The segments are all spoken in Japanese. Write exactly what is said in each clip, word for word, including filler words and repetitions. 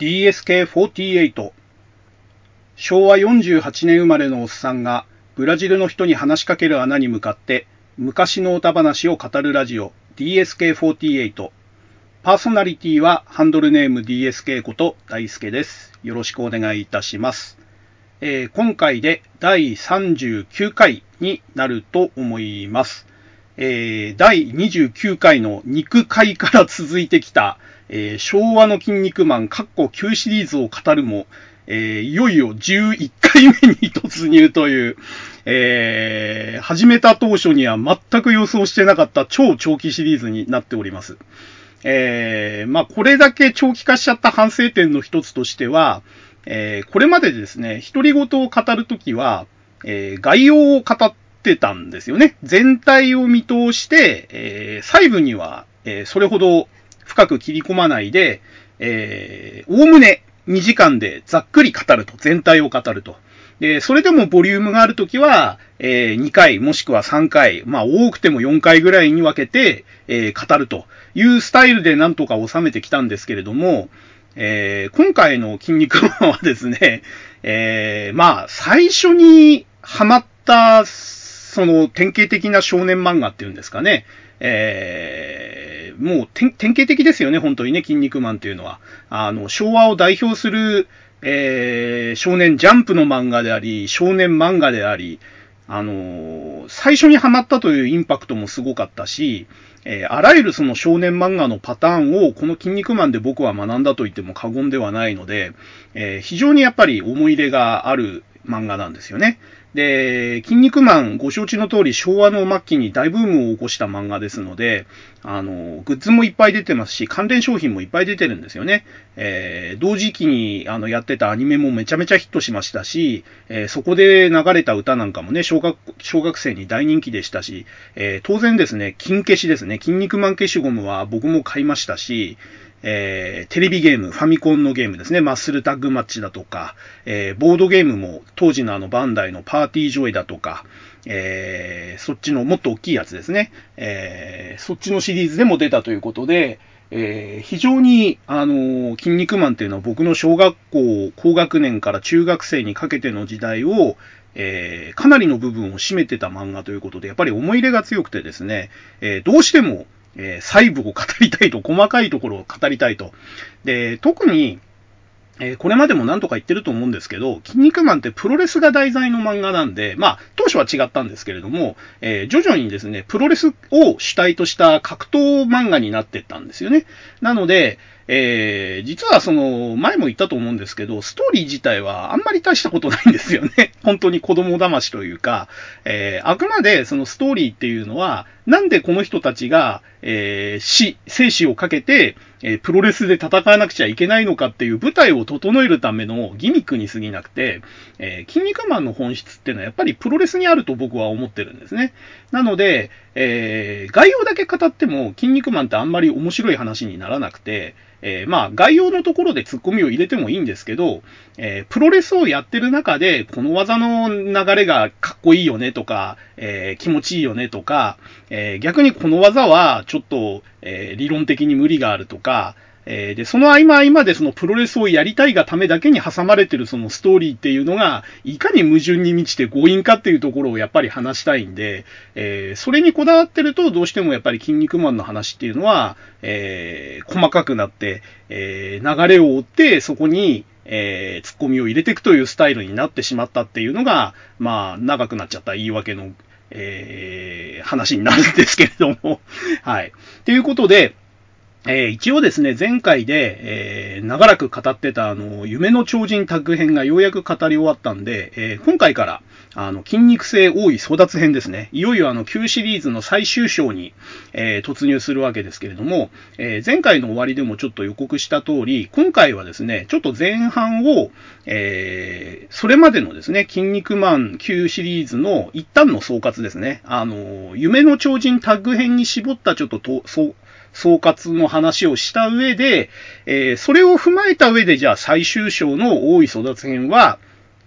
ディーエスケーフォーティーエイト 昭和よんじゅうはちねん生まれのおっさんがブラジルの人に話しかける穴に向かって昔の歌話を語るラジオ ディーエスケーフォーティーエイト。 パーソナリティはハンドルネーム ディーエスケー こと大輔です。よろしくお願いいたします。えー、今回でだいさんじゅうきゅうかいになると思います。えー、だいにじゅうきゅうかいの肉回から続いてきた、えー、昭和の筋肉マンカッコきゅうシリーズを語るも、えー、いよいよじゅういっかいめに突入という、えー、始めた当初には全く予想してなかった超長期シリーズになっております。えー、まあこれだけ長期化しちゃった反省点の一つとしては、えー、これまでですね、独り言を語るときは、えー、概要を語ってたんですよね。全体を見通して、えー、細部には、えー、それほど深く切り込まないで、えー、おおむねにじかんでざっくり語ると、全体を語ると。で、それでもボリュームがあるときは、えー、にかいもしくはさんかい、まあ多くてもよんかいぐらいに分けて、えー、語るというスタイルでなんとか収めてきたんですけれども、えー、今回の筋肉マンはですね、えー、まあ最初にハマったその典型的な少年漫画っていうんですかね、えー、もう典型的ですよね、本当にね、筋肉マンっていうのは。あの、昭和を代表する、えー、少年ジャンプの漫画であり、少年漫画であり、あのー、最初にハマったというインパクトもすごかったし、えー、あらゆるその少年漫画のパターンをこの筋肉マンで僕は学んだと言っても過言ではないので、えー、非常にやっぱり思い入れがある漫画なんですよね。で、筋肉マンご承知の通り昭和の末期に大ブームを起こした漫画ですので、あの、グッズもいっぱい出てますし、関連商品もいっぱい出てるんですよね。えー、同時期にあのやってたアニメもめちゃめちゃヒットしましたし、えー、そこで流れた歌なんかもね、小学、小学生に大人気でしたし、えー、当然ですね、金消しですね、筋肉マン消しゴムは僕も買いましたし、えー、テレビゲーム、ファミコンのゲームですね、マッスルタッグマッチだとか、えー、ボードゲームも当時のあのバンダイのパーティージョイだとか、えー、そっちのもっと大きいやつですね、えー、そっちのシリーズでも出たということで、えー、非常に、あのー、筋肉マンっていうのは僕の小学校高学年から中学生にかけての時代を、えー、かなりの部分を占めてた漫画ということで、やっぱり思い入れが強くてですね、えー、どうしても、えー、細部を語りたいと、細かいところを語りたいと。で、特に、えー、これまでも何とか言ってると思うんですけど、筋肉マンってプロレスが題材の漫画なんで、まあ、当初は違ったんですけれども、えー、徐々にですね、プロレスを主体とした格闘漫画になっていったんですよね。なので、えー、実はその、前も言ったと思うんですけど、ストーリー自体はあんまり大したことないんですよね。本当に子供騙しというか、えー、あくまでそのストーリーっていうのは、なんでこの人たちが、えー、死、生死をかけて、えー、プロレスで戦わなくちゃいけないのかっていう舞台を整えるためのギミックに過ぎなくて、えー、筋肉マンの本質っていうのはやっぱりプロレスにあると僕は思ってるんですね。なので、えー、概要だけ語っても筋肉マンってあんまり面白い話にならなくて、えー、まあ、概要のところでツッコミを入れてもいいんですけど、えー、プロレスをやってる中で、この技の流れがかっこいいよねとか、えー、気持ちいいよねとか、えー、逆にこの技はちょっと、えー、理論的に無理があるとか、えー、で、その合間合間でそのプロレスをやりたいがためだけに挟まれてるそのストーリーっていうのが、いかに矛盾に満ちて強引かっていうところをやっぱり話したいんで、えー、それにこだわってるとどうしてもやっぱり筋肉マンの話っていうのは、えー、細かくなって、えー、流れを追ってそこに、えー、ツッコミを入れていくというスタイルになってしまったっていうのが、まあ、長くなっちゃった言い訳の、えー、話になるんですけれども。はい。ということで、えー、一応ですね、前回で、えー、長らく語ってた、あの、夢の超人タッグ編がようやく語り終わったんで、えー、今回から、あの、筋肉性多い争奪編ですね。いよいよあの、旧シリーズの最終章に、えー、突入するわけですけれども、えー、前回の終わりでもちょっと予告した通り、今回はですね、ちょっと前半を、えー、それまでのですね、筋肉マン旧シリーズの一旦の総括ですね。あの、夢の超人タッグ編に絞ったちょっとと、そう、総括の話をした上で、えー、それを踏まえた上で、じゃあ最終章の大井争奪編は、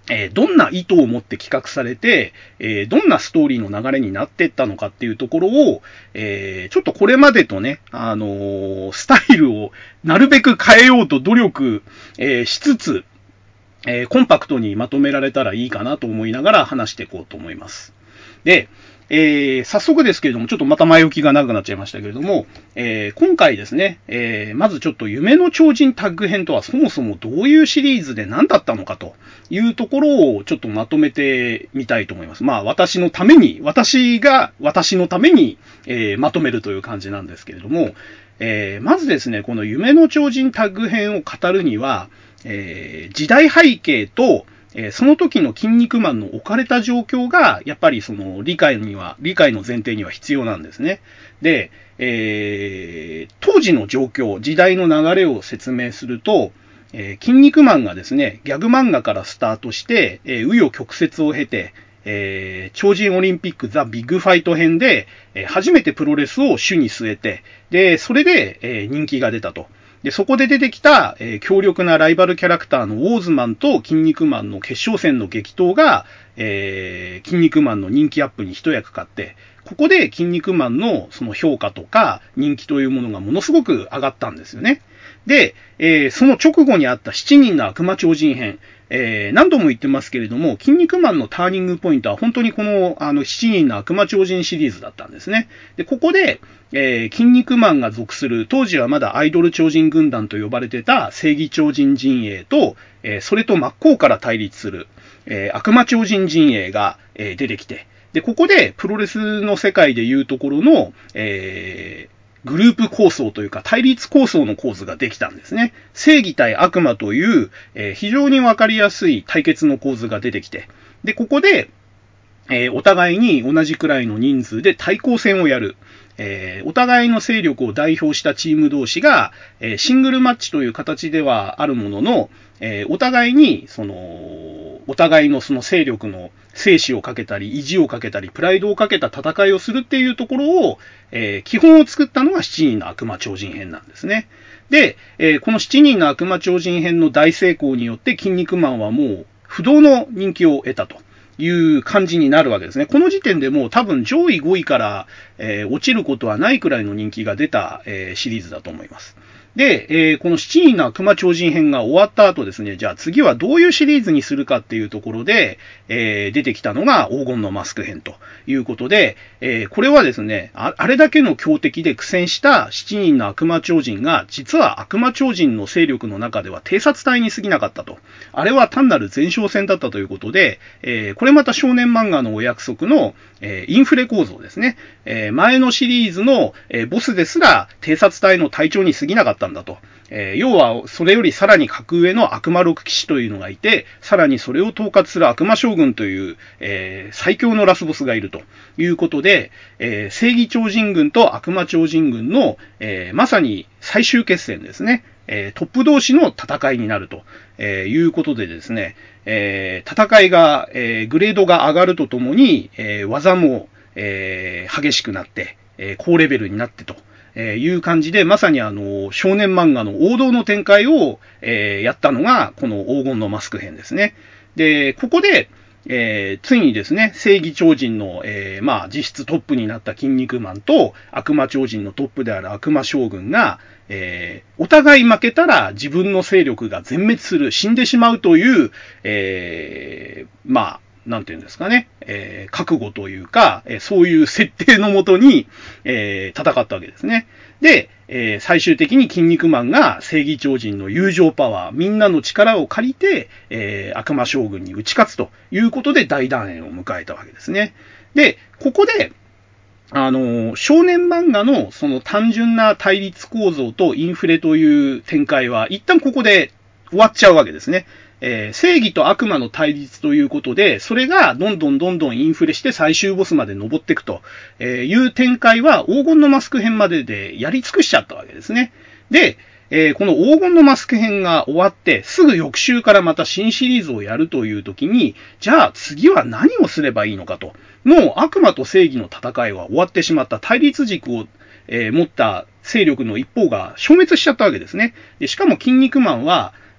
えー、どんな意図を持って企画されて、えー、どんなストーリーの流れになっていったのかっていうところを、えー、ちょっとこれまでとね、あのー、スタイルをなるべく変えようと努力、えー、しつつ、えー、コンパクトにまとめられたらいいかなと思いながら話していこうと思います。で、えー、早速ですけれども、ちょっとまた前置きが長くなっちゃいましたけれども、えー、今回ですね、えー、まずちょっと夢の超人タッグ編とはそもそもどういうシリーズで何だったのかというところをちょっとまとめてみたいと思います。まあ私のために、私が私のために、えー、まとめるという感じなんですけれども、えー、まずですね、この夢の超人タッグ編を語るには、えー、時代背景と、えー、その時の筋肉マンの置かれた状況が、やっぱりその理解には、理解の前提には必要なんですね。で、えー、当時の状況、時代の流れを説明すると、えー、筋肉マンがですね、ギャグ漫画からスタートして、えー、紆余曲折を経て、えー、超人オリンピックザ・ビッグファイト編で、えー、初めてプロレスを主に据えて、で、それで、えー、人気が出たと。で、そこで出てきた、えー、強力なライバルキャラクターのウォーズマンと筋肉マンの決勝戦の激闘が、えー、筋肉マンの人気アップに一役買って、ここで筋肉マンのその評価とか人気というものがものすごく上がったんですよね。で、えー、その直後にあったしちにんの悪魔超人編。えー、何度も言ってますけれども、筋肉マンのターニングポイントは本当にこの、あの、しちにんの悪魔超人シリーズだったんですね。で、ここで、えー、筋肉マンが属する、当時はまだアイドル超人軍団と呼ばれてた正義超人陣営と、えー、それと真っ向から対立する、えー、悪魔超人陣営が、えー、出てきて、で、ここでプロレスの世界でいうところの、えー、グループ構想というか対立構想の構図ができたんですね。正義対悪魔という、えー、非常にわかりやすい対決の構図が出てきて、で、ここで、えー、お互いに同じくらいの人数で対抗戦をやる。えー、お互いの勢力を代表したチーム同士が、えー、シングルマッチという形ではあるものの、えー、お互いに、その、お互いのその勢力の生死をかけたり、意地をかけたり、プライドをかけた戦いをするっていうところを、えー、基本を作ったのがしちにんの悪魔超人編なんですね。で、えー、このしちにんの悪魔超人編の大成功によって、筋肉マンはもう不動の人気を得たと。いう感じになるわけですね。この時点でもう多分上位ごいから、えー、落ちることはないくらいの人気が出た、えー、シリーズだと思います。で、えー、このしちにんの悪魔超人編が終わった後ですね、じゃあ次はどういうシリーズにするかっていうところで、えー、出てきたのが黄金のマスク編ということで、えー、これはですね、あ、あれだけの強敵で苦戦したしちにんの悪魔超人が、実は悪魔超人の勢力の中では偵察隊に過ぎなかったと。あれは単なる前哨戦だったということで、えー、これまた少年漫画のお約束の、えー、インフレ構造ですね。えー、前のシリーズの、えー、ボスですら偵察隊の隊長に過ぎなかったんだと。えー、要は、それよりさらに格上の悪魔六騎士というのがいて、さらにそれを統括する悪魔将軍という、えー、最強のラスボスがいるということで、えー、正義超人軍と悪魔超人軍の、えー、まさに最終決戦ですね。えー、トップ同士の戦いになると、えー、いうことでですね、えー、戦いが、えー、グレードが上がるとともに、えー、技も、えー、激しくなって、えー、高レベルになってと、えー、いう感じで、まさにあの、少年漫画の王道の展開を、えー、やったのが、この黄金のマスク編ですね。で、ここで、えー、ついにですね、正義超人の、えー、まあ、実質トップになった筋肉マンと、悪魔超人のトップである悪魔将軍が、えー、お互い負けたら自分の勢力が全滅する、死んでしまうという、えー、まあ、なんていうんですかね、えー、覚悟というか、えー、そういう設定のもとに、えー、戦ったわけですね。で、えー、最終的に筋肉マンが正義超人の友情パワー、みんなの力を借りて、えー、悪魔将軍に打ち勝つということで大団円を迎えたわけですね。で、ここで、あの、少年漫画のその単純な対立構造とインフレという展開は一旦ここで終わっちゃうわけですね。えー、正義と悪魔の対立ということで、それがどんどんどんどんインフレして最終ボスまで登っていくという展開は黄金のマスク編まででやり尽くしちゃったわけですね。で、えー、この黄金のマスク編が終わって、すぐ翌週からまた新シリーズをやるという時に、じゃあ次は何をすればいいのかと。もう悪魔と正義の戦いは終わってしまった。対立軸を、えー、持った勢力の一方が消滅しちゃったわけですね。でしかも筋肉マンは、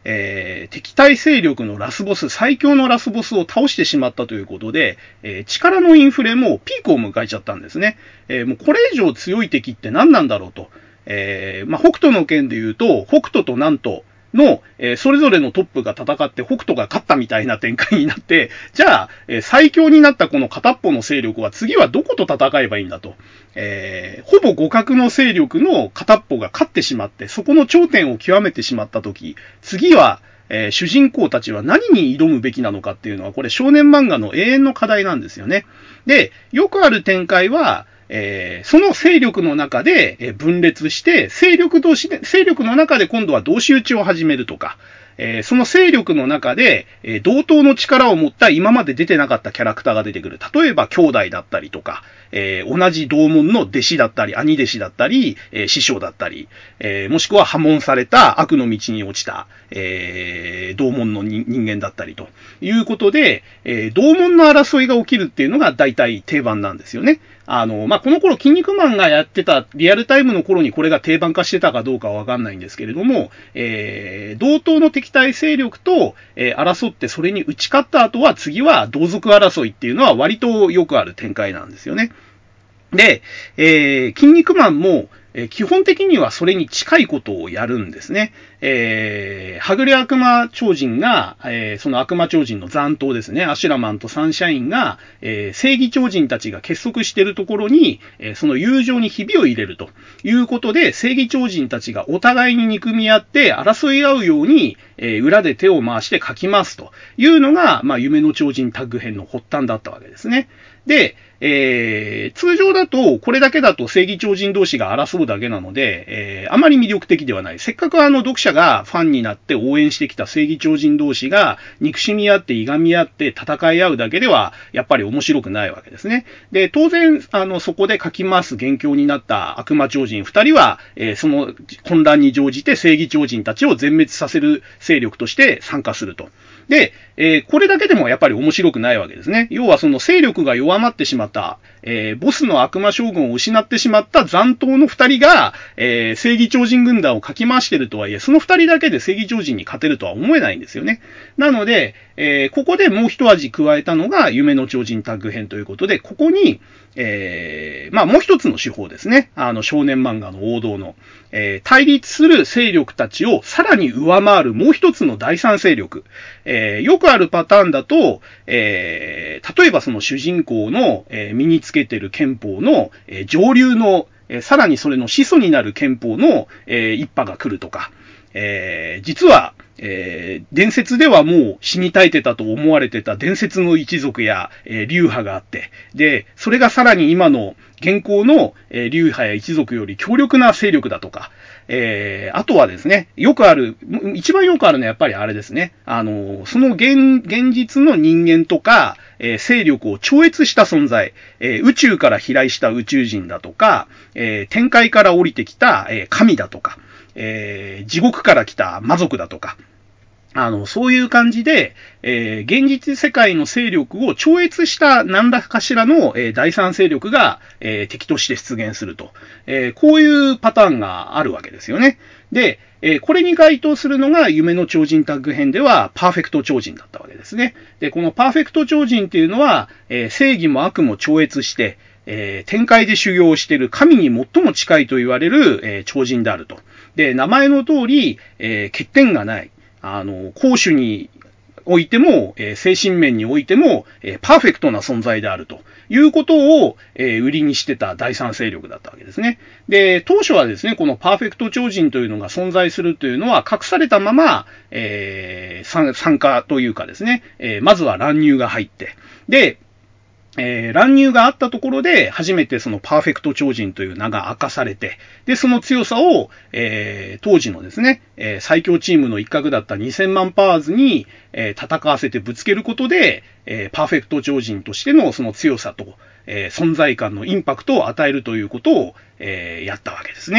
えー、敵対勢力のラスボス、最強のラスボスを倒してしまったということで、えー、力のインフレもピークを迎えちゃったんですね。えー、もうこれ以上強い敵って何なんだろうと。えー、まあ、北斗の剣で言うと、北斗と南斗の、えー、それぞれのトップが戦って北斗が勝ったみたいな展開になって、じゃあ、えー、最強になったこの片っぽの勢力は次はどこと戦えばいいんだと。えー、ほぼ互角の勢力の片っぽが勝ってしまって、そこの頂点を極めてしまったとき、次は、えー、主人公たちは何に挑むべきなのかっていうのは、これ少年漫画の永遠の課題なんですよね。で、よくある展開は、えー、その勢力の中で分裂して、勢力同士で、勢力の中で今度は同士討ちを始めるとか、えー、その勢力の中で、えー、同等の力を持った今まで出てなかったキャラクターが出てくる。例えば兄弟だったりとか、えー、同じ同門の弟子だったり、兄弟子だったり、えー、師匠だったり、えー、もしくは破門された悪の道に落ちた、えー、同門の人間だったりということで、えー、同門の争いが起きるっていうのが大体定番なんですよね。あの、まあ、この頃、筋肉マンがやってたリアルタイムの頃にこれが定番化してたかどうかはわかんないんですけれども、えー、同等の敵対勢力と、えー、争ってそれに打ち勝った後は次は同族争いっていうのは割とよくある展開なんですよね。で、えー、筋肉マンも、えー、基本的にはそれに近いことをやるんですね。えー、はぐれ悪魔超人が、えー、その悪魔超人の残党ですね、アシュラマンとサンシャインが、えー、正義超人たちが結束しているところに、えー、その友情にひびを入れるということで、正義超人たちがお互いに憎み合って争い合うように、えー、裏で手を回して書きますというのが、まあ、夢の超人タッグ編の発端だったわけですね。で、えー、通常だと、これだけだと正義超人同士が争うだけなので、えー、あまり魅力的ではない。せっかくあの読者がファンになって応援してきた正義超人同士が憎しみ合っていがみ合って戦い合うだけでは、やっぱり面白くないわけですね。で、当然、あの、そこで書き回す元凶になった悪魔超人二人は、えー、その混乱に乗じて正義超人たちを全滅させる勢力として参加すると。で、えー、これだけでもやっぱり面白くないわけですね。要はその勢力が弱まってしまった、えー、ボスの悪魔将軍を失ってしまった残党の二人が、えー、正義超人軍団をかき回しているとはいえ、その二人だけで正義超人に勝てるとは思えないんですよね。なので、えー、ここでもう一味加えたのが夢の超人タッグ編ということで、ここに、えー、まあもう一つの手法ですね。あの少年漫画の王道の、えー、対立する勢力たちをさらに上回るもう一つの第三勢力。えー、よくあるパターンだと、えー、例えばその主人公の、えー、身につけてる憲法の、えー、上流の、えー、さらにそれの始祖になる憲法の、えー、一派が来るとか、えー、実は、えー、伝説ではもう死に絶えてたと思われてた伝説の一族や、えー、流派があって、で、それがさらに今の現行の、えー、流派や一族より強力な勢力だとか、えー、あとはですね、よくある、一番よくあるのはやっぱりあれですね、あの、その現、現実の人間とか、えー、勢力を超越した存在、えー、宇宙から飛来した宇宙人だとか、えー、天界から降りてきた、えー、神だとか、えー、地獄から来た魔族だとか、あの、そういう感じで、えー、現実世界の勢力を超越した何らかしらの、えー、第三勢力が、えー、敵として出現すると、えー。こういうパターンがあるわけですよね。で、えー、これに該当するのが夢の超人タッグ編ではパーフェクト超人だったわけですね。で、このパーフェクト超人っていうのは、えー、正義も悪も超越して、えー、天界で修行をしている神に最も近いと言われる、えー、超人であると。で、名前の通り、えー、欠点がない。あの、攻守においても、えー、精神面においても、えー、パーフェクトな存在であるということを、えー、売りにしてた第三勢力だったわけですね。で、当初はですね、このパーフェクト超人というのが存在するというのは隠されたまま、えー、参加というかですね、えー、まずは乱入が入って、で、えー、乱入があったところで、初めてそのパーフェクト超人という名が明かされて、で、その強さを、えー、当時のですね、えー、最強チームの一角だったにせんまんパワーズに、えー、戦わせてぶつけることで、えー、パーフェクト超人としてのその強さと、えー、存在感のインパクトを与えるということを、えー、やったわけですね。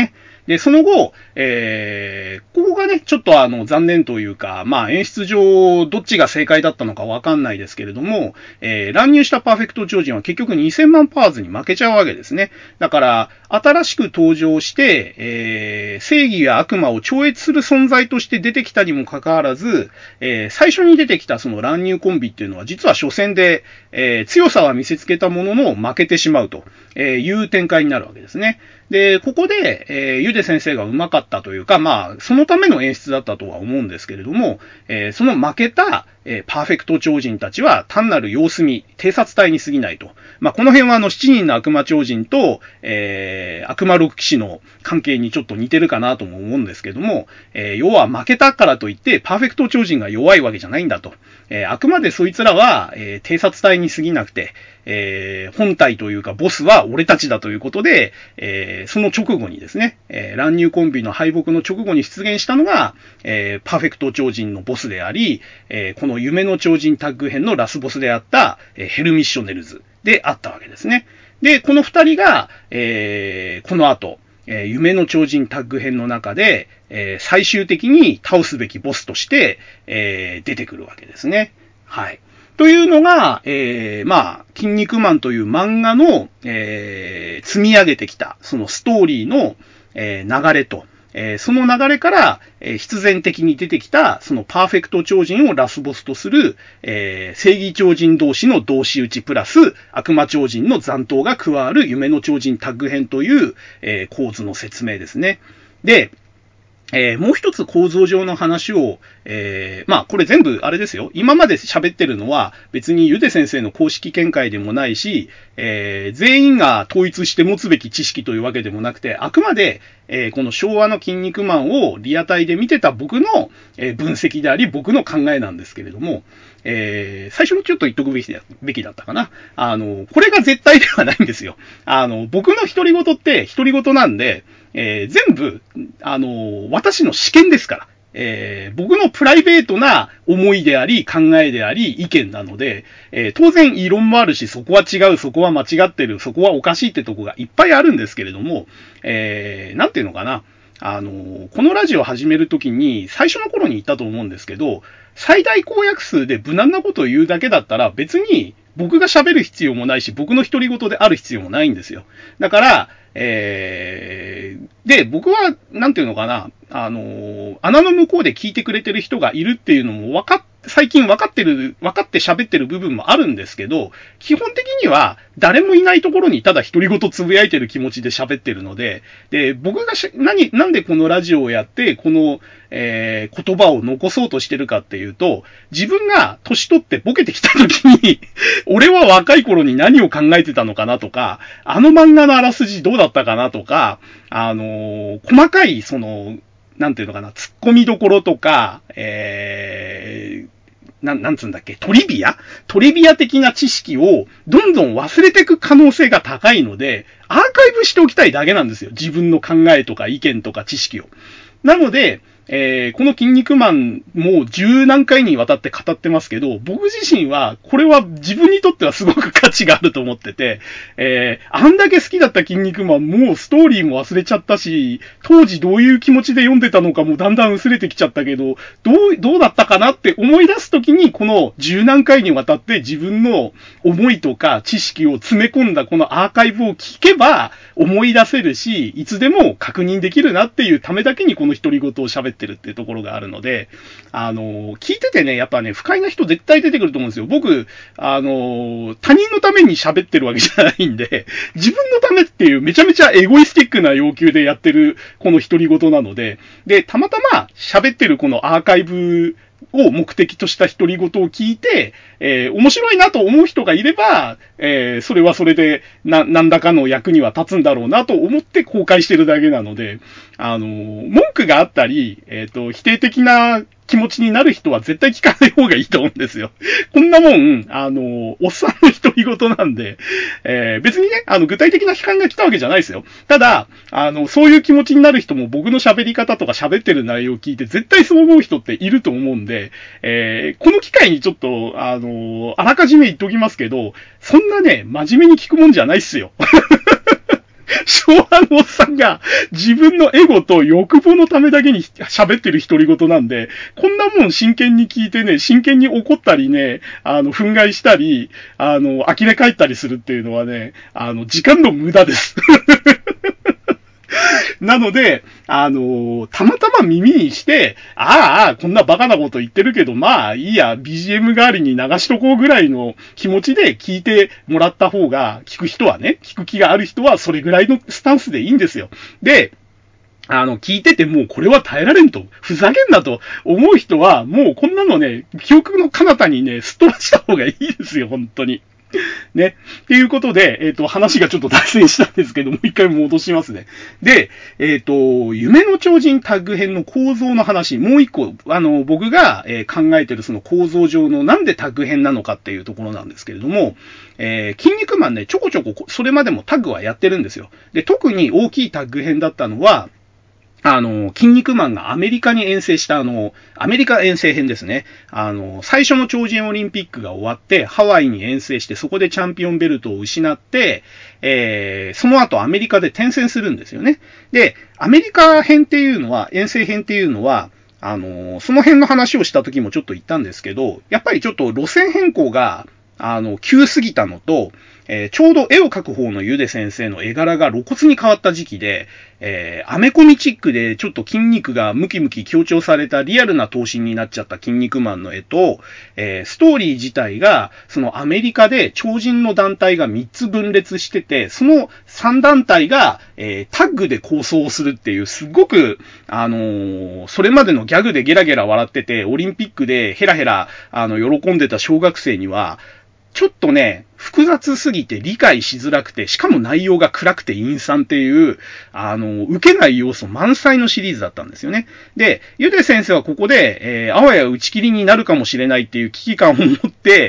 で、その後、えー、ここがね、ちょっとあの、残念というか、まあ演出上、どっちが正解だったのかわかんないですけれども、えー、乱入したパーフェクト超人は結局にせんまんパーズに負けちゃうわけですね。だから、新しく登場して、えー、正義や悪魔を超越する存在として出てきたにもかかわらず、えー、最初に出てきたその乱入コンビっていうのは、実は初戦で、えー、強さは見せつけたものの負けてしまうという展開になるわけですね。で、ここで、えー、ゆで先生が上手かったというか、まあ、そのための演出だったとは思うんですけれども、えー、その負けた、えー、パーフェクト超人たちは単なる様子見、偵察隊に過ぎないと。まあ、この辺はあの、しちにんの悪魔超人と、えー、悪魔六騎士の関係にちょっと似てるかなとも思うんですけども、えー、要は負けたからといって、パーフェクト超人が弱いわけじゃないんだと。えー、あくまでそいつらは、えー、偵察隊に過ぎなくて、えー、本体というかボスは俺たちだということで、えー、その直後にですね、えー、乱入コンビの敗北の直後に出現したのが、えー、パーフェクト超人のボスであり、えー、この夢の超人タッグ編のラスボスであった、えー、ヘルミッショネルズであったわけですね。で、この二人が、えー、この後、えー、夢の超人タッグ編の中で、えー、最終的に倒すべきボスとして、えー、出てくるわけですね。はい。というのが、えー、まあ、筋肉マンという漫画の、えー、積み上げてきた、そのストーリーの、えー、流れと、えー、その流れから、えー、必然的に出てきた、そのパーフェクト超人をラスボスとする、えー、正義超人同士の同士打ちプラス、悪魔超人の残党が加わる夢の超人タッグ編という、えー、構図の説明ですね。で、えー、もう一つ構造上の話を、えー、まあこれ全部あれですよ。今まで喋ってるのは別にゆで先生の公式見解でもないし、えー、全員が統一して持つべき知識というわけでもなくて、あくまで、えー、この昭和の筋肉マンをリアタイで見てた僕の、えー、分析であり僕の考えなんですけれども、えー、最初にちょっと言っとくべきだべきだったかな。あの、これが絶対ではないんですよ。あの、僕の独り言って独り言なんで、えー、全部、あの、私の試験ですから。えー、僕のプライベートな思いであり、考えであり、意見なので、えー、当然異論もあるし、そこは違う、そこは間違ってる、そこはおかしいってとこがいっぱいあるんですけれども、えー、なんていうのかな。あの、このラジオ始めるときに、最初の頃に言ったと思うんですけど、最大公約数で無難なことを言うだけだったら、別に僕が喋る必要もないし、僕の独り言である必要もないんですよ。だから、えー、で、僕は、なんていうのかな、あの、穴の向こうで聞いてくれてる人がいるっていうのも分かっ最近分かってる、分かって喋ってる部分もあるんですけど、基本的には誰もいないところにただ独り言つぶやいてる気持ちで喋ってるので、で、僕がし、何、なんでこのラジオをやって、この、えー、言葉を残そうとしてるかっていうと、自分が年取ってボケてきた時に、俺は若い頃に何を考えてたのかなとか、あの漫画のあらすじどうだったかなとか、あのー、細かい、その、なんていうのかな、突っ込みどころとか、えー、なん、なんつうんだっけ、トリビアトリビア的な知識をどんどん忘れていく可能性が高いので、アーカイブしておきたいだけなんですよ。自分の考えとか意見とか知識を。なので、えー、この筋肉マンも十何回にわたって語ってますけど、僕自身は、これは自分にとってはすごく価値があると思ってて、えー、あんだけ好きだった筋肉マンもうストーリーも忘れちゃったし、当時どういう気持ちで読んでたのかもだんだん薄れてきちゃったけど、どう、どうだったかなって思い出すときに、この十何回にわたって自分の思いとか知識を詰め込んだこのアーカイブを聞けば思い出せるし、いつでも確認できるなっていうためだけにこの独り言を喋ってるっていうところがあるので、あの、聞いててね、やっぱね、不快な人絶対出てくると思うんですよ。僕、あの、他人のために喋ってるわけじゃないんで、自分のためっていうめちゃめちゃエゴイスティックな要求でやってるこの独り言なので、で、たまたま喋ってるこのアーカイブを目的とした独り言を聞いて、えー、面白いなと思う人がいれば、えー、それはそれで、な、何らかの役には立つんだろうなと思って公開してるだけなので、あのー、文句があったり、えっと、否定的な気持ちになる人は絶対聞かない方がいいと思うんですよ。こんなもん、あの、おっさんの独り言なんで、えー、別にね、あの、具体的な批判が来たわけじゃないですよ。ただ、あの、そういう気持ちになる人も僕の喋り方とか喋ってる内容を聞いて絶対そう思う人っていると思うんで、えー、この機会にちょっと、あの、あらかじめ言っときますけど、そんなね、真面目に聞くもんじゃないっすよ。 昭和のおっさんが自分のエゴと欲望のためだけに喋ってる独り言なんで、こんなもん真剣に聞いてね、真剣に怒ったりね、あの、憤慨したり、あの、呆れ返ったりするっていうのはね、あの、時間の無駄です。なので、あのー、たまたま耳にして、ああ、こんなバカなこと言ってるけど、まあいいや、ビージーエム 代わりに流しとこうぐらいの気持ちで聞いてもらった方が、聞く人はね、聞く気がある人はそれぐらいのスタンスでいいんですよ。で、あの、聞いててもうこれは耐えられんと、ふざけんなと思う人は、もうこんなのね、記憶の彼方にね、すっ飛ばした方がいいですよ、本当に。ね。っていうことで、えっと、話がちょっと脱線したんですけども、う一回戻しますね。で、えっと、夢の超人タッグ編の構造の話、もう一個、あの、僕が、えー考えてるその構造上のなんでタッグ編なのかっていうところなんですけれども、えー、筋肉マンね、ちょこちょこ、それまでもタッグはやってるんですよ。で、特に大きいタッグ編だったのは、あの、筋肉マンがアメリカに遠征したあの、アメリカ遠征編ですね。あの、最初の超人オリンピックが終わって、ハワイに遠征して、そこでチャンピオンベルトを失って、えー、その後アメリカで転戦するんですよね。で、アメリカ編っていうのは、遠征編っていうのは、あの、その辺の話をした時もちょっと言ったんですけど、やっぱりちょっと路線変更が、あの、急すぎたのと、えー、ちょうど絵を描く方のゆで先生の絵柄が露骨に変わった時期で、えー、アメコミチックでちょっと筋肉がムキムキ強調されたリアルな頭身になっちゃった筋肉マンの絵と、えー、ストーリー自体が、そのアメリカで超人の団体がみっつ分裂してて、そのさん団体が、えー、タッグで構想をするっていう、すごく、あのー、それまでのギャグでゲラゲラ笑ってて、オリンピックでヘラヘラ、あの、喜んでた小学生には、ちょっとね、複雑すぎて理解しづらくて、しかも内容が暗くて陰惨っていう、あの、受けない要素満載のシリーズだったんですよね。で、ゆで先生はここで、えー、あわや打ち切りになるかもしれないっていう危機感を持って、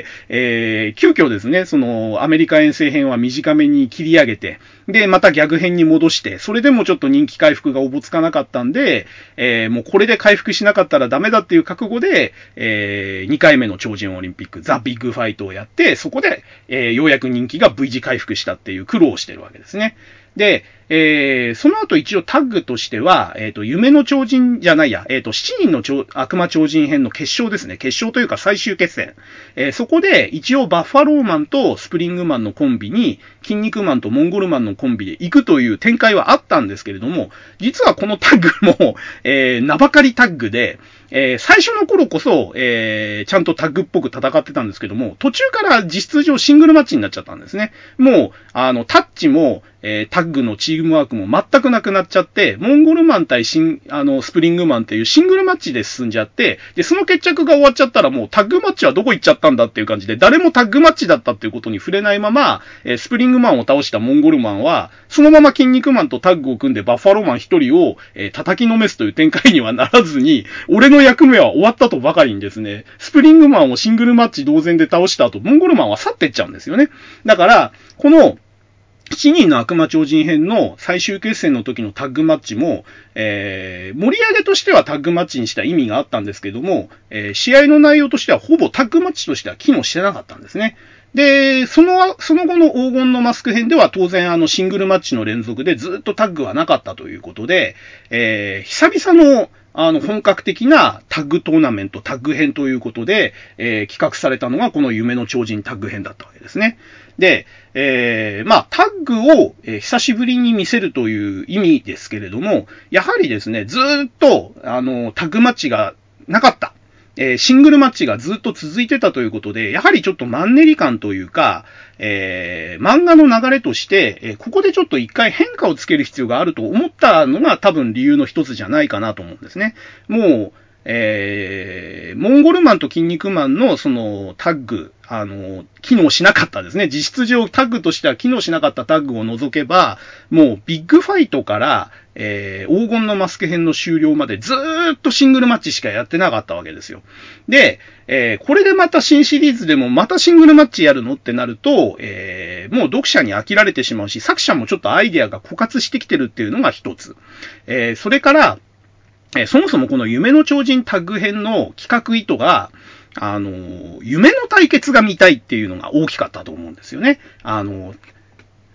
えー、急遽ですね、その、アメリカ遠征編は短めに切り上げて、で、またギャグ編に戻して、それでもちょっと人気回復がおぼつかなかったんで、えー、もうこれで回復しなかったらダメだっていう覚悟で、えー、にかいめの超人オリンピック、ザ・ビッグファイトをやって、そこで、えー、ようやく人気が V 字回復したっていう苦労をしてるわけですね。で、えー、その後一応タッグとしては、えっ、ー、と、夢の超人じゃないや、えっ、ー、と、しちにんの超悪魔超人編の決勝ですね。決勝というか最終決戦。えー、そこで一応バッファローマンとスプリングマンのコンビに、筋肉マンとモンゴルマンのコンビで行くという展開はあったんですけれども、実はこのタッグも、えー、名ばかりタッグで、えー、最初の頃こそ、えー、ちゃんとタッグっぽく戦ってたんですけども、途中から実質上シングルマッチになっちゃったんですね。もう、あの、タッチも、えー、タッグのチームワークも全くなくなっちゃって、モンゴルマン対シン、あの、スプリングマンっていうシングルマッチで進んじゃって、で、その決着が終わっちゃったらもうタッグマッチはどこ行っちゃったんだっていう感じで、誰もタッグマッチだったっていうことに触れないまま、えー、スプリングマンを倒したモンゴルマンは、そのまま筋肉マンとタッグを組んでバッファローマン一人を、えー、叩きのめすという展開にはならずに、俺の役目は終わったとばかりにですね、スプリングマンをシングルマッチ同然で倒した後、モンゴルマンは去ってっちゃうんですよね。だから、この、しちにんの悪魔超人編の最終決戦の時のタッグマッチも、えー、盛り上げとしてはタッグマッチにした意味があったんですけども、えー、試合の内容としてはほぼタッグマッチとしては機能してなかったんですね。で、その、その後の黄金のマスク編では当然あのシングルマッチの連続でずっとタッグはなかったということで、えー、久々のあの、本格的なタッグトーナメント、タッグ編ということで、えー、企画されたのがこの夢の超人タッグ編だったわけですね。で、えー、まあ、タッグを、えー、久しぶりに見せるという意味ですけれども、やはりですね、ずーっと、あの、タッグマッチがなかった。えー、シングルマッチがずっと続いてたということで、やはりちょっとマンネリ感というか、えー、漫画の流れとして、えー、ここでちょっと一回変化をつける必要があると思ったのが多分理由の一つじゃないかなと思うんですね。もう、えー、モンゴルマンと筋肉マンのそのタッグ、あの、機能しなかったですね。実質上タッグとしては機能しなかったタッグを除けば、もうビッグファイトから、えー、黄金のマスク編の終了までずーっとシングルマッチしかやってなかったわけですよ。で、えー、これでまた新シリーズでもまたシングルマッチやるのってなると、えー、もう読者に飽きられてしまうし、作者もちょっとアイデアが枯渇してきてるっていうのが一つ。えー、それから、えそもそもこの夢の超人タッグ編の企画意図が、あの、夢の対決が見たいっていうのが大きかったと思うんですよね。あの、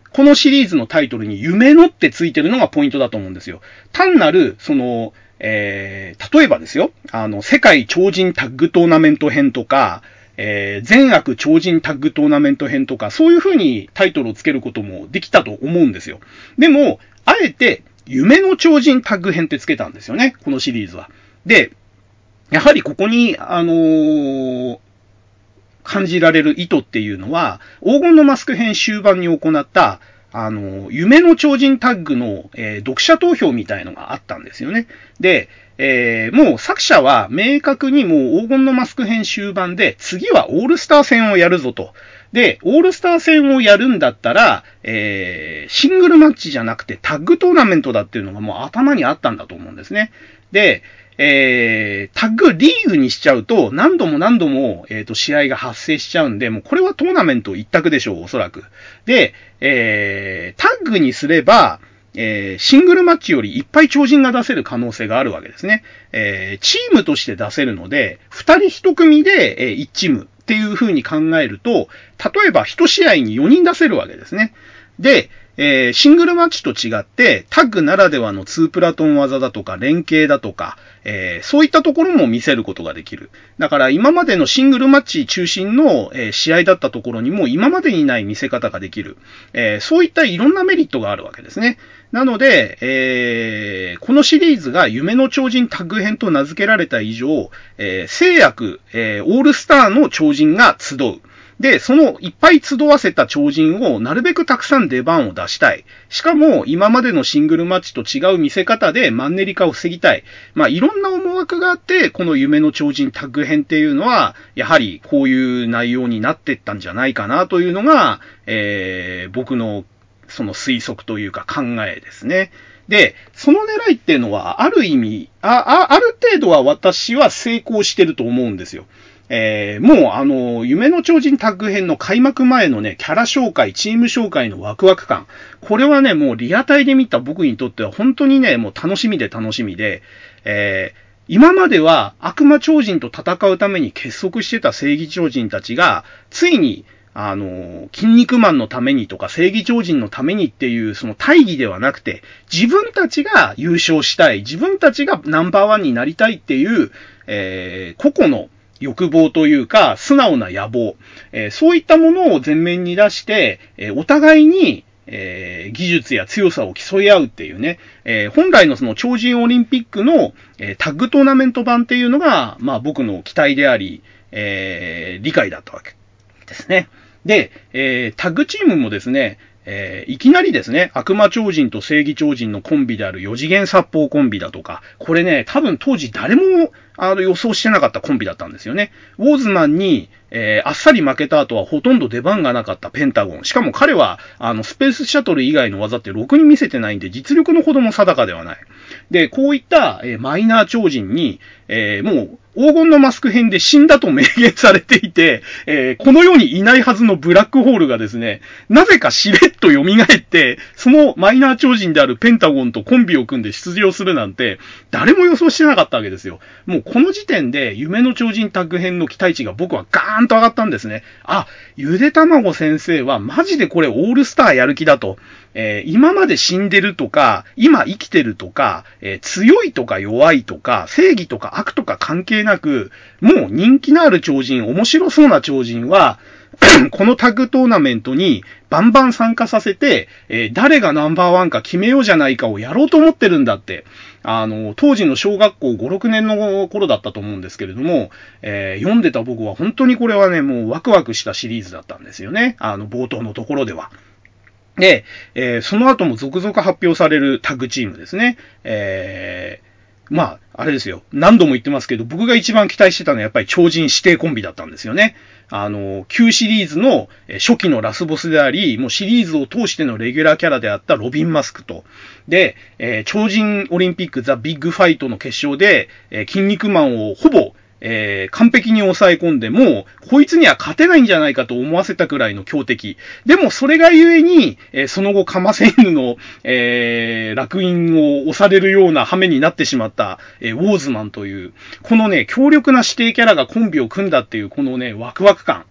このシリーズのタイトルに夢のってついてるのがポイントだと思うんですよ。単なる、その、えー、例えばですよ、あの、世界超人タッグトーナメント編とか、えー、善悪超人タッグトーナメント編とか、そういう風にタイトルをつけることもできたと思うんですよ。でも、あえて、夢の超人タッグ編ってつけたんですよね、このシリーズは。で、やはりここに、あのー、感じられる意図っていうのは、黄金のマスク編終盤に行った、あの、夢の超人タッグの、えー、読者投票みたいのがあったんですよね。で、えー、もう作者は明確にもう黄金のマスク編終盤で、次はオールスター戦をやるぞと。で、オールスター戦をやるんだったら、えー、シングルマッチじゃなくてタッグトーナメントだっていうのがもう頭にあったんだと思うんですね。で、えー、タッグリーグにしちゃうと、何度も何度も、えっと、試合が発生しちゃうんで、もうこれはトーナメント一択でしょう、おそらく。で、えー、タッグにすれば、えー、シングルマッチよりいっぱい超人が出せる可能性があるわけですね。えー、チームとして出せるので、二人一組で、えー、いちチームっていう風に考えると、例えば一試合によにん出せるわけですね。で、えー、シングルマッチと違って、タッグならではのツープラトン技だとか、連携だとか、えー、そういったところも見せることができる。だから今までのシングルマッチ中心の、えー、試合だったところにも今までにない見せ方ができる。えー、そういったいろんなメリットがあるわけですね。なので、えー、このシリーズが夢の超人タッグ編と名付けられた以上、えー、聖薬、えー、オールスターの超人が集う。で、そのいっぱい集わせた超人をなるべくたくさん出番を出したい。しかも今までのシングルマッチと違う見せ方でマンネリ化を防ぎたい。まあいろんな思惑があって、この夢の超人タッグ編っていうのは、やはりこういう内容になっていったんじゃないかなというのが、えー、僕のその推測というか考えですね。で、その狙いっていうのは、ある意味、あ、あ、ある程度は私は成功してると思うんですよ。えー、もうあの、夢の超人タッグ編の開幕前のね、キャラ紹介、チーム紹介のワクワク感。これはね、もうリアタイで見た僕にとっては本当にね、もう楽しみで楽しみで、えー、今までは悪魔超人と戦うために結束してた正義超人たちが、ついに、あの、筋肉マンのためにとか正義超人のためにっていうその大義ではなくて、自分たちが優勝したい、自分たちがナンバーワンになりたいっていう、えー、個々の欲望というか、素直な野望、えー、そういったものを前面に出して、えー、お互いに、えー、技術や強さを競い合うっていうね、えー、本来のその超人オリンピックの、えー、タッグトーナメント版っていうのが、まあ僕の期待であり、えー、理解だったわけですね。で、えー、タッグチームもですね、えー、いきなりですね、悪魔超人と正義超人のコンビである四次元殺法コンビだとか、これね、多分当時誰もあの予想してなかったコンビだったんですよね。ウォーズマンに、えー、あっさり負けた後はほとんど出番がなかったペンタゴン。しかも彼は、あの、スペースシャトル以外の技ってろくに見せてないんで、実力のほども定かではない。で、こういった、えー、マイナー超人に、えー、もう、黄金のマスク編で死んだと明言されていて、えー、この世にいないはずのブラックホールがですね、なぜかしれっと蘇って、そのマイナー超人であるペンタゴンとコンビを組んで出場するなんて、誰も予想してなかったわけですよ。もうこの時点で夢の超人タッグ編の期待値が僕はガーンと上がったんですね。あ、ゆでたまご先生はマジでこれオールスターやる気だと。えー、今まで死んでるとか、今生きてるとか、えー、強いとか弱いとか、正義とか悪とか関係なく、もう人気のある超人、面白そうな超人は、このタッグトーナメントにバンバン参加させて、えー、誰がナンバーワンか決めようじゃないかをやろうと思ってるんだって。あの、当時の小学校ご、ろくねんの頃だったと思うんですけれども、えー、読んでた僕は本当にこれはね、もうワクワクしたシリーズだったんですよね。あの、冒頭のところでは。で、えー、その後も続々発表されるタッグチームですね。えー、まあ、あれですよ。何度も言ってますけど、僕が一番期待してたのはやっぱり超人指定コンビだったんですよね。あの、旧シリーズの初期のラスボスであり、もうシリーズを通してのレギュラーキャラであったロビン・マスクと、で、えー、超人オリンピックザ・ビッグファイトの決勝で、えー、筋肉マンをほぼ、えー、完璧に抑え込んで、もう、こいつには勝てないんじゃないかと思わせたくらいの強敵。でも、それがゆえに、えー、その後、カマセイヌの、えー、楽印を押されるような羽目になってしまった、えー、ウォーズマンという、このね、強力な指定キャラがコンビを組んだっていう、このね、ワクワク感。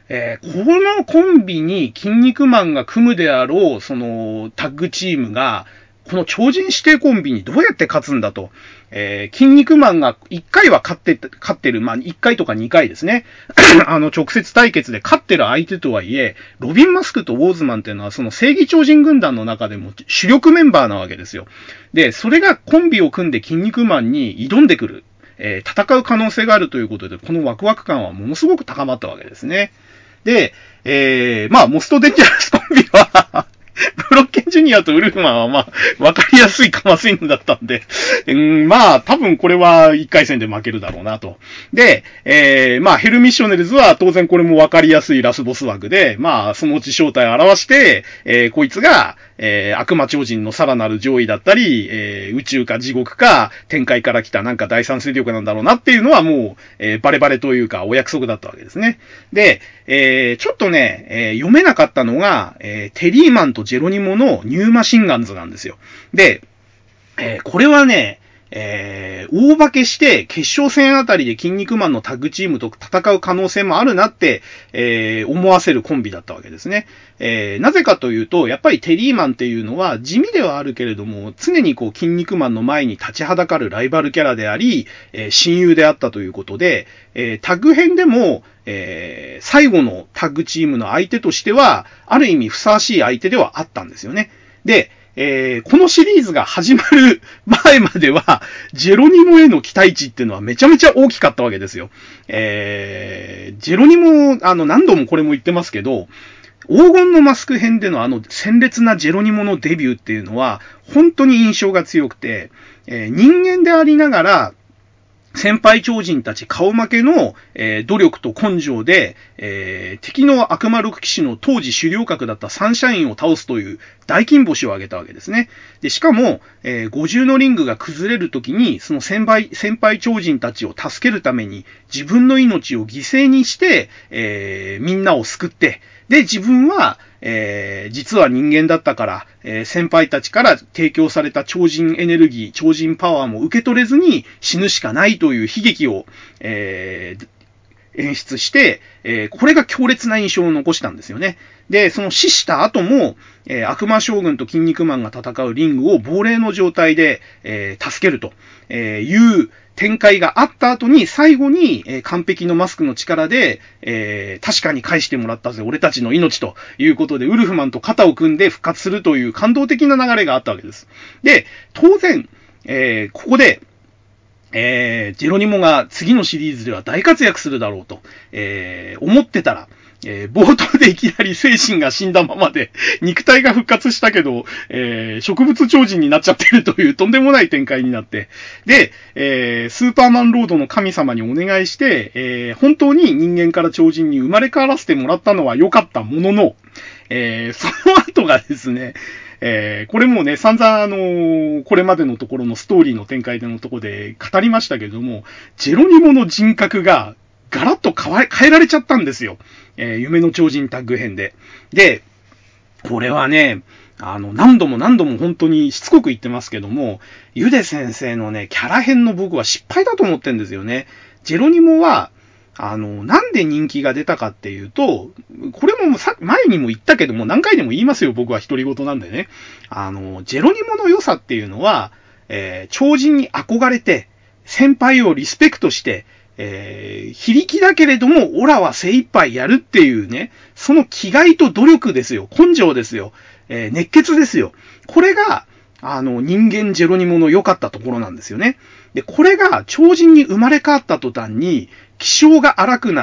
えー、このコンビに筋肉マンが組むであろう、その、タッグチームが、この超人指定コンビにどうやって勝つんだと。えー、筋肉マンがいっかいは勝って、勝ってる、まあ、いっかいとかにかいですね。あの、直接対決で勝ってる相手とはいえ、ロビン・マスクとウォーズマンっていうのはその正義超人軍団の中でも主力メンバーなわけですよ。で、それがコンビを組んで筋肉マンに挑んでくる。えー、戦う可能性があるということで、このワクワク感はものすごく高まったわけですね。で、えー、まあ、モストデンジャラスコンビは、ブロッケンジュニアとウルフマンはまあ、わかりやすいカマスイヌだったんで、うん、まあ、多分これはいっかい戦で負けるだろうなと。で、えー、まあ、ヘルミッショネルズは当然これもわかりやすいラスボス枠で、まあ、そのうち正体を表して、えー、こいつが、えー、悪魔超人のさらなる上位だったり、えー、宇宙か地獄か、天界から来たなんか第三勢力なんだろうなっていうのはもう、えー、バレバレというかお約束だったわけですね。で、えー、ちょっとね、えー、読めなかったのが、えー、テリーマンとジェロニモのニューマシンガンズなんですよ。で、えー、これはね、えー、大化けして決勝戦あたりで筋肉マンのタッグチームと戦う可能性もあるなって、えー、思わせるコンビだったわけですね。えー、なぜかというと、やっぱりテリーマンっていうのは地味ではあるけれども、常にこう筋肉マンの前に立ちはだかるライバルキャラであり、えー、親友であったということで、えー、タッグ編でも、えー、最後のタッグチームの相手としては、ある意味ふさわしい相手ではあったんですよね。で、えー、このシリーズが始まる前までは、ジェロニモへの期待値っていうのはめちゃめちゃ大きかったわけですよ。えー、ジェロニモ、あの、何度もこれも言ってますけど、黄金のマスク編でのあの鮮烈なジェロニモのデビューっていうのは、本当に印象が強くて、えー、人間でありながら、先輩超人たち顔負けの、えー、努力と根性で、えー、敵の悪魔六騎士の当時主領格だったサンシャインを倒すという大金星を挙げたわけですね。で、しかも、えー、五重のリングが崩れるときに、その先輩、先輩超人たちを助けるために自分の命を犠牲にして、えー、みんなを救って、で、自分は、えー、実は人間だったから、えー、先輩たちから提供された超人エネルギー、超人パワーも受け取れずに死ぬしかないという悲劇を、えー、演出して、えー、これが強烈な印象を残したんですよね。で、その死した後も、えー、悪魔将軍と筋肉マンが戦うリングを亡霊の状態で、えー、助けるという展開があった後に、最後に、えー、完璧のマスクの力で、えー、確かに返してもらったぜ、俺たちの命ということで、ウルフマンと肩を組んで復活するという感動的な流れがあったわけです。で、当然、えー、ここで、えー、ジェロニモが次のシリーズでは大活躍するだろうと、えー、思ってたら、えー、冒頭でいきなり精神が死んだままで、肉体が復活したけど、えー、植物超人になっちゃってるというとんでもない展開になって、で、えー、スーパーマンロードの神様にお願いして、えー、本当に人間から超人に生まれ変わらせてもらったのは良かったものの、えー、その後がですね、えー、これもね、散々あのー、これまでのところのストーリーの展開でのところで語りましたけれども、ジェロニモの人格がガラッと変え、変えられちゃったんですよ。えー、夢の超人タッグ編で。で、これはね、あの、何度も何度も本当にしつこく言ってますけども、ユデ先生のね、キャラ編の僕は失敗だと思ってんですよね。ジェロニモは、あの、なんで人気が出たかっていうと、これもさ、前にも言ったけども、何回でも言いますよ、僕は独り言なんでね。あの、ジェロニモの良さっていうのは、えー、超人に憧れて、先輩をリスペクトして、えー、非力だけれども、オラは精一杯やるっていうね、その気概と努力ですよ、根性ですよ、えー、熱血ですよ。これが、あの、人間ジェロニモの良かったところなんですよね。で、これが超人に生まれ変わった途端に、気性が荒くなって、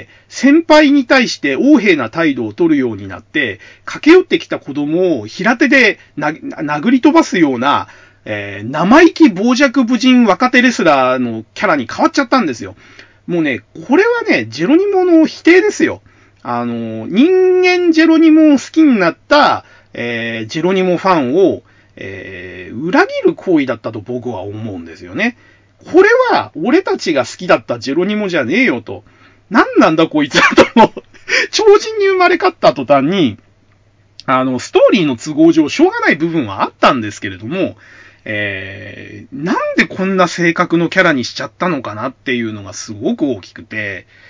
先輩に対して横柄な態度を取るようになって、駆け寄ってきた子供を平手でな殴り飛ばすような、えー、生意気傍若無人若手レスラーのキャラに変わっちゃったんですよ。もうね、これはね、ジェロニモの否定ですよ。あの、人間ジェロニモを好きになった、えー、ジェロニモファンを、えー、裏切る行為だったと僕は思うんですよね。これは、俺たちが好きだったジェロニモじゃねえよと。なんなんだこいつだとも。超人に生まれ変わった途端に、あの、ストーリーの都合上、しょうがない部分はあったんですけれども、えー、なんでこんな性格のキャラにしちゃったのかなっていうのがすごく大きくて、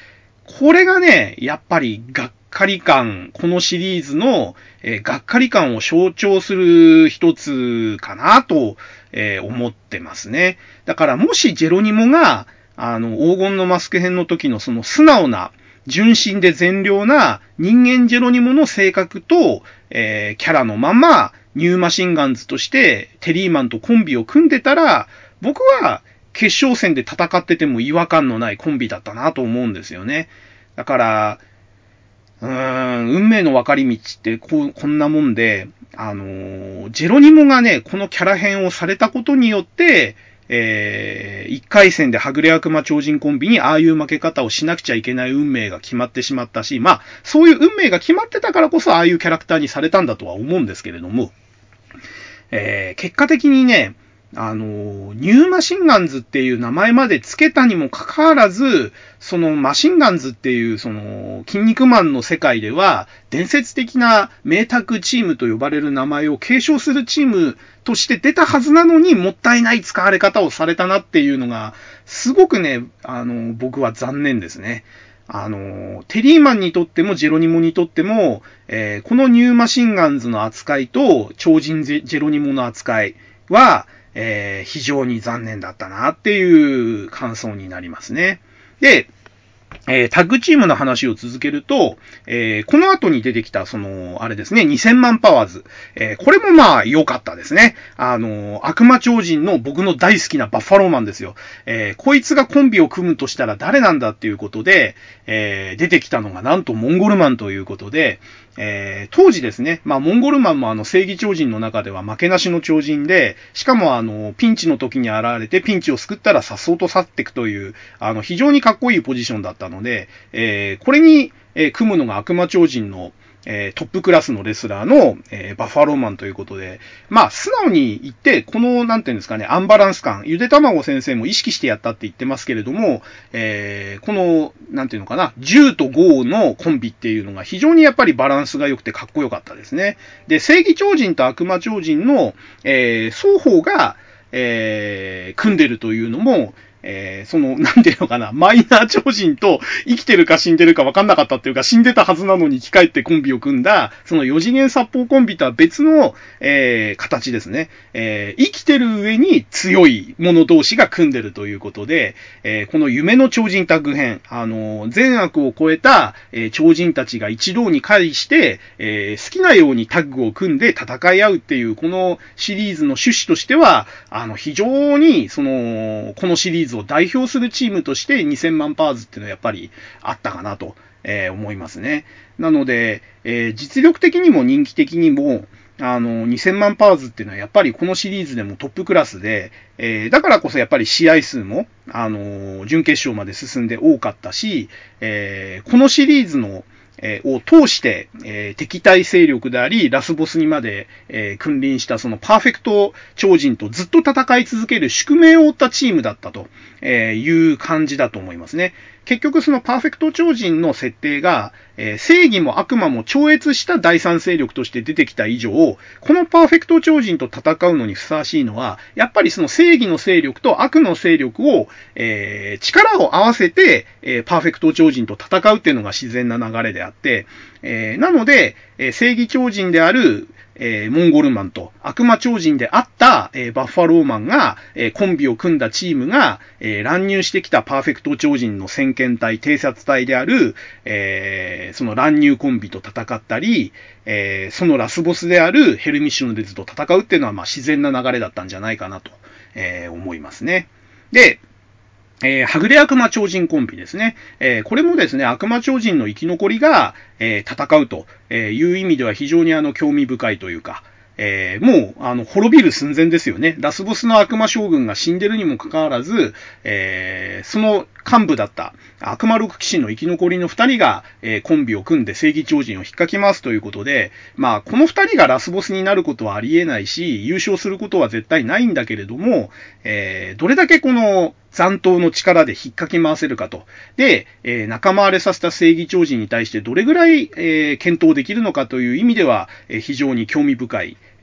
これがね、やっぱりがっかり感、このシリーズの、えー、がっかり感を象徴する一つかなと、えー、思ってますね。だからもしジェロニモが、あの、黄金のマスク編の時のその素直な、純真で善良な人間ジェロニモの性格と、えー、キャラのまま、ニューマシンガンズとしてテリーマンとコンビを組んでたら、僕は決勝戦で戦ってても違和感のないコンビだったなと思うんですよね。だから、うーん、運命の分かれ道ってここんなもんで、あのー、ジェロニモがね、このキャラ変をされたことによって、えー、いっかい戦ではぐれ悪魔超人コンビにああいう負け方をしなくちゃいけない運命が決まってしまったし、まあ、そういう運命が決まってたからこそああいうキャラクターにされたんだとは思うんですけれども、えー、結果的にね、あの、ニューマシンガンズっていう名前まで付けたにもかかわらず、そのマシンガンズっていうその筋肉マンの世界では伝説的な名タッグチームと呼ばれる名前を継承するチームとして出たはずなのにもったいない使われ方をされたなっていうのがすごくね、あの、僕は残念ですね。あの、テリーマンにとってもジェロニモにとっても、えー、このニューマシンガンズの扱いと超人ジェロニモの扱いは、えー、非常に残念だったなっていう感想になりますね。で、えー、タッグチームの話を続けると、えー、この後に出てきた、その、あれですね、にせんまんパワーズ。えー、これもまあ良かったですね。あの、悪魔超人の僕の大好きなバッファローマンですよ。えー、こいつがコンビを組むとしたら誰なんだっていうことで、えー、出てきたのがなんとモンゴルマンということで、えー、当時ですね、まあ、モンゴルマンもあの、正義超人の中では負けなしの超人で、しかもあの、ピンチの時に現れて、ピンチを救ったら颯爽と去っていくという、あの、非常にかっこいいポジションだったので、えー、これに、えー、組むのが悪魔超人の、えー、トップクラスのレスラーの、えー、バッファローマンということで、まあ、素直に言って、この、なんていうんですかね、アンバランス感、ゆでたまご先生も意識してやったって言ってますけれども、えー、この、なんていうのかな、じゅうとごのコンビっていうのが非常にやっぱりバランスが良くてかっこよかったですね。で、正義超人と悪魔超人の、えー、双方が、えー、組んでるというのも、えー、その、なんていうのかな、マイナー超人と生きてるか死んでるか分かんなかったっていうか、死んでたはずなのに生き返ってコンビを組んだ、そのよ次元殺法コンビとは別の、えー、形ですね。えー、生きてる上に強い者同士が組んでるということで、えー、この夢の超人タッグ編、あのー、善悪を超えた、えー、超人たちが一堂に会して、えー、好きなようにタッグを組んで戦い合うっていう、このシリーズの趣旨としては、あの、非常に、その、このシリーズを代表するチームとしてにせんまんパワーズっていうのはやっぱりあったかなと、えー、思いますね。なので、えー、実力的にも人気的にも、あの、にせんまんパワーズっていうのはやっぱりこのシリーズでもトップクラスで、えー、だからこそやっぱり試合数も、あの、準決勝まで進んで多かったし、えー、このシリーズのえー、を通して、えー、敵対勢力であり、ラスボスにまで、えー、君臨したそのパーフェクト超人とずっと戦い続ける宿命を負ったチームだったと、えー、いう感じだと思いますね。結局そのパーフェクト超人の設定が、えー、正義も悪魔も超越した第三勢力として出てきた以上、このパーフェクト超人と戦うのにふさわしいのは、やっぱりその正義の勢力と悪の勢力を、えー、力を合わせて、えー、パーフェクト超人と戦うっていうのが自然な流れであって、えー、なので、えー、正義超人である、えー、モンゴルマンと悪魔超人であった、えー、バッファローマンが、えー、コンビを組んだチームが、えー、乱入してきたパーフェクト超人の先遣隊、偵察隊である、えー、その乱入コンビと戦ったり、えー、そのラスボスであるヘルミッシュのデズと戦うっていうのは、まあ、自然な流れだったんじゃないかなと、えー、思いますね。で、えー、はぐれ悪魔超人コンビですね。えー、これもですね、悪魔超人の生き残りが、えー、戦うという意味では非常にあの興味深いというか、えー、もう、あの、滅びる寸前ですよね。ラスボスの悪魔将軍が死んでるにもかかわらず、えー、その幹部だった悪魔六騎士の生き残りの二人が、えー、コンビを組んで正義超人を引っかき回すということで、まあ、この二人がラスボスになることはありえないし、優勝することは絶対ないんだけれども、えー、どれだけこの、残党の力で引っかき回せるかと。で、えー、仲間割れさせた正義超人に対してどれぐらい、えー、検討できるのかという意味では、えー、非常に興味深い、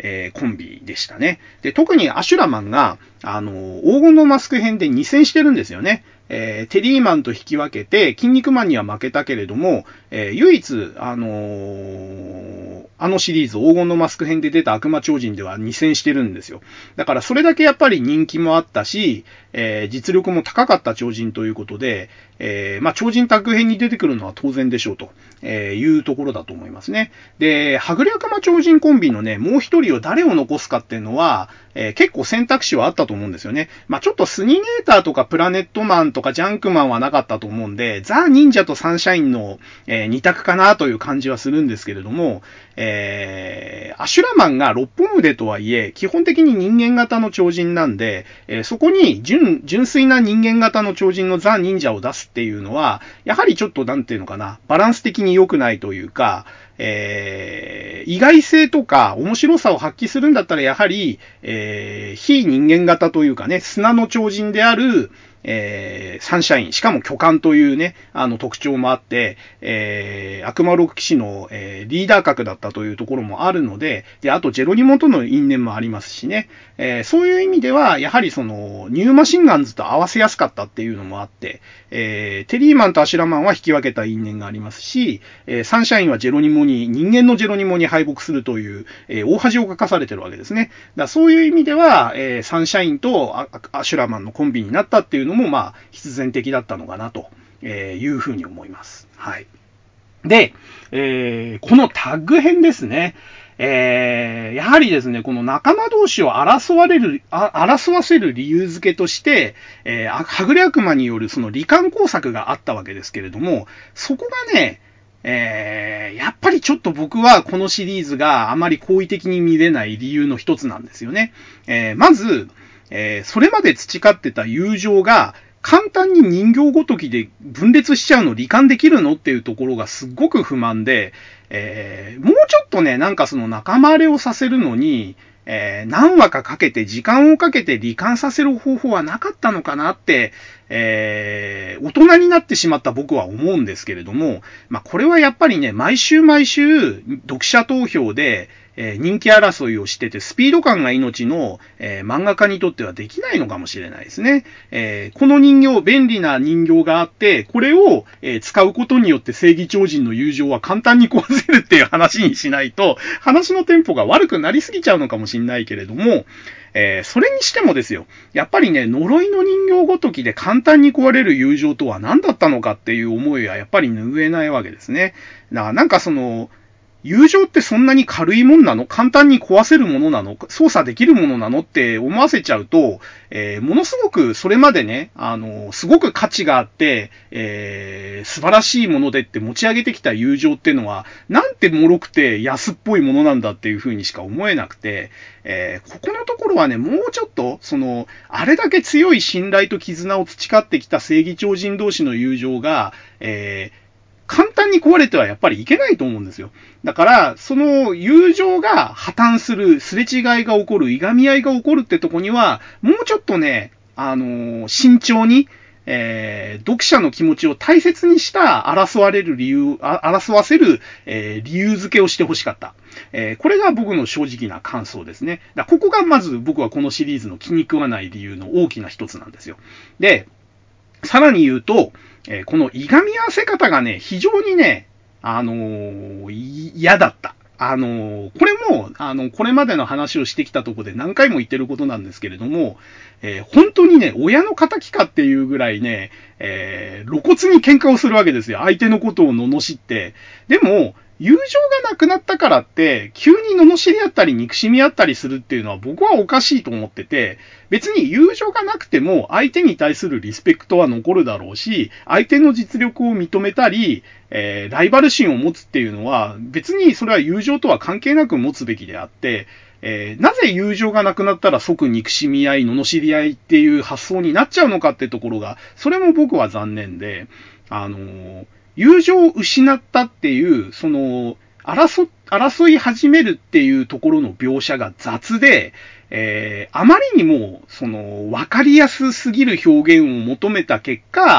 えー、コンビでしたね。で、特にアシュラマンが、あの、黄金のマスク編でに戦してるんですよね。えー、テリーマンと引き分けて、筋肉マンには負けたけれども、えー、唯一、あのー、あのシリーズ、黄金のマスク編で出た悪魔超人ではに戦してるんですよ。だからそれだけやっぱり人気もあったし、えー、実力も高かった超人ということで、えー、まあ、超人タッグ編に出てくるのは当然でしょうと、えー、いうところだと思いますね。で、はぐれ悪魔超人コンビのね、もう一人を誰を残すかっていうのは、えー、結構選択肢はあったと思うんですよね。まあ、ちょっとスニネーターとかプラネットマンとかジャンクマンはなかったと思うんで、ザ・忍者とサンシャインの、えー、二択かなという感じはするんですけれども、えー、アシュラマンが六本腕とはいえ、基本的に人間型の超人なんで、えー、そこに純、純粋な人間型の超人のザ・忍者を出すっていうのは、やはりちょっとなんていうのかな、バランス的に良くないというか、えー、意外性とか面白さを発揮するんだったらやはり、えー、非人間型というかね、砂の超人である、えー、サンシャイン、しかも巨漢というね、あの特徴もあって、えー、悪魔六騎士の、えー、リーダー格だったというところもあるので、で、あとジェロニモとの因縁もありますしね、えー、そういう意味では、やはりその、ニューマシンガンズと合わせやすかったっていうのもあって、えー、テリーマンとアシュラマンは引き分けた因縁がありますし、えー、サンシャインはジェロニモに、人間のジェロニモに敗北するという、えー、大恥をかかされてるわけですね。だそういう意味では、えー、サンシャインとア、アシュラマンのコンビになったっていうのも、まあ、必然的だったのかなというふうに思います。はい。で、えー、このタッグ編ですね。えー、やはりですね、この仲間同士を争われる、あ争わせる理由付けとして、えー、はぐれ悪魔によるその罹患工作があったわけですけれども、そこがね、えー、やっぱりちょっと僕はこのシリーズがあまり好意的に見れない理由の一つなんですよね。えー、まず、えー、それまで培ってた友情が簡単に人形ごときで分裂しちゃうの罹患できるのっていうところがすっごく不満で、えー、もうちょっとね、なんかその仲間割れをさせるのに、えー、何話かかけて時間をかけて罹患させる方法はなかったのかなって、えー、大人になってしまった僕は思うんですけれども、まあこれはやっぱりね、毎週毎週読者投票で、えー、人気争いをしてて、スピード感が命の、えー、漫画家にとってはできないのかもしれないですね。えー、この人形、便利な人形があって、これを、えー、使うことによって正義超人の友情は簡単に壊せるっていう話にしないと、話のテンポが悪くなりすぎちゃうのかもしれないけれども、えー、それにしてもですよ。やっぱりね、呪いの人形ごときで簡単に壊れる友情とは何だったのかっていう思いはやっぱり拭えないわけですね。だからなんかその、友情ってそんなに軽いもんなの？簡単に壊せるものなの？操作できるものなのって思わせちゃうと、えー、ものすごくそれまでね、あの、すごく価値があって、えー、素晴らしいものでって持ち上げてきた友情っていうのは、なんて脆くて安っぽいものなんだっていう風にしか思えなくて、えー、ここのところはね、もうちょっと、その、あれだけ強い信頼と絆を培ってきた正義超人同士の友情が、えー、簡単に壊れてはやっぱりいけないと思うんですよ。だから、その友情が破綻する、すれ違いが起こる、いがみ合いが起こるってとこには、もうちょっとね、あのー、慎重に、えー、読者の気持ちを大切にした争われる理由、争わせる、えー、理由付けをしてほしかった。えー、これが僕の正直な感想ですね。だここがまず僕はこのシリーズの気に食わない理由の大きな一つなんですよ。で、さらに言うと、えー、このいがみ合わせ方がね、非常にね、あのー、嫌だった。あのー、これも、あの、これまでの話をしてきたところで何回も言ってることなんですけれども、えー、本当にね、親の仇かっていうぐらいね、えー、露骨に喧嘩をするわけですよ。相手のことを罵って。でも、友情がなくなったからって、急に罵り合ったり憎しみ合ったりするっていうのは僕はおかしいと思ってて、別に友情がなくても相手に対するリスペクトは残るだろうし、相手の実力を認めたり、えー、ライバル心を持つっていうのは、別にそれは友情とは関係なく持つべきであって、えー、なぜ友情がなくなったら即憎しみ合い、罵り合いっていう発想になっちゃうのかってところが、それも僕は残念で、あのー、友情を失ったっていう、その、争、争い始めるっていうところの描写が雑で、えー、あまりにも、その、わかりやすすぎる表現を求めた結果、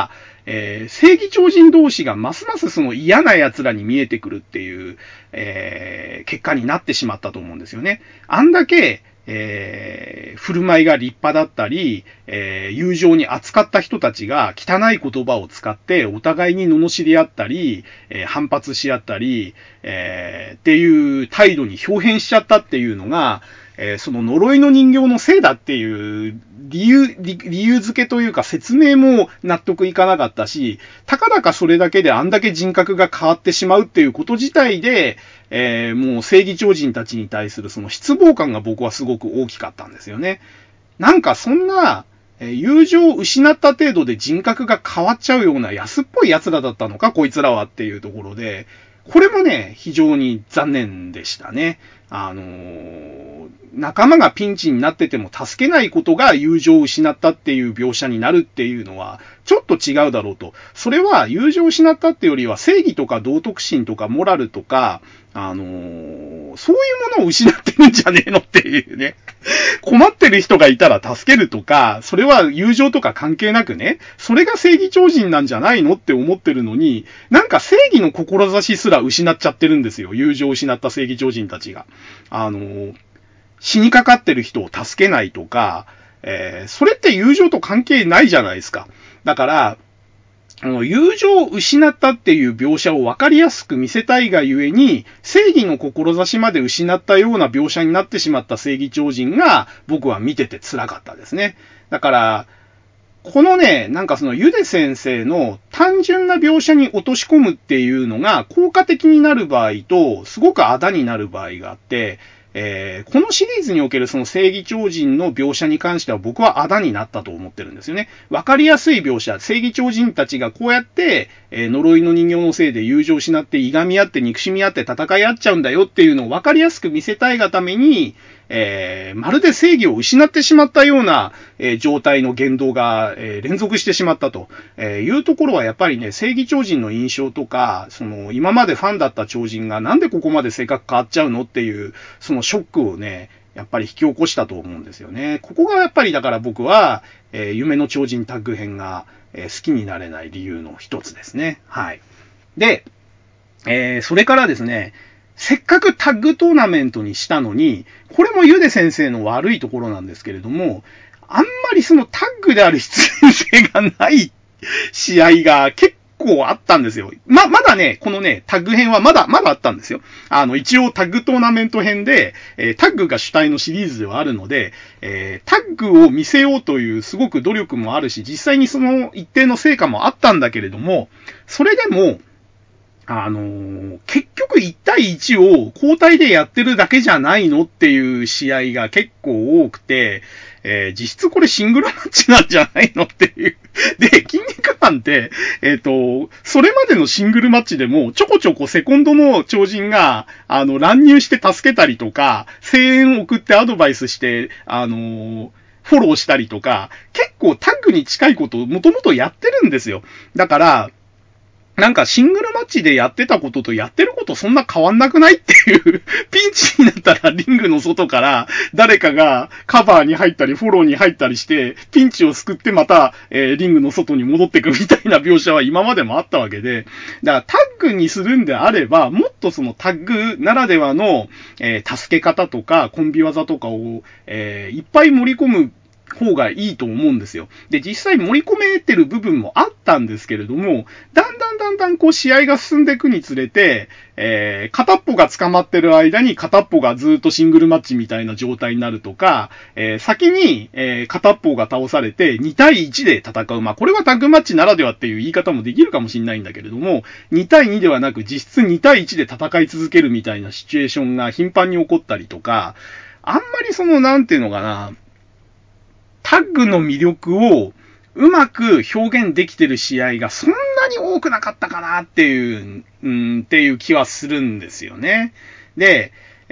えー、正義超人同士がますますその嫌な奴らに見えてくるっていう、えー、結果になってしまったと思うんですよね。あんだけ、えー、振る舞いが立派だったり、えー、友情に扱った人たちが汚い言葉を使ってお互いに罵り合ったり、えー、反発し合ったり、えー、っていう態度に表変しちゃったっていうのが、えー、その呪いの人形のせいだっていう理由、理、理由付けというか説明も納得いかなかったし、たかだかそれだけであんだけ人格が変わってしまうっていうこと自体で、えー、もう正義超人たちに対するその失望感が僕はすごく大きかったんですよね。なんかそんな、えー、友情を失った程度で人格が変わっちゃうような安っぽい奴らだったのか、こいつらはっていうところで、これもね、非常に残念でしたね。あのー、仲間がピンチになってても助けないことが友情を失ったっていう描写になるっていうのは、ちょっと違うだろうと。それは友情を失ったってよりは正義とか道徳心とかモラルとか、あのー、そういうものを失ってるんじゃねえのっていうね。困ってる人がいたら助けるとか、それは友情とか関係なくね、それが正義超人なんじゃないのって思ってるのに、なんか正義の志すら失っちゃってるんですよ。友情を失った正義超人たちが。あのー、死にかかってる人を助けないとか、えー、それって友情と関係ないじゃないですか。だから、あの、友情を失ったっていう描写を分かりやすく見せたいがゆえに、正義の志まで失ったような描写になってしまった正義超人が、僕は見てて辛かったですね。だから、このね、なんかそのゆで先生の単純な描写に落とし込むっていうのが効果的になる場合と、すごくあだになる場合があって、えー、このシリーズにおけるその正義超人の描写に関しては僕はあだになったと思ってるんですよね。わかりやすい描写、正義超人たちがこうやって、えー、呪いの人形のせいで友情を失っていがみ合って憎しみ合って戦い合っちゃうんだよっていうのをわかりやすく見せたいがために、えー、まるで正義を失ってしまったような、えー、状態の言動が、えー、連続してしまったと、えー、いうところはやっぱりね、正義超人の印象とか、その今までファンだった超人がなんでここまで性格変わっちゃうのっていう、そのショックをね、やっぱり引き起こしたと思うんですよね。ここがやっぱりだから僕は、えー、夢の超人タッグ編が、えー、好きになれない理由の一つですね。はい。で、えー、それからですね、せっかくタッグトーナメントにしたのに、これもゆで先生の悪いところなんですけれども、あんまりそのタッグである必然性がない試合が結構あったんですよ。ま、まだね、このね、タッグ編はまだ、まだあったんですよ。あの、一応タッグトーナメント編で、えー、タッグが主体のシリーズではあるので、えー、タッグを見せようというすごく努力もあるし、実際にその一定の成果もあったんだけれども、それでも、あのー、結局いち対いちを交代でやってるだけじゃないのっていう試合が結構多くて、えー、実質これシングルマッチなんじゃないのっていう。で、筋肉マンって、えっ、ー、と、それまでのシングルマッチでもちょこちょこセコンドの超人が、あの、乱入して助けたりとか、声援を送ってアドバイスして、あのー、フォローしたりとか、結構タッグに近いことをもともとやってるんですよ。だから、なんかシングルマッチでやってたこととやってることそんな変わんなくないっていう、ピンチになったらリングの外から誰かがカバーに入ったりフォローに入ったりして、ピンチを救ってまた、えー、リングの外に戻ってくみたいな描写は今までもあったわけで、だからタッグにするんであれば、もっとそのタッグならではの、えー、助け方とかコンビ技とかを、えー、いっぱい盛り込む方がいいと思うんですよ。で、実際盛り込めてる部分もあったんですけれども、だんだんだんだんこう試合が進んでいくにつれて、えー、片っぽが捕まってる間に片っぽがずっとシングルマッチみたいな状態になるとか、えー、先に、えー、片っぽが倒されてに対いちで戦う。まあ、これはタッグマッチならではっていう言い方もできるかもしれないんだけれども、に対にではなく実質に対いちで戦い続けるみたいなシチュエーションが頻繁に起こったりとか、あんまりその、なんていうのかな、タッグの魅力をうまく表現できてる試合がそんなに多くなかったかなっていう、うん、っていう気はするんですよね。で、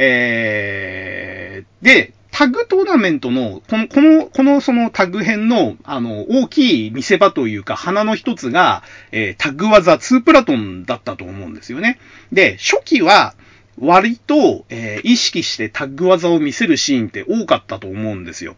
えー、で、タッグトーナメントの、この、この、このそのタッグ編の、あの、大きい見せ場というか、花の一つが、えー、タッグ技ツープラトンだったと思うんですよね。で、初期は、割と、えー、意識してタッグ技を見せるシーンって多かったと思うんですよ。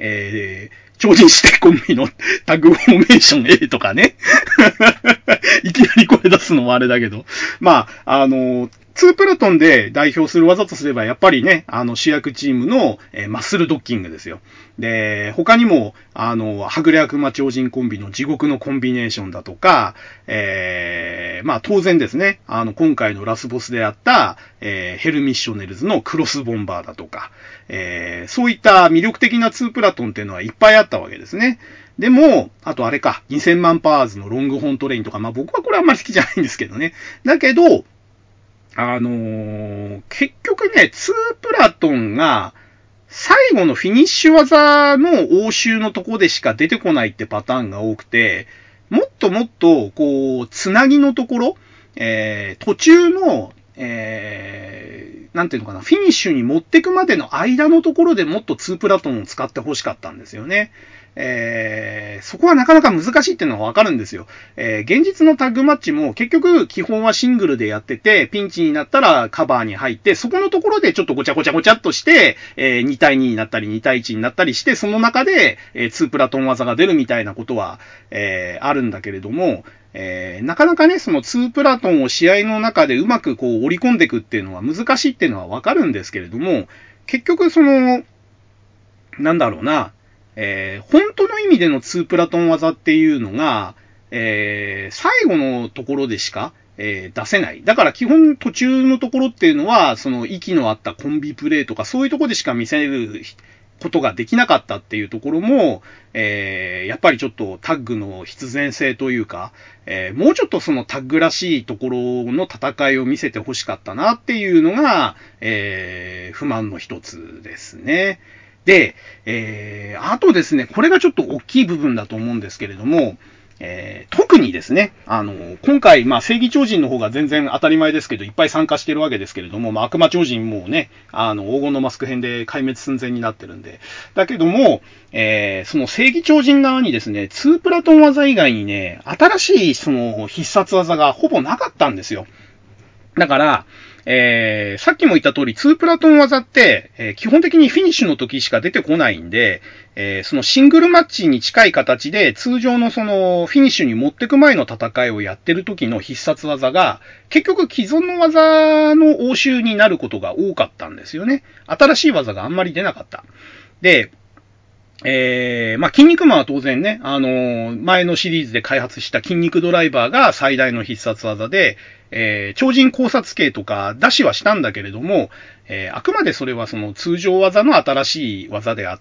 えー、超人指定コンビのタッグフォーメーション A とかね。いきなり声出すのもあれだけど。まあ、あの、ツープラトンで代表する技とすれば、やっぱりね、あの主役チームの、えー、マッスルドッキングですよ。で、他にも、あの、はぐれ悪魔超人コンビの地獄のコンビネーションだとか、えー、まあ当然ですね、あの、今回のラスボスであった、えー、ヘルミッショネルズのクロスボンバーだとか、えー、そういった魅力的なツープラトンっていうのはいっぱいあったわけですね。でも、あとあれか、にせんまんパワーズのロングホーントレインとか、まあ僕はこれあんまり好きじゃないんですけどね。だけど、あのー、結局ね、ツープラトンが、最後のフィニッシュ技の応酬のとこでしか出てこないってパターンが多くて、もっともっと、こう、つなぎのところ、えー、途中の、えー、なんていうのかな、フィニッシュに持ってくまでの間のところでもっとツープラトンを使って欲しかったんですよね。えー、そこはなかなか難しいっていうのはわかるんですよ。えー、現実のタッグマッチも結局基本はシングルでやってて、ピンチになったらカバーに入って、そこのところでちょっとごちゃごちゃごちゃっとして、えー、に対にになったりに対いちになったりして、その中で、えー、ツープラトン技が出るみたいなことは、えー、あるんだけれども、えー、なかなかね、そのツープラトンを試合の中でうまくこう織り込んでいくっていうのは難しいっていうのはわかるんですけれども、結局その、なんだろうな、えー、本当の意味でのツープラトン技っていうのが、えー、最後のところでしか、えー、出せない。だから基本途中のところっていうのは、その息の合ったコンビプレイとかそういうところでしか見せることができなかったっていうところも、えー、やっぱりちょっとタッグの必然性というか、えー、もうちょっとそのタッグらしいところの戦いを見せて欲しかったなっていうのが、えー、不満の一つですね。で、えー、あとですね、これがちょっと大きい部分だと思うんですけれども、えー、特にですね、あの、今回、まあ、正義超人の方が全然当たり前ですけど、いっぱい参加してるわけですけれども、まあ、悪魔超人もね、あの、黄金のマスク編で壊滅寸前になってるんで。だけども、えー、その正義超人側にですね、ツープラトン技以外にね、新しいその必殺技がほぼなかったんですよ。だから、えー、さっきも言った通り、ツープラトン技って、えー、基本的にフィニッシュの時しか出てこないんで、えー、そのシングルマッチに近い形で、通常のそのフィニッシュに持ってく前の戦いをやってる時の必殺技が、結局既存の技の応酬になることが多かったんですよね。新しい技があんまり出なかった。で、えー、まあ、筋肉マンは当然ね、あのー、前のシリーズで開発した筋肉ドライバーが最大の必殺技で、えー、超人考察系とか出しはしたんだけれども、えー、あくまでそれはその通常技の新しい技であって、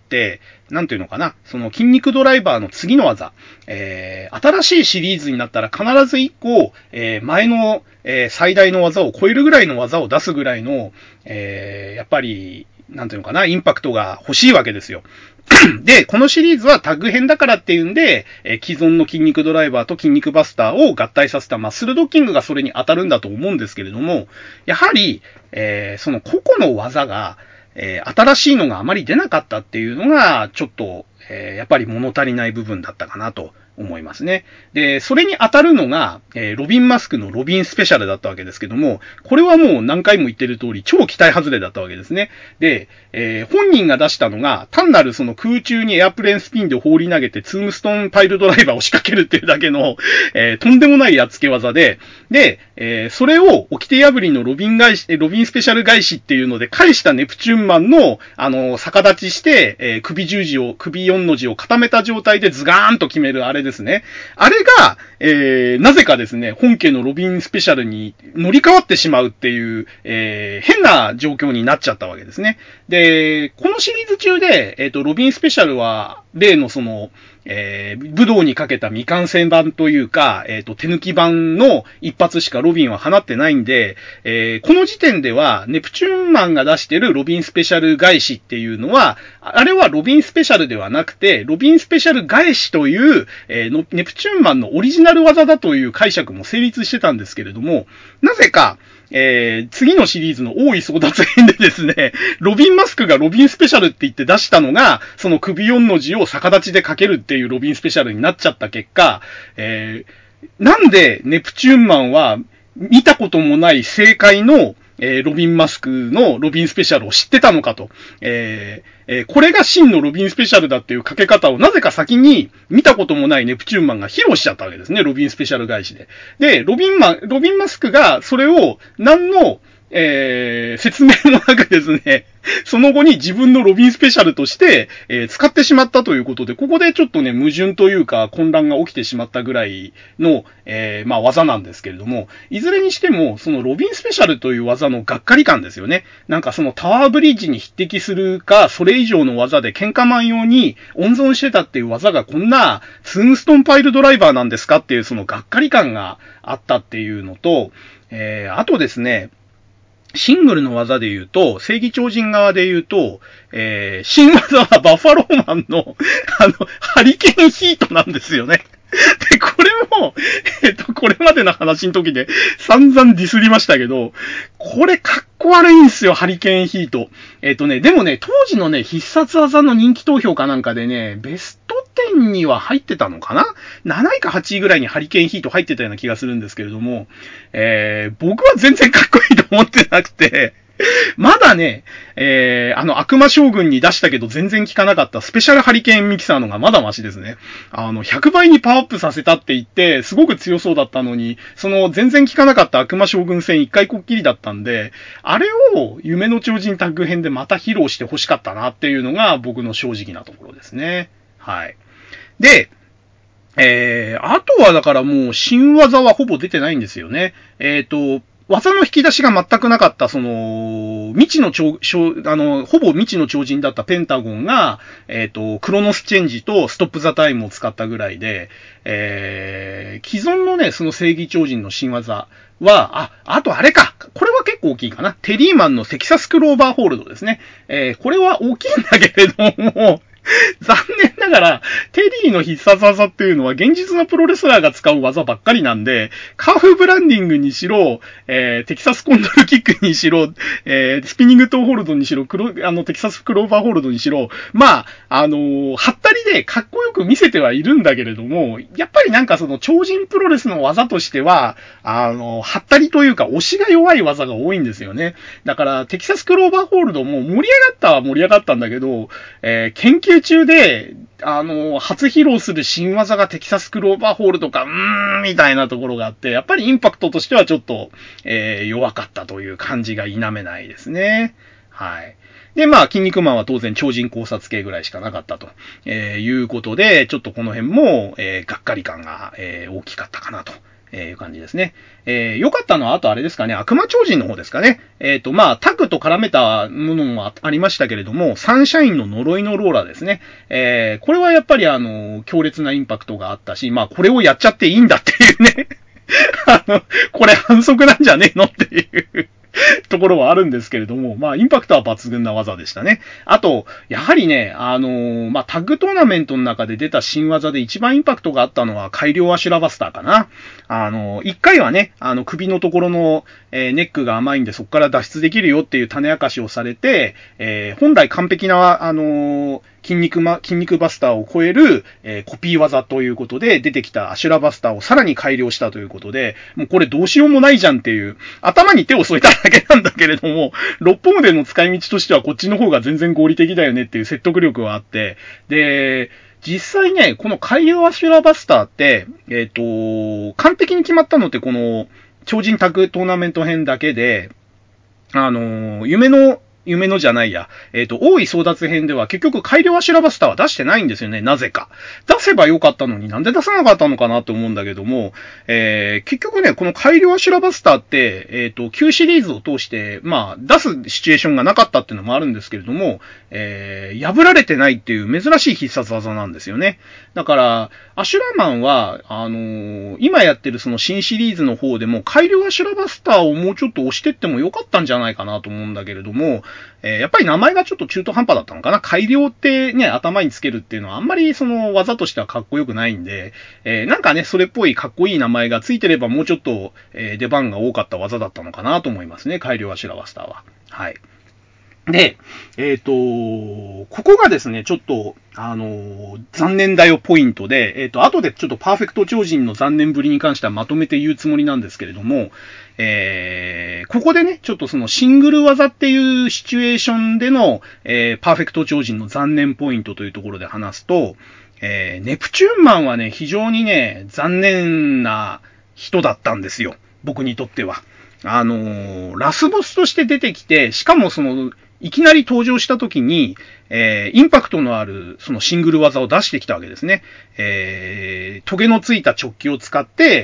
なんていうのかな、その筋肉ドライバーの次の技、えー、新しいシリーズになったら必ず一個、えー、前の、えー、最大の技を超えるぐらいの技を出すぐらいの、えー、やっぱり、なんていうのかな、インパクトが欲しいわけですよ。で、このシリーズはタッグ編だからっていうんで、えー、既存の筋肉ドライバーと筋肉バスターを合体させたマッスルドッキングがそれに当たるんだと思うんですけれども、やはり、えー、その個々の技が、えー、新しいのがあまり出なかったっていうのが、ちょっと、えー、やっぱり物足りない部分だったかなと思いますね。で、それに当たるのが、えー、ロビンマスクのロビンスペシャルだったわけですけども、これはもう何回も言ってる通り、超期待外れだったわけですね。で、えー、本人が出したのが、単なるその空中にエアプレーンスピンで放り投げて、ツームストーンパイルドライバーを仕掛けるっていうだけの、えー、とんでもないやっつけ技で、で、えー、それを、掟破りのロビン返し、ロビンスペシャル返しっていうので、返したネプチューンマンの、あの、逆立ちして、えー、首十字を、首四の字を固めた状態でズガーンと決めるあれですね。あれが、えー、なぜかですね、本家のロビンスペシャルに乗り換わってしまうっていう、えー、変な状況になっちゃったわけですね。で、このシリーズ中で、えっと、ロビンスペシャルは、例のその、えー、武道にかけた未完成版というか、えっと、手抜き版の一発しかロビンは放ってないんで、えー、この時点では、ネプチューンマンが出してるロビンスペシャル返しっていうのは、あれはロビンスペシャルではなくて、ロビンスペシャル返しという、えー、ネプチューンマンのオリジナル技だという解釈も成立してたんですけれども、なぜか、えー、次のシリーズの大井争奪編でですね、ロビンマスクがロビンスペシャルって言って出したのが、その首よんの字を逆立ちでかけるっていうロビンスペシャルになっちゃった結果、えー、なんでネプチューンマンは見たこともない正解の、 えー、ロビンマスクのロビンスペシャルを知ってたのかと。えーえー、これが真のロビンスペシャルだっていうかけ方をなぜか先に見たこともないネプチューンマンが披露しちゃったわけですね。ロビンスペシャル返しで。で、ロビンマン、ロビンマスクがそれを何のえー、説明もなくですね、その後に自分のロビンスペシャルとして、えー、使ってしまったということで、ここでちょっとね、矛盾というか混乱が起きてしまったぐらいの、えー、まあ技なんですけれども、いずれにしても、そのロビンスペシャルという技のがっかり感ですよね。なんかそのタワーブリッジに匹敵するか、それ以上の技で喧嘩マン用に温存してたっていう技がこんなツーンストンパイルドライバーなんですかっていうそのがっかり感があったっていうのと、えー、あとですね、シングルの技で言うと、正義超人側で言うと、えー、新技はバッファローマンの、あの、ハリケーンヒートなんですよね。で、これも、えっと、これまでの話の時で散々ディスりましたけど、これかっこ悪いんですよ、ハリケーンヒート。えっとね、でもね、当時のね、必殺技の人気投票かなんかでね、ベストじゅうには入ってたのかな ?なない かはちいぐらいにハリケーンヒート入ってたような気がするんですけれども、えー、僕は全然かっこいいと思ってなくて、まだね、えー、あの悪魔将軍に出したけど全然効かなかったスペシャルハリケーンミキサーのがまだマシですね。あの、ひゃくばいにパワーアップさせたって言って、すごく強そうだったのに、その全然効かなかった悪魔将軍戦一回こっきりだったんで、あれを夢の超人タッグ編でまた披露して欲しかったなっていうのが僕の正直なところですね。はい。で、えー、あとはだからもう新技はほぼ出てないんですよね。えっと、技の引き出しが全くなかった、その、未知の超、あの、ほぼ未知の超人だったペンタゴンが、えっと、クロノスチェンジとストップザタイムを使ったぐらいで、えー、既存のね、その正義超人の新技は、あ、あとあれか。これは結構大きいかな。テリーマンのテキサスクローバーホールドですね。えー、これは大きいんだけれども、残念ながら、テリーの必殺技っていうのは現実のプロレスラーが使う技ばっかりなんで、カーフブランディングにしろ、えー、テキサスコンドルキックにしろ、えー、スピニングトーホールドにしろ、クロ、あの、テキサスクローバーホールドにしろ、まあ、あのー、はったりでかっこよく見せてはいるんだけれども、やっぱりなんかその超人プロレスの技としては、あのー、はったりというか、押しが弱い技が多いんですよね。だから、テキサスクローバーホールドも盛り上がったは盛り上がったんだけど、えー、研究中で、あの、初披露する新技がテキサスクローバーホールとか、うーん、みたいなところがあって、やっぱりインパクトとしてはちょっと、えー、弱かったという感じが否めないですね。はい。で、まあ、筋肉マンは当然超人考察系ぐらいしかなかったと、えー、いうことで、ちょっとこの辺も、えー、がっかり感が、えー、大きかったかなと。えー、いう感じですね。えー、良かったのは、あとあれですかね、悪魔超人の方ですかね。えっと、まあ、タッグと絡めたものもありましたけれども、サンシャインの呪いのローラーですね。えー、これはやっぱりあの、強烈なインパクトがあったし、まあ、これをやっちゃっていいんだっていうね。あの、これ反則なんじゃねえのっていうところはあるんですけれども、まあ、インパクトは抜群な技でしたね。あと、やはりね、あのー、まあ、タッグトーナメントの中で出た新技で一番インパクトがあったのは改良アシュラバスターかな。あのー、一回はね、あの、首のところの、えー、ネックが甘いんでそこから脱出できるよっていう種明かしをされて、えー、本来完璧な、あのー、筋肉ま、筋肉バスターを超える、えー、コピー技ということで出てきたアシュラバスターをさらに改良したということで、もうこれどうしようもないじゃんっていう、頭に手を添えただけなんだけれども、六本腕の使い道としてはこっちの方が全然合理的だよねっていう説得力はあって、で、実際ね、この改良アシュラバスターって、えっと、完璧に決まったのってこの超人タッグトーナメント編だけで、あの、夢の夢のじゃないや。えっと、大井争奪編では結局改良アシュラバスターは出してないんですよね。なぜか。出せばよかったのになんで出さなかったのかなと思うんだけども、えー、結局ね、この改良アシュラバスターって、えっと、旧シリーズを通して、まあ、出すシチュエーションがなかったっていうのもあるんですけれども、えー、破られてないっていう珍しい必殺技なんですよね。だから、アシュラマンは、あのー、今やってるその新シリーズの方でも改良アシュラバスターをもうちょっと押してってもよかったんじゃないかなと思うんだけれども、えー、やっぱり名前がちょっと中途半端だったのかな。改良ってね、頭につけるっていうのはあんまりその技としてはかっこよくないんで、えー、なんかね、それっぽいかっこいい名前がついてればもうちょっと、えー、出番が多かった技だったのかなと思いますね。改良アシュラバスターは。はい。 で、えっと、ここがですね、ちょっと、あの、残念だよポイントで、えっと、後でちょっとパーフェクト超人の残念ぶりに関してはまとめて言うつもりなんですけれども、えー、ここでね、ちょっとそのシングル技っていうシチュエーションでの、えー、パーフェクト超人の残念ポイントというところで話すと、えー、ネプチューンマンはね、非常にね、残念な人だったんですよ。僕にとっては。あのー、ラスボスとして出てきて、しかもその、いきなり登場した時に、えー、インパクトのある、そのシングル技を出してきたわけですね。えー、トゲのついた直球を使って、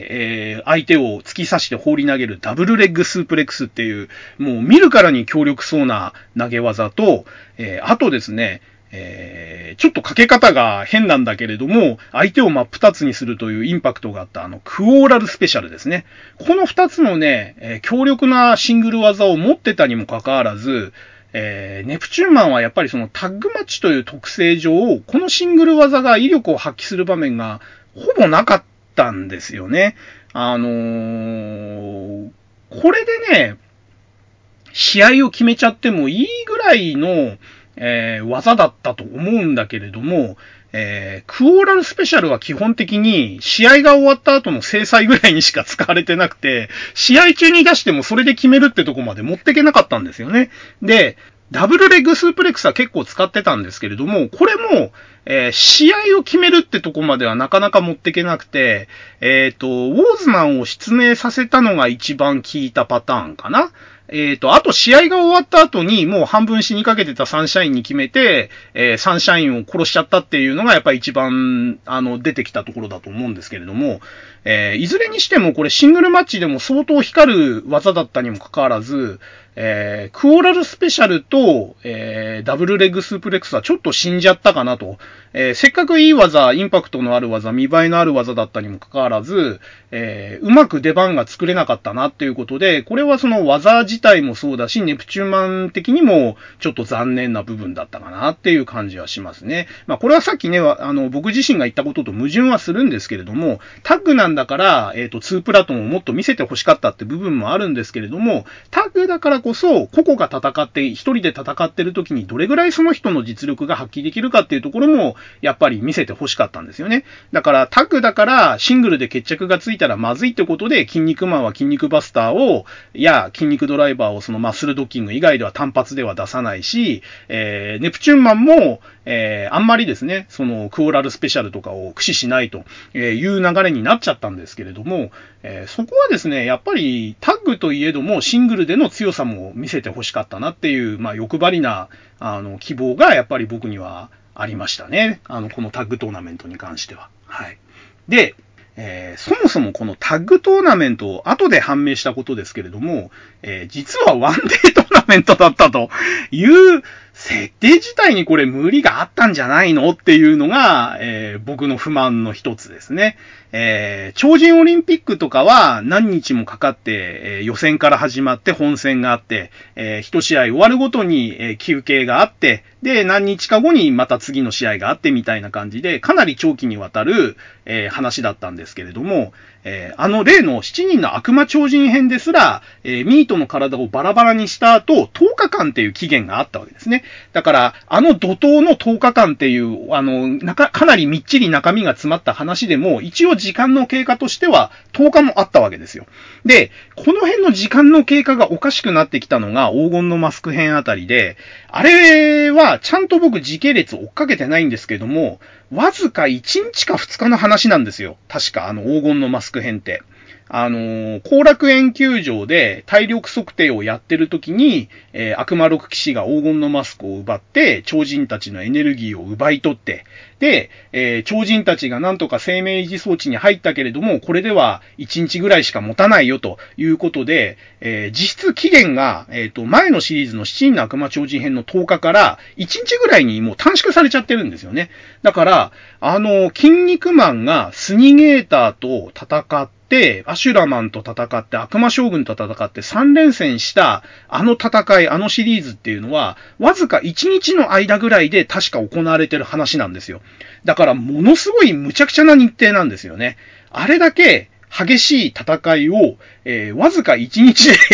えー、相手を突き刺して放り投げるダブルレッグスープレックスっていう、もう見るからに強力そうな投げ技と、えー、あとですね、えー、ちょっとかけ方が変なんだけれども、相手を真っ二つにするというインパクトがあったあのクオーラルスペシャルですね。この二つのね、えー、強力なシングル技を持ってたにもかかわらず、えー、ネプチューンマンはやっぱりそのタッグマッチという特性上、このシングル技が威力を発揮する場面がほぼなかったんですよね。あのー、これでね、試合を決めちゃってもいいぐらいの、えー、技だったと思うんだけれども、えー、クオーラルスペシャルは基本的に試合が終わった後の制裁ぐらいにしか使われてなくて、試合中に出してもそれで決めるってとこまで持ってけなかったんですよね。で、ダブルレッグスープレックスは結構使ってたんですけれども、これも、えー、試合を決めるってとこまではなかなか持ってけなくて、えっと、ウォーズマンを失明させたのが一番効いたパターンかな。えっと、あと試合が終わった後にもう半分死にかけてたサンシャインに決めて、えー、サンシャインを殺しちゃったっていうのがやっぱり一番、あの、出てきたところだと思うんですけれども、えー、いずれにしてもこれシングルマッチでも相当光る技だったにもかかわらず、えー、クオーラルスペシャルと、えー、ダブルレッグスープレックスはちょっと死んじゃったかなと。えー、せっかくいい技、インパクトのある技、見栄えのある技だったにもかかわらず、えー、うまく出番が作れなかったなっていうことで、これはその技自体もそうだし、ネプチューンマン的にもちょっと残念な部分だったかなっていう感じはしますね。まあこれはさっきね、あの、僕自身が言ったことと矛盾はするんですけれども、タッグなんだから、えっと、ツープラトンをもっと見せて欲しかったって部分もあるんですけれども、タッグだからこそ、個々が戦って、一人で戦ってる時にどれぐらいその人の実力が発揮できるかっていうところも、やっぱり見せて欲しかったんですよね。だからタッグだからシングルで決着がついたらまずいってことで、筋肉マンは筋肉バスターを、や筋肉ドライバーをそのマッスルドッキング以外では単発では出さないし、えー、ネプチューンマンも、えー、あんまりですね、そのクオーラルスペシャルとかを駆使しないという流れになっちゃったんですけれども、えー、そこはですね、やっぱりタッグといえどもシングルでの強さも見せて欲しかったなっていう、まあ欲張りな、あの、希望がやっぱり僕にはありましたね。あの、このタッグトーナメントに関しては。はい。で、えー、そもそもこのタッグトーナメント、後で判明したことですけれども、えー、実はワンデートーナメントだったという設定自体にこれ無理があったんじゃないのっていうのが、えー、僕の不満の一つですね。えー、超人オリンピックとかは何日もかかって、えー、予選から始まって本戦があって、えー、一試合終わるごとに、えー、休憩があって、で、何日か後にまた次の試合があってみたいな感じで、かなり長期にわたる、えー、話だったんですけれども、えー、あの例のしちにんの悪魔超人編ですら、えー、ミートの体をバラバラにした後、とおかかんっていう期限があったわけですね。だから、あの怒涛のとおかかんっていう、あの、なか、かなりみっちり中身が詰まった話でも、一応時間の経過としてはとおかもあったわけですよ。で、この辺の時間の経過がおかしくなってきたのが黄金のマスク編あたりで、あれはちゃんと僕時系列追っかけてないんですけども、わずかいちにちかふつかの話なんですよ。確かあの黄金のマスク編って。あのー、後楽園球場で体力測定をやってる時に、えー、悪魔六騎士が黄金のマスクを奪って、超人たちのエネルギーを奪い取って、で、えー、超人たちがなんとか生命維持装置に入ったけれども、これではいちにちぐらいしか持たないよということで、えー、実質期限が、えっと、前のシリーズのしちにんの悪魔超人編のとおかからいちにちぐらいにもう短縮されちゃってるんですよね。だから、あの、筋肉マンがスニゲーターと戦って、で、アシュラマンと戦って、悪魔将軍と戦ってさん連戦したあの戦い、あのシリーズっていうのは、わずかいちにちの間ぐらいで確か行われてる話なんですよ。だからものすごい無茶苦茶な日程なんですよね。あれだけ激しい戦いを、えー、わずかいちにちでやってく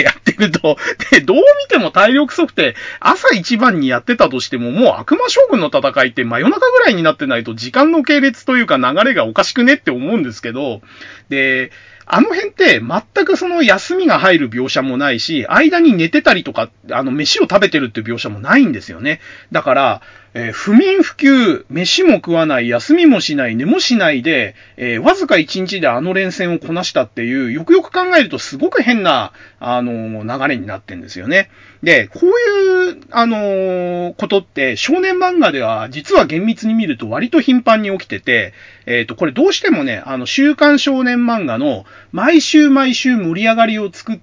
ると、で、どう見ても体力測定、朝一番にやってたとしても、もう悪魔将軍の戦いって真夜中ぐらいになってないと時間の系列というか流れがおかしくねって思うんですけど、で、あの辺って全くその休みが入る描写もないし、間に寝てたりとか、あの飯を食べてるって描写もないんですよね。だから、えー不眠不休、飯も食わない、休みもしない、寝もしないで、えーわずか一日であの連戦をこなしたっていう、よくよく考えるとすごく変な、あのー流れになってんですよね。で、こういう、あのーことって少年漫画では実は厳密に見ると割と頻繁に起きてて、えっと、これどうしてもね、あの、週刊少年漫画の毎週毎週盛り上がりを作って、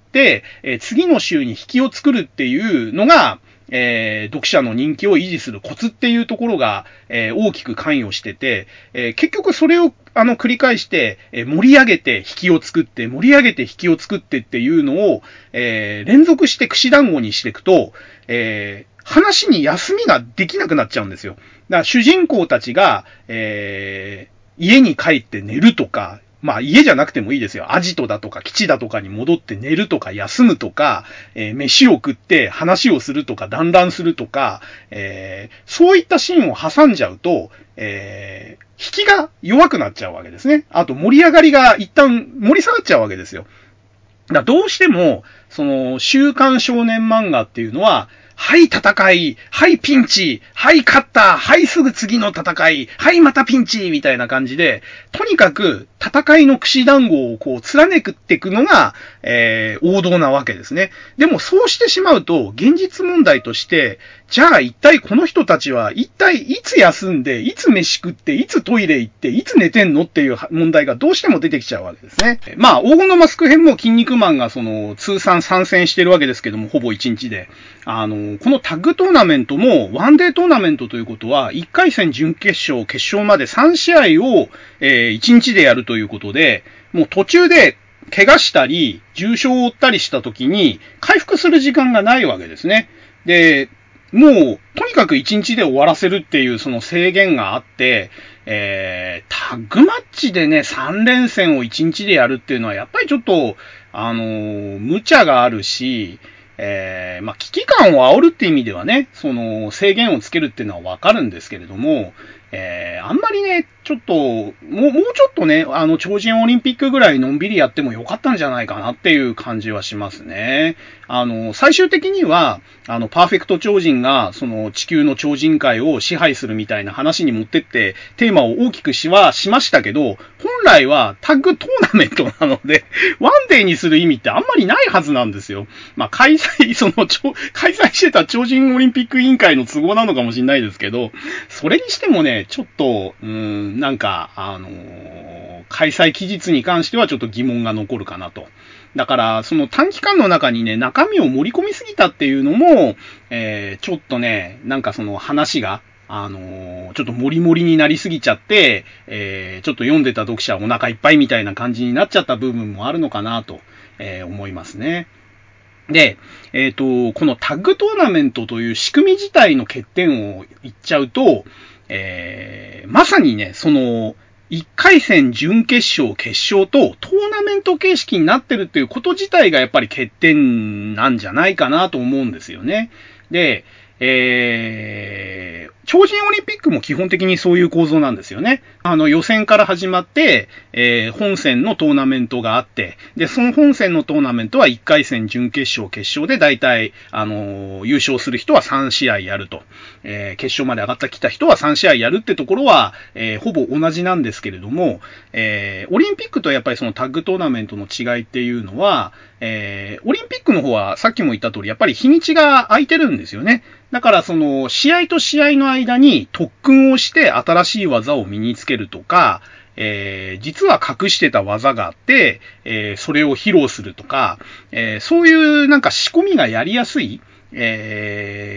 えー次の週に引きを作るっていうのが、えー読者の人気を維持するコツっていうところが、えー大きく関与してて、えー結局それをあの繰り返して、えー盛り上げて引きを作って、盛り上げて引きを作ってっていうのを、えー連続して串団子にしていくと、えー話に休みができなくなっちゃうんですよ。だから主人公たちが、えー家に帰って寝るとか、まあ家じゃなくてもいいですよ。アジトだとか基地だとかに戻って寝るとか休むとか、えー飯を食って話をするとか団らんするとか、えーそういったシーンを挟んじゃうと、えー引きが弱くなっちゃうわけですね。あと盛り上がりが一旦盛り下がっちゃうわけですよ。だからどうしても、その、週刊少年漫画っていうのは、はい戦い、はいピンチ、はい勝った、はいすぐ次の戦い、はいまたピンチ、みたいな感じで、とにかく戦いの串団子をこう貫ねていくのが、えー、王道なわけですね。でもそうしてしまうと、現実問題として、じゃあ一体この人たちは一体いつ休んで、いつ飯食って、いつトイレ行って、いつ寝てんのっていう問題がどうしても出てきちゃうわけですね。まあ、黄金のマスク編も筋肉マンがその通算参戦してるわけですけども、ほぼいちにちで。あの、このタッグトーナメントもワンデートーナメントということは、いっかい戦、準決勝、決勝までさんしあいを、えー、いちにちでやるということで、もう途中で怪我したり、重傷を負ったりした時に、回復する時間がないわけですね。で、もう、とにかくいちにちで終わらせるっていうその制限があって、えー、タッグマッチでね、さん連戦をいちにちでやるっていうのは、やっぱりちょっと、あのー無茶があるし、えー、まあ、危機感を煽るって意味ではね、その、制限をつけるっていうのはわかるんですけれども、えー、あんまりね、ちょっと、もう、もうちょっとね、あの、超人オリンピックぐらいのんびりやってもよかったんじゃないかなっていう感じはしますね。あの、最終的には、あの、パーフェクト超人が、その、地球の超人界を支配するみたいな話に持ってって、テーマを大きくしはしましたけど、本来はタッグトーナメントなので、ワンデーにする意味ってあんまりないはずなんですよ。まあ、開催、その、開催してた超人オリンピック委員会の都合なのかもしれないですけど、それにしてもね、ちょっと、うーん、なんか、あのー開催期日に関してはちょっと疑問が残るかなと。だから、その短期間の中にね、中身を盛り込みすぎたっていうのも、えー、ちょっとね、なんかその話が、あのーちょっとモリモリになりすぎちゃって、えー、ちょっと読んでた読者お腹いっぱいみたいな感じになっちゃった部分もあるのかなと、えー思いますね。で、えっと、このタッグトーナメントという仕組み自体の欠点を言っちゃうと、えーまさにね、その、いっかい戦、準決勝、決勝とトーナメント形式になってるっていうこと自体がやっぱり欠点なんじゃないかなと思うんですよね。で、えー、超人オリンピックも基本的にそういう構造なんですよね。あの予選から始まって、えー、本戦のトーナメントがあって、で、その本戦のトーナメントはいっかい戦、準決勝、決勝で大体、あのー優勝する人はさんしあいやると。えー、決勝まで上がってきた人はさんしあいやるってところは、えー、ほぼ同じなんですけれども、えー、オリンピックとやっぱりそのタッグトーナメントの違いっていうのは、えー、オリンピックの方はさっきも言った通り、やっぱり日にちが空いてるんですよね。だからその、試合と試合の間に特訓をして新しい技を身につけるとか、えー、実は隠してた技があって、えー、それを披露するとか、えー、そういうなんか仕込みがやりやすい、えー、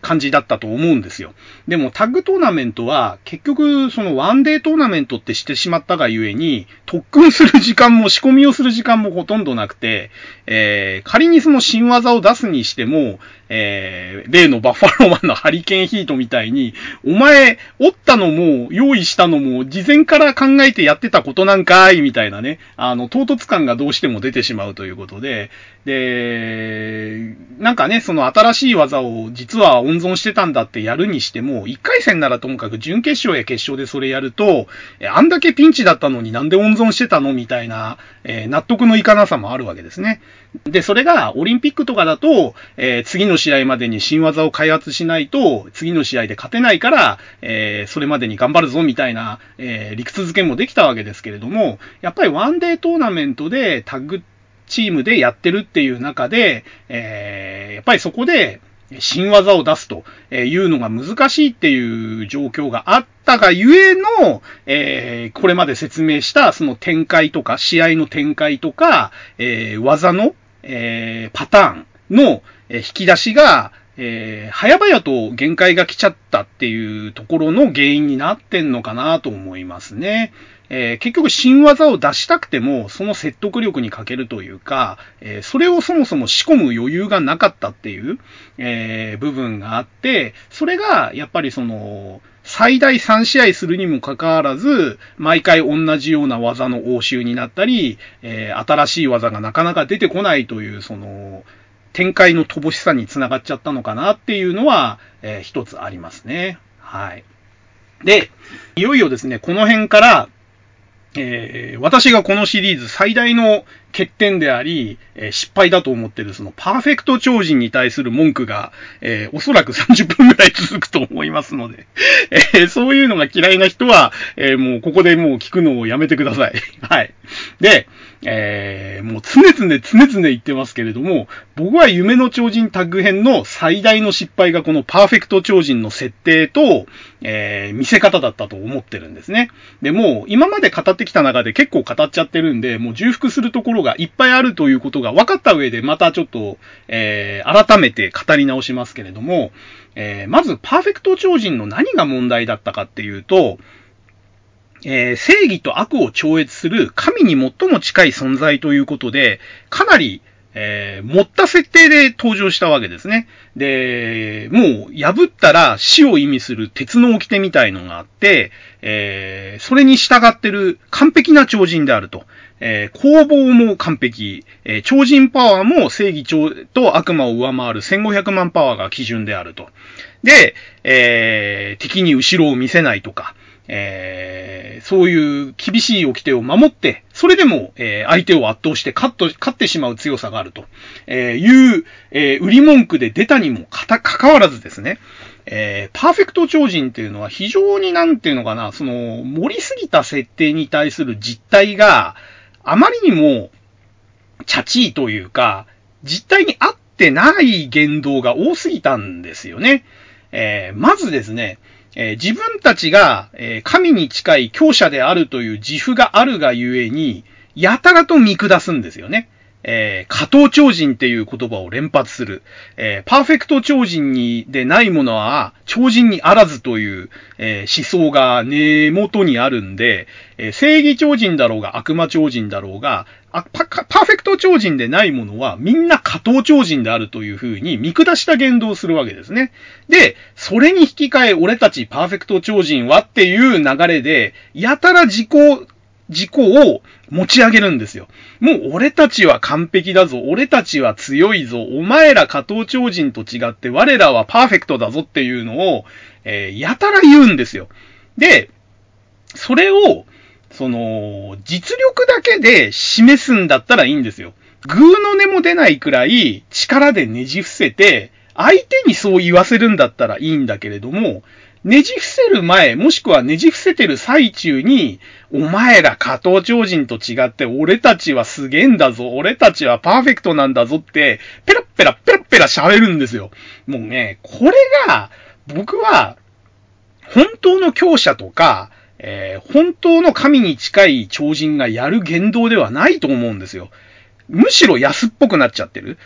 感じだったと思うんですよ。でもタッグトーナメントは結局そのワンデートーナメントってしてしまったがゆえに特訓する時間も仕込みをする時間もほとんどなくて、えー、仮にその新技を出すにしても、えー、例のバッファローマンのハリケーンヒートみたいに、お前、折ったのも用意したのも事前から考えてやってたことなんかいみたいなね、あの唐突感がどうしても出てしまうということで、で、なんかね、その新しい技を実は温存してたんだってやるにしても、いっかい戦ならともかく準決勝や決勝でそれやると、あんだけピンチだったのになんで温存してたのみたいな、えー、納得のいかなさもあるわけですね。で、それがオリンピックとかだと、えー、次の試合までに新技を開発しないと、次の試合で勝てないから、えー、それまでに頑張るぞみたいな、えー、理屈付けもできたわけですけれども、やっぱりワンデートーナメントでタッグチームでやってるっていう中で、えー、やっぱりそこで新技を出すというのが難しいっていう状況があったがゆえの、えー、これまで説明したその展開とか、試合の展開とか、えー、技の、えー、パターンの引き出しが、えー、早々と限界が来ちゃったっていうところの原因になってんのかなと思いますね。えー、結局新技を出したくてもその説得力に欠けるというか、えー、それをそもそも仕込む余裕がなかったっていう、えー、部分があって、それがやっぱりその最大さん試合するにもかかわらず毎回同じような技の応酬になったり、えー、新しい技がなかなか出てこないというその展開の乏しさにつながっちゃったのかなっていうのは、えー、一つありますね。はい。で、いよいよですね、この辺から、えー、私がこのシリーズ最大の欠点であり、えー、失敗だと思っているそのパーフェクト超人に対する文句が、えー、おそらくさんじゅっぷんぐらい続くと思いますので、えー、そういうのが嫌いな人は、えー、もうここでもう聞くのをやめてください。はい。で、えー、もう常々常々言ってますけれども、僕は夢の超人タッグ編の最大の失敗がこのパーフェクト超人の設定と、えー、見せ方だったと思ってるんですね。で、もう今まで語ってきた中で結構語っちゃってるんで、もう重複するところがいっぱいあるということが分かった上でまたちょっと、えー、改めて語り直しますけれども、えー、まずパーフェクト超人の何が問題だったかっていうと、えー、正義と悪を超越する神に最も近い存在ということで、かなり、えー、持った設定で登場したわけですね。で、もう破ったら死を意味する鉄の掟みたいのがあって、えー、それに従ってる完璧な超人であると。えー、攻防も完璧、えー、超人パワーも正義と悪魔を上回るせんごひゃくまんパワーが基準であると。で、えー、敵に後ろを見せないとか、えー、そういう厳しい掟を守って、それでも、えー、相手を圧倒して勝っと、勝ってしまう強さがあると、えー、いう、えー、売り文句で出たにもかた、かかわらずですね、えー、パーフェクト超人っていうのは非常になんていうのかな、その、盛りすぎた設定に対する実態があまりにも、チャチーというか、実態に合ってない言動が多すぎたんですよね。えー、まずですね、えー、自分たちが、えー、神に近い強者であるという自負があるがゆえに、やたらと見下すんですよね。えー、下等超人っていう言葉を連発する。えー、パーフェクト超人にでないものは超人にあらずという、えー、思想が根元にあるんで、えー、正義超人だろうが悪魔超人だろうが、パ、パーフェクト超人でないものはみんな下等超人であるというふうに見下した言動をするわけですね。で、それに引き換え俺たちパーフェクト超人はっていう流れで、やたら自己、自己を持ち上げるんですよ。もう俺たちは完璧だぞ。俺たちは強いぞ。お前ら下等超人と違って我らはパーフェクトだぞっていうのを、えー、やたら言うんですよ。で、それを、その、実力だけで示すんだったらいいんですよ。グーの音も出ないくらい力でねじ伏せて、相手にそう言わせるんだったらいいんだけれども、ねじ伏せる前、もしくはねじ伏せてる最中に、お前ら下等超人と違って俺たちはすげえんだぞ、俺たちはパーフェクトなんだぞって、ペラッペラペラッペラ喋るんですよ。もうね、これが、僕は、本当の強者とか、えー、本当の神に近い超人がやる言動ではないと思うんですよ。むしろ安っぽくなっちゃってる。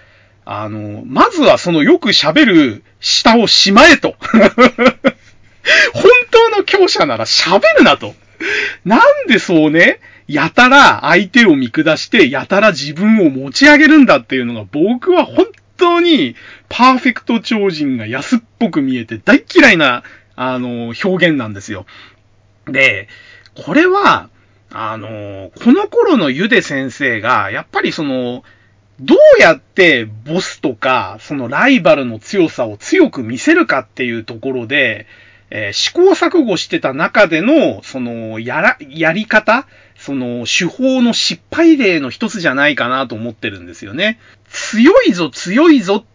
あの、まずはそのよく喋る舌をしまえと。本当の強者なら喋るなと。なんでそうね、やたら相手を見下して、やたら自分を持ち上げるんだっていうのが僕は本当にパーフェクト超人が安っぽく見えて大嫌いな、あの、表現なんですよ。で、これは、あの、この頃のゆで先生が、やっぱりその、どうやってボスとか、そのライバルの強さを強く見せるかっていうところで、えー、試行錯誤してた中での、その、やら、やり方、その、手法の失敗例の一つじゃないかなと思ってるんですよね。強いぞ、強いぞって、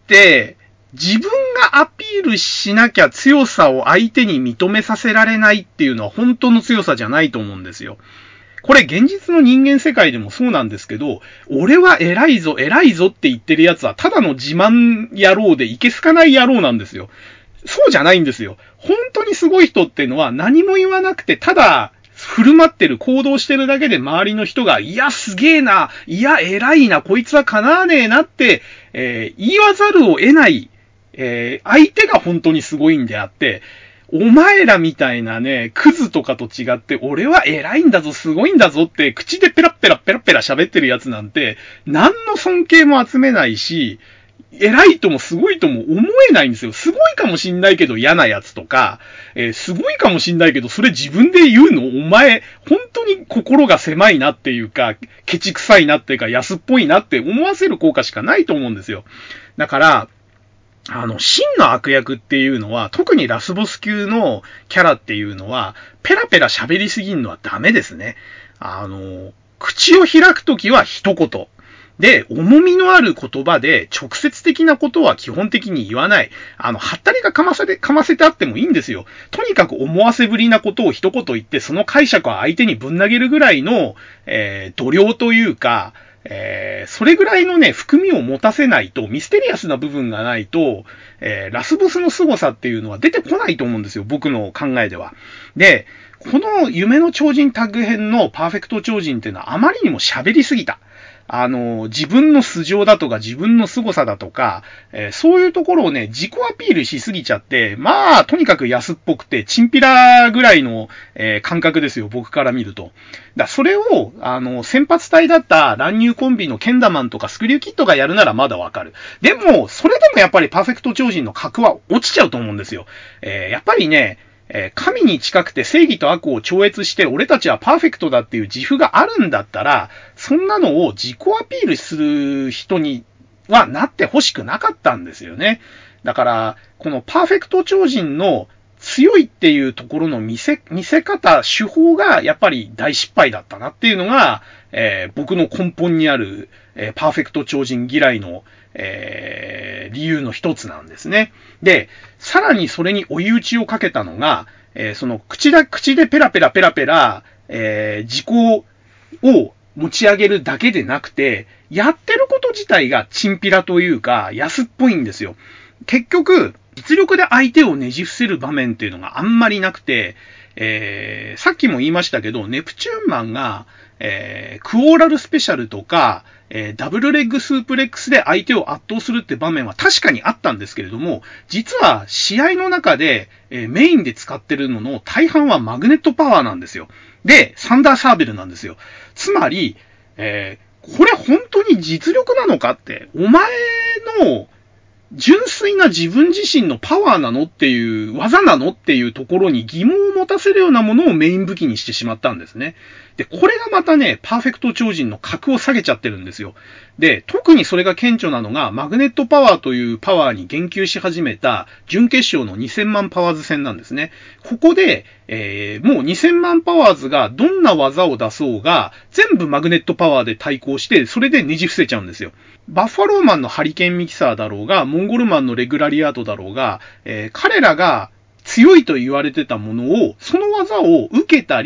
自分がアピールしなきゃ強さを相手に認めさせられないっていうのは本当の強さじゃないと思うんですよ。これ現実の人間世界でもそうなんですけど、俺は偉いぞ、偉いぞって言ってるやつはただの自慢野郎でいけすかない野郎なんですよ。そうじゃないんですよ。本当にすごい人っていうのは何も言わなくて、ただ振る舞ってる、行動してるだけで周りの人が、いや、すげえな、いや、偉いな、こいつは叶わねえなって、えー、言わざるを得ない、えー、相手が本当にすごいんであって、お前らみたいなね、クズとかと違って、俺は偉いんだぞ、すごいんだぞって、口でペラペラペラペラ喋ってるやつなんて、何の尊敬も集めないし、偉いともすごいとも思えないんですよ。すごいかもしんないけど嫌なやつとか、えー、すごいかもしんないけど、それ自分で言うのお前、本当に心が狭いなっていうか、ケチくさいなっていうか、安っぽいなって思わせる効果しかないと思うんですよ。だから、あの、真の悪役っていうのは、特にラスボス級のキャラっていうのは、ペラペラ喋りすぎるのはダメですね。あの、口を開くときは一言。で、重みのある言葉で直接的なことは基本的に言わない。あの、はったりがかませて、かませてあってもいいんですよ。とにかく思わせぶりなことを一言言って、その解釈を相手にぶん投げるぐらいの、えー、度量というか、えー、それぐらいのね、含みを持たせないと、ミステリアスな部分がないと、えー、ラスボスの凄さっていうのは出てこないと思うんですよ。僕の考えでは。で、この夢の超人タッグ編のパーフェクト超人っていうのはあまりにも喋りすぎた。あの、自分の素性だとか自分の凄さだとか、えー、そういうところをね、自己アピールしすぎちゃって、まあ、とにかく安っぽくて、チンピラぐらいの、えー、感覚ですよ、僕から見ると。だそれを、あの、先発隊だった乱入コンビのケンダマンとかスクリューキッドがやるならまだわかる。でも、それでもやっぱりパーフェクト超人の格は落ちちゃうと思うんですよ。えー、やっぱりね、えー、神に近くて正義と悪を超越して俺たちはパーフェクトだっていう自負があるんだったら、そんなのを自己アピールする人にはなってほしくなかったんですよね。だから、このパーフェクト超人の強いっていうところの見せ、見せ方、手法がやっぱり大失敗だったなっていうのが、えー、僕の根本にある、えー、パーフェクト超人嫌いの、えー、理由の一つなんですね。で、さらにそれに追い打ちをかけたのが、えー、その口だ、口でペラペラペラペラ、えー、自己を持ち上げるだけでなくて、やってること自体がチンピラというか安っぽいんですよ。結局、実力で相手をねじ伏せる場面っていうのがあんまりなくて、えー、さっきも言いましたけど、ネプチューンマンが、えー、クオーラルスペシャルとか、えー、ダブルレッグスープレックスで相手を圧倒するって場面は確かにあったんですけれども、実は試合の中で、えー、メインで使ってるのの大半はマグネットパワーなんですよ。で、サンダーサーベルなんですよ。つまり、えー、これ本当に実力なのかって、お前の純粋な自分自身のパワーなのっていう、技なのっていうところに疑問を持たせるようなものをメイン武器にしてしまったんですね。で、これがまたね、パーフェクト超人の格を下げちゃってるんですよ。で、特にそれが顕著なのが、マグネットパワーというパワーに言及し始めた準決勝のにせんまんパワーズ戦なんですね。ここで、えー、もうにせんまんパワーズがどんな技を出そうが、全部マグネットパワーで対抗して、それでねじ伏せちゃうんですよ。バッファローマンのハリケーンミキサーだろうが、モンゴルマンのレグラリアートだろうが、えー、彼らが強いと言われてたものを、その技を受けたり、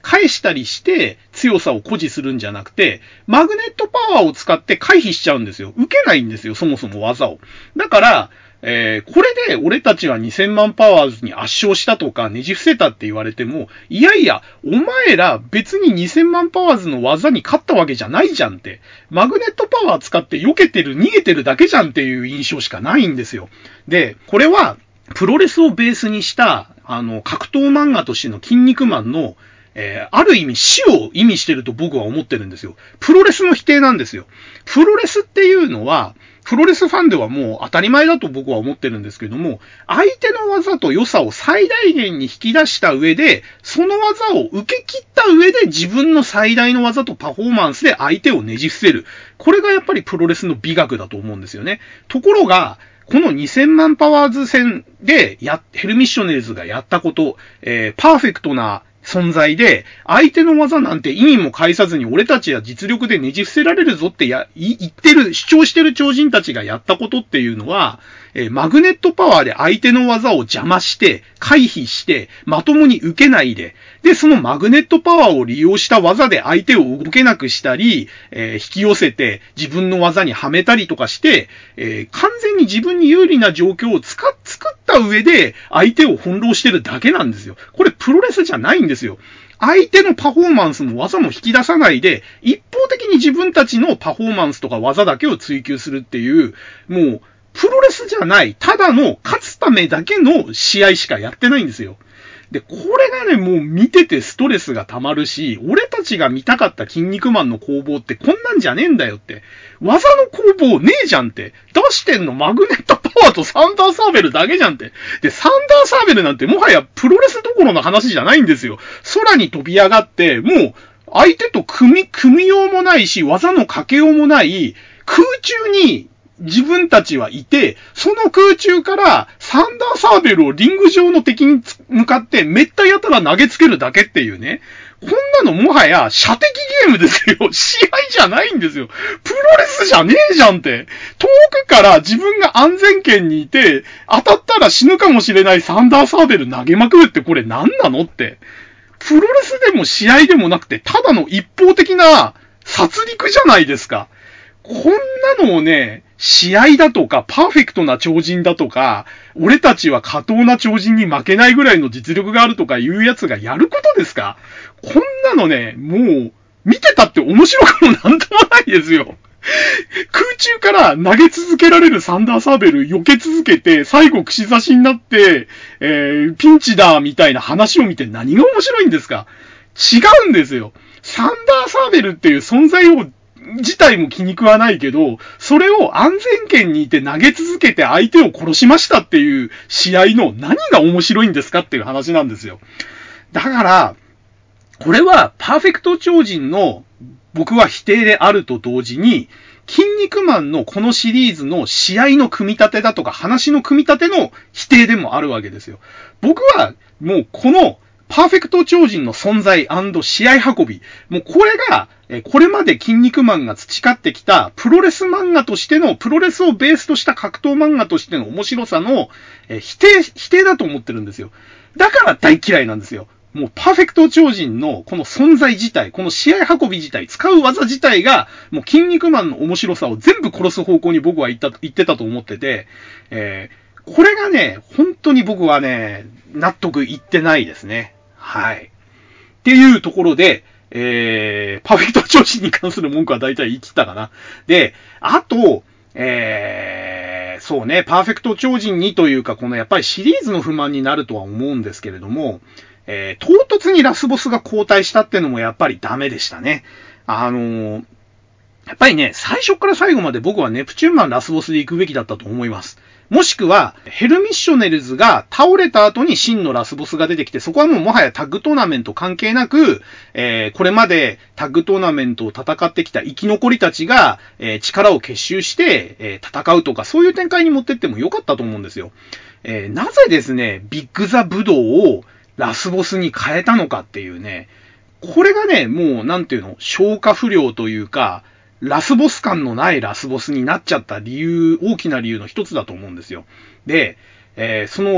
返したりして強さを誇示するんじゃなくて、マグネットパワーを使って回避しちゃうんですよ。受けないんですよ、そもそも技を。だから、えー、これで俺たちはにせんまんパワーズに圧勝したとかねじ伏せたって言われても、いやいや、お前ら別ににせんまんパワーズの技に勝ったわけじゃないじゃんって。マグネットパワー使って避けてる、逃げてるだけじゃんっていう印象しかないんですよ。で、これは、プロレスをベースにした、あの、格闘漫画としての筋肉マンの、えー、ある意味死を意味してると僕は思ってるんですよ。プロレスの否定なんですよ。プロレスっていうのは、プロレスファンではもう当たり前だと僕は思ってるんですけども、相手の技と良さを最大限に引き出した上で、その技を受け切った上で自分の最大の技とパフォーマンスで相手をねじ伏せる。これがやっぱりプロレスの美学だと思うんですよね。ところが、このにせんまんパワーズ戦でや、ヘルミッショネルズがやったこと、えー、パーフェクトな存在で、相手の技なんて意味も介さずに俺たちは実力でねじ伏せられるぞってや、言ってる、主張してる超人たちがやったことっていうのは、えー、マグネットパワーで相手の技を邪魔して、回避して、まともに受けないで、で、そのマグネットパワーを利用した技で相手を動けなくしたり、えー、引き寄せて自分の技にはめたりとかして、えー、完全に自分に有利な状況をつか作った上で相手を翻弄してるだけなんですよ。これプロレスじゃないんですよ。相手のパフォーマンスも技も引き出さないで、一方的に自分たちのパフォーマンスとか技だけを追求するっていう、もう、プロレスじゃない、ただの勝つためだけの試合しかやってないんですよ。で、これがね、もう見ててストレスが溜まるし、俺たちが見たかった筋肉マンの攻防ってこんなんじゃねえんだよって。技の攻防ねえじゃんって。出してんのマグネットパワーとサンダーサーベルだけじゃんって。で、サンダーサーベルなんてもはやプロレスどころの話じゃないんですよ。空に飛び上がって、もう、相手と組み、組みようもないし、技のかけようもない、空中に、自分たちはいて、その空中からサンダーサーベルをリング上の敵に向かってめったやたら投げつけるだけっていうね。こんなのもはや射的ゲームですよ。試合じゃないんですよ。プロレスじゃねえじゃんって。遠くから自分が安全圏にいて、当たったら死ぬかもしれないサンダーサーベル投げまくるってこれ何なのって。プロレスでも試合でもなくて、ただの一方的な殺戮じゃないですか。こんなのをね、試合だとか、パーフェクトな超人だとか、俺たちは過当な超人に負けないぐらいの実力があるとかいうやつがやることですか？こんなのね、もう、見てたって面白くもなんともないですよ。空中から投げ続けられるサンダーサーベル避け続けて、最後串刺しになって、えー、ピンチだみたいな話を見て何が面白いんですか？違うんですよ。サンダーサーベルっていう存在を自体も気に食わないけど、それを安全圏にいて投げ続けて相手を殺しましたっていう試合の何が面白いんですかっていう話なんですよ。だから、これはパーフェクト超人の僕は否定であると同時に、筋肉マンのこのシリーズの試合の組み立てだとか話の組み立ての否定でもあるわけですよ。僕はもうこのパーフェクト超人の存在&試合運び。もうこれが、これまで筋肉マンが培ってきたプロレス漫画としての、プロレスをベースとした格闘漫画としての面白さの否定、否定だと思ってるんですよ。だから大嫌いなんですよ。もうパーフェクト超人のこの存在自体、この試合運び自体、使う技自体が、もう筋肉マンの面白さを全部殺す方向に僕は言った、言ってたと思ってて、えー、これがね、本当に僕はね、納得いってないですね。はい。っていうところで、えー、パーフェクト超人に関する文句は大体言い切ったかな。で、あと、えー、そうね、パーフェクト超人にというか、このやっぱりシリーズの不満になるとは思うんですけれども、えー、唐突にラスボスが交代したってのもやっぱりダメでしたね。あのー、やっぱりね、最初から最後まで僕はネプチューンマンラスボスで行くべきだったと思います。もしくは、ヘルミッショネルズが倒れた後に真のラスボスが出てきて、そこはもうもはやタッグトーナメント関係なく、えー、これまでタッグトーナメントを戦ってきた生き残りたちが、えー、力を結集して、えー、戦うとか、そういう展開に持ってってもよかったと思うんですよ。えー、なぜですね、ビッグザブドウをラスボスに変えたのかっていうね、これがね、もうなんていうの、消化不良というか、ラスボス感のないラスボスになっちゃった理由、大きな理由の一つだと思うんですよ。で、えー、その、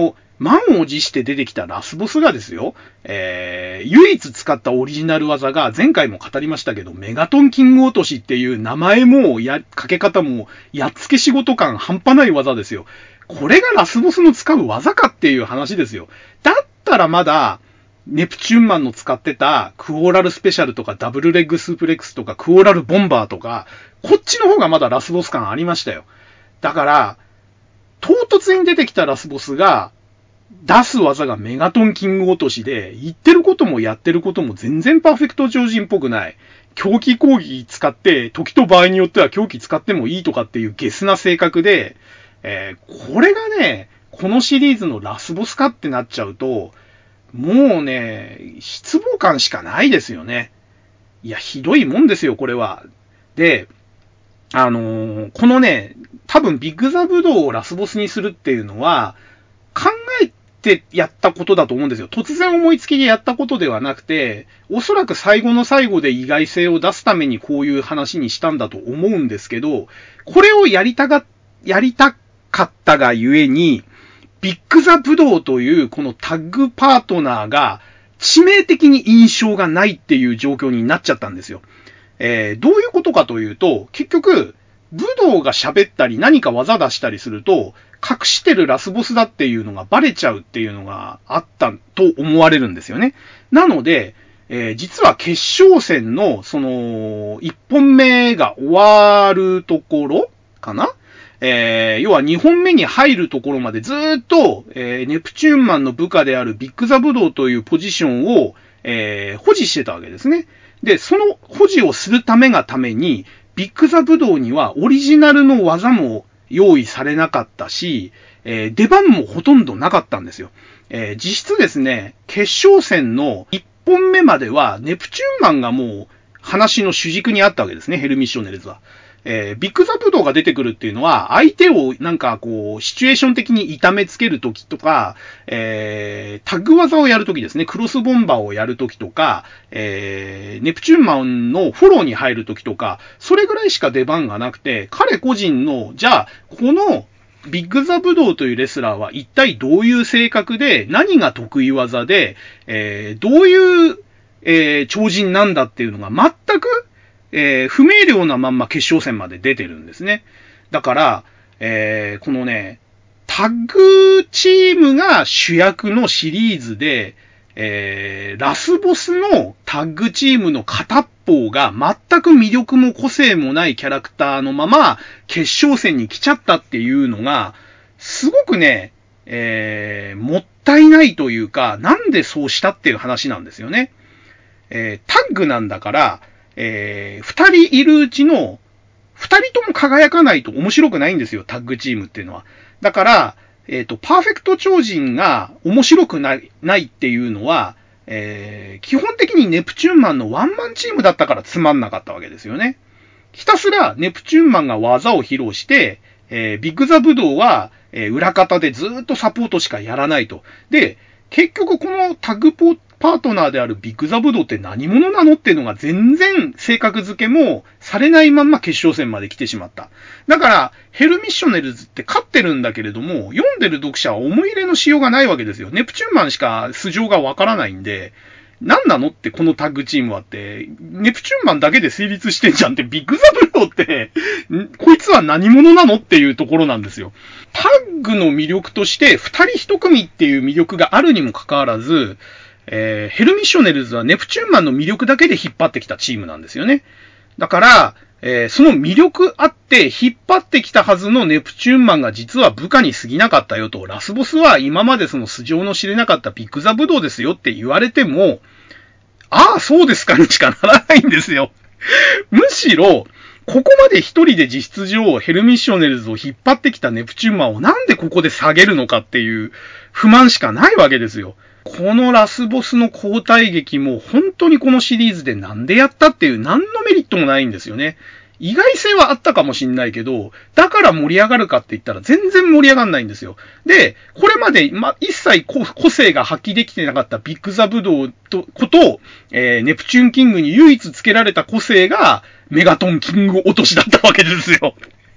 満を持して出てきたラスボスがですよ、えー、唯一使ったオリジナル技が前回も語りましたけど、メガトンキング落としっていう名前もや、かけ方もやっつけ仕事感半端ない技ですよ。これがラスボスの使う技かっていう話ですよ。だったらまだ、ネプチューンマンの使ってたクオーラルスペシャルとかダブルレッグスープレックスとかクオーラルボンバーとか、こっちの方がまだラスボス感ありましたよ。だから、唐突に出てきたラスボスが出す技がメガトンキング落としで、言ってることもやってることも全然パーフェクト超人っぽくない。狂気攻撃使って、時と場合によっては狂気使ってもいいとかっていうゲスな性格で、えー、これがね、このシリーズのラスボスかってなっちゃうと、もうね、失望感しかないですよね。いや、ひどいもんですよ、これは。で、あのー、このね、多分ビッグザブドウをラスボスにするっていうのは、考えてやったことだと思うんですよ。突然思いつきでやったことではなくて、おそらく最後の最後で意外性を出すためにこういう話にしたんだと思うんですけど、これをやりたが、やりたかったがゆえに、ビッグザブドウというこのタッグパートナーが致命的に印象がないっていう状況になっちゃったんですよ。えー、どういうことかというと、結局、ブドウが喋ったり何か技出したりすると、隠してるラスボスだっていうのがバレちゃうっていうのがあったと思われるんですよね。なので、えー、実は決勝戦のそのいっぽんめが終わるところかな、えー、要はにほんめに入るところまでずーっと、えー、ネプチューンマンの部下であるビッグザブドウというポジションを、えー、保持してたわけですね。で、その保持をするためがために、ビッグザブドウにはオリジナルの技も用意されなかったし、えー、出番もほとんどなかったんですよ。えー、実質ですね、決勝戦のいっぽんめまでは、ネプチューンマンがもう話の主軸にあったわけですね、ヘルミッショネルズは。えー、ビッグザブドウが出てくるっていうのは、相手をなんかこう、シチュエーション的に痛めつけるときとか、えー、タッグ技をやるときですね、クロスボンバーをやるときとか、えー、ネプチューンマンのフォローに入るときとか、それぐらいしか出番がなくて、彼個人の、じゃあ、この、ビッグザブドウというレスラーは一体どういう性格で、何が得意技で、えー、どういう、えー、超人なんだっていうのが全く、えー、不明瞭なまんま決勝戦まで出てるんですね。だから、えー、このね、タッグチームが主役のシリーズで、えー、ラスボスのタッグチームの片っ方が全く魅力も個性もないキャラクターのまま決勝戦に来ちゃったっていうのが、すごくね、えー、もったいないというか、なんでそうしたっていう話なんですよね。えー、タッグなんだから、えー、二人いるうちの、二人とも輝かないと面白くないんですよ、タッグチームっていうのは。だから、えっと、パーフェクト超人が面白くない、ないっていうのは、えー、基本的にネプチューンマンのワンマンチームだったからつまんなかったわけですよね。ひたすらネプチューンマンが技を披露して、えー、ビッグザブドウは、えー、裏方でずーっとサポートしかやらないと。で、結局このタッグポパートナーであるビッグザブドウって何者なのっていうのが全然性格付けもされないまんま決勝戦まで来てしまった。だから、ヘルミッショネルズって勝ってるんだけれども、読んでる読者は思い入れのしようがないわけですよ。ネプチューンマンしか素性がわからないんで、何なのってこのタッグチームはって、ネプチューンマンだけで成立してんじゃんって、ビッグザブドウって、こいつは何者なのっていうところなんですよ。タッグの魅力として二人一組っていう魅力があるにもかかわらず、えー、ヘルミッショネルズはネプチューンマンの魅力だけで引っ張ってきたチームなんですよね。だから、えー、その魅力あって引っ張ってきたはずのネプチューンマンが実は部下に過ぎなかったよと、ラスボスは今までその素性の知れなかったビッグザブドウですよって言われても、ああ、そうですかにしかならないんですよ。むしろ、ここまで一人で実質上ヘルミッショネルズを引っ張ってきたネプチューンマンをなんでここで下げるのかっていう不満しかないわけですよ。このラスボスの交代劇も本当にこのシリーズでなんでやったっていう何のメリットもないんですよね。意外性はあったかもしんないけど、だから盛り上がるかって言ったら全然盛り上がんないんですよ。で、これまで、ま、一切個性が発揮できてなかったビッグザブドウと、こと、えー、ネプチューンキングに唯一付けられた個性がメガトンキング落としだったわけですよ。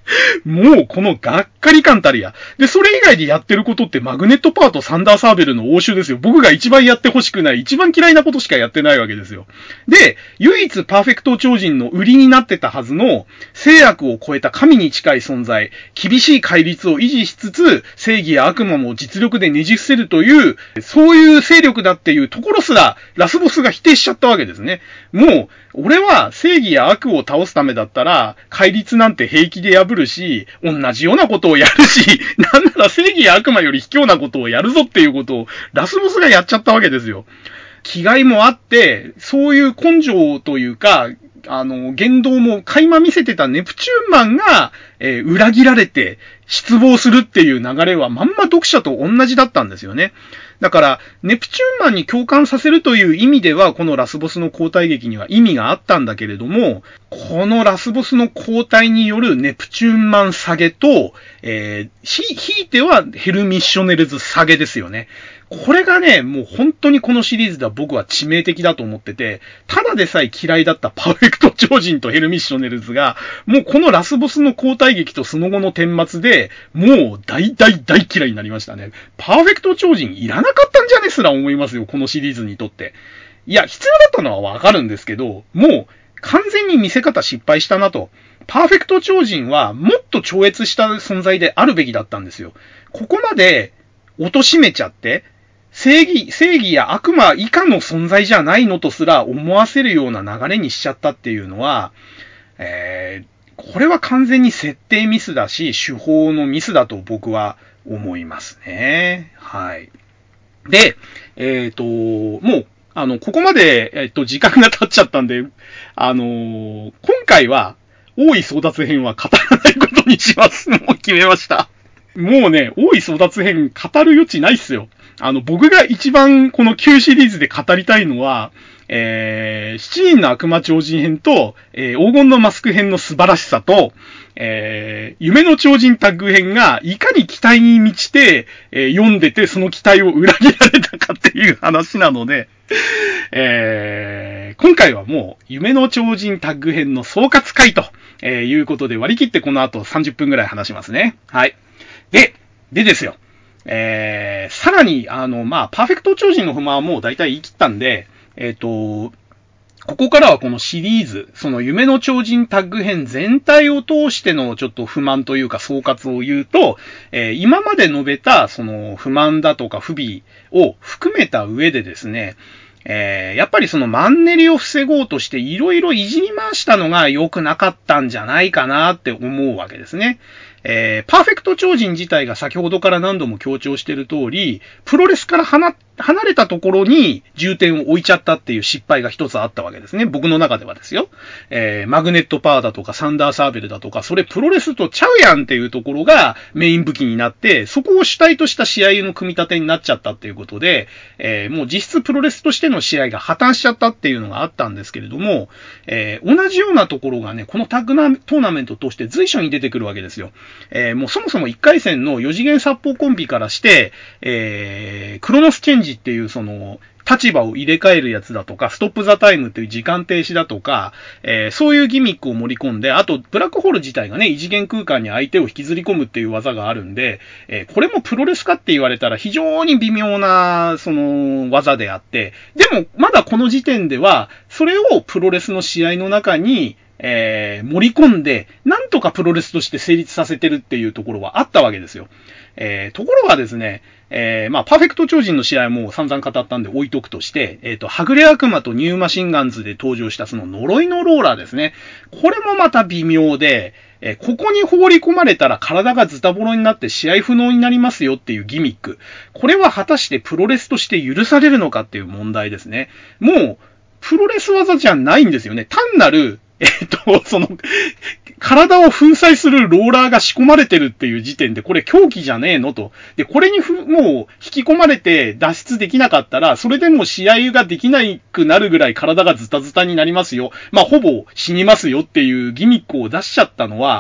もうこのがっかり感たりや。で、それ以外でやってることってマグネットパワーとサンダーサーベルの応酬ですよ。僕が一番やってほしくない、一番嫌いなことしかやってないわけですよ。で、唯一パーフェクト超人の売りになってたはずの、制約を超えた神に近い存在、厳しい戒律を維持しつつ、正義や悪魔も実力でねじ伏せるという、そういう勢力だっていうところすら、ラスボスが否定しちゃったわけですね。もう、俺は正義や悪を倒すためだったら、戒律なんて平気で破るし、同じようなことをやるし、なんなら正義や悪魔より卑怯なことをやるぞっていうことを、ラスボスがやっちゃったわけですよ。気概もあって、そういう根性というか、あの、言動も垣間見せてたネプチューンマンが、えー、裏切られて失望するっていう流れはまんま読者と同じだったんですよね。だから、ネプチューンマンに共感させるという意味では、このラスボスの交代劇には意味があったんだけれども、このラスボスの交代によるネプチューンマン下げと、えー、ひ、ひいてはヘルミッショネルズ下げですよね。これがね、もう本当にこのシリーズでは僕は致命的だと思ってて、ただでさえ嫌いだったパーフェクト超人とヘルミッショネルズが、もうこのラスボスの交代劇とその後の顛末で、もう大大大嫌いになりましたね。パーフェクト超人いらなかったんじゃねすら思いますよ、このシリーズにとって。いや、必要だったのはわかるんですけど、もう完全に見せ方失敗したなと。パーフェクト超人はもっと超越した存在であるべきだったんですよ。ここまで貶めちゃって、正義、正義や悪魔以下の存在じゃないのとすら思わせるような流れにしちゃったっていうのは、えー、これは完全に設定ミスだし、手法のミスだと僕は思いますね。はい。で、えっと、もう、あの、ここまで、えっと、時間が経っちゃったんで、あのー、今回は、大井争奪編は語らないことにします。もう決めました。もうね、大井争奪編語る余地ないっすよ。あの、僕が一番この旧シリーズで語りたいのは、えー、七人の悪魔超人編と、えー、黄金のマスク編の素晴らしさと、えー、夢の超人タッグ編がいかに期待に満ちて、えー、読んでてその期待を裏切られたかっていう話なので、えー、今回はもう夢の超人タッグ編の総括会と、えー、いうことで割り切ってこの後さんじゅっぷんぐらい話しますね。はい。で、でですよ。えー、さらに、あの、まあ、パーフェクト超人の不満はもう大体言い切ったんで、えっと、ここからはこのシリーズ、その夢の超人タッグ編全体を通してのちょっと不満というか総括を言うと、えー、今まで述べたその不満だとか不備を含めた上でですね、えー、やっぱりそのマンネリを防ごうとしていろいろいじり回したのが良くなかったんじゃないかなって思うわけですね。えー、パーフェクト超人自体が先ほどから何度も強調している通り、プロレスから離、離れたところに重点を置いちゃったっていう失敗が一つあったわけですね。僕の中ではですよ。えー、マグネットパワーだとかサンダーサーベルだとか、それプロレスとちゃうやんっていうところがメイン武器になって、そこを主体とした試合の組み立てになっちゃったっていうことで、えー、もう実質プロレスとしての試合が破綻しちゃったっていうのがあったんですけれども、えー、同じようなところがね、このタッグナトーナメントとして随所に出てくるわけですよ。えー、もうそもそもいっかい戦のよ次元殺法コンビからして、えー、クロノスチェンジっていうその、立場を入れ替えるやつだとか、ストップザタイムという時間停止だとか、えー、そういうギミックを盛り込んで、あと、ブラックホール自体がね、異次元空間に相手を引きずり込むっていう技があるんで、えー、これもプロレスかって言われたら非常に微妙な、その、技であって、でも、まだこの時点では、それをプロレスの試合の中に、えー、盛り込んで、なんとかプロレスとして成立させてるっていうところはあったわけですよ。えー、ところがですね、えー、まあ、パーフェクト超人の試合も散々語ったんで置いとくとして、えっと、はぐれ悪魔とニューマシンガンズで登場したその呪いのローラーですね。これもまた微妙で、えー、ここに放り込まれたら体がズタボロになって試合不能になりますよっていうギミック。これは果たしてプロレスとして許されるのかっていう問題ですね。もう、プロレス技じゃないんですよね。単なる、えっと、その、体を粉砕するローラーが仕込まれてるっていう時点で、これ狂気じゃねえのと。で、これにふ、もう引き込まれて脱出できなかったら、それでも試合ができなくなるぐらい体がズタズタになりますよ。まあ、ほぼ死にますよっていうギミックを出しちゃったのは、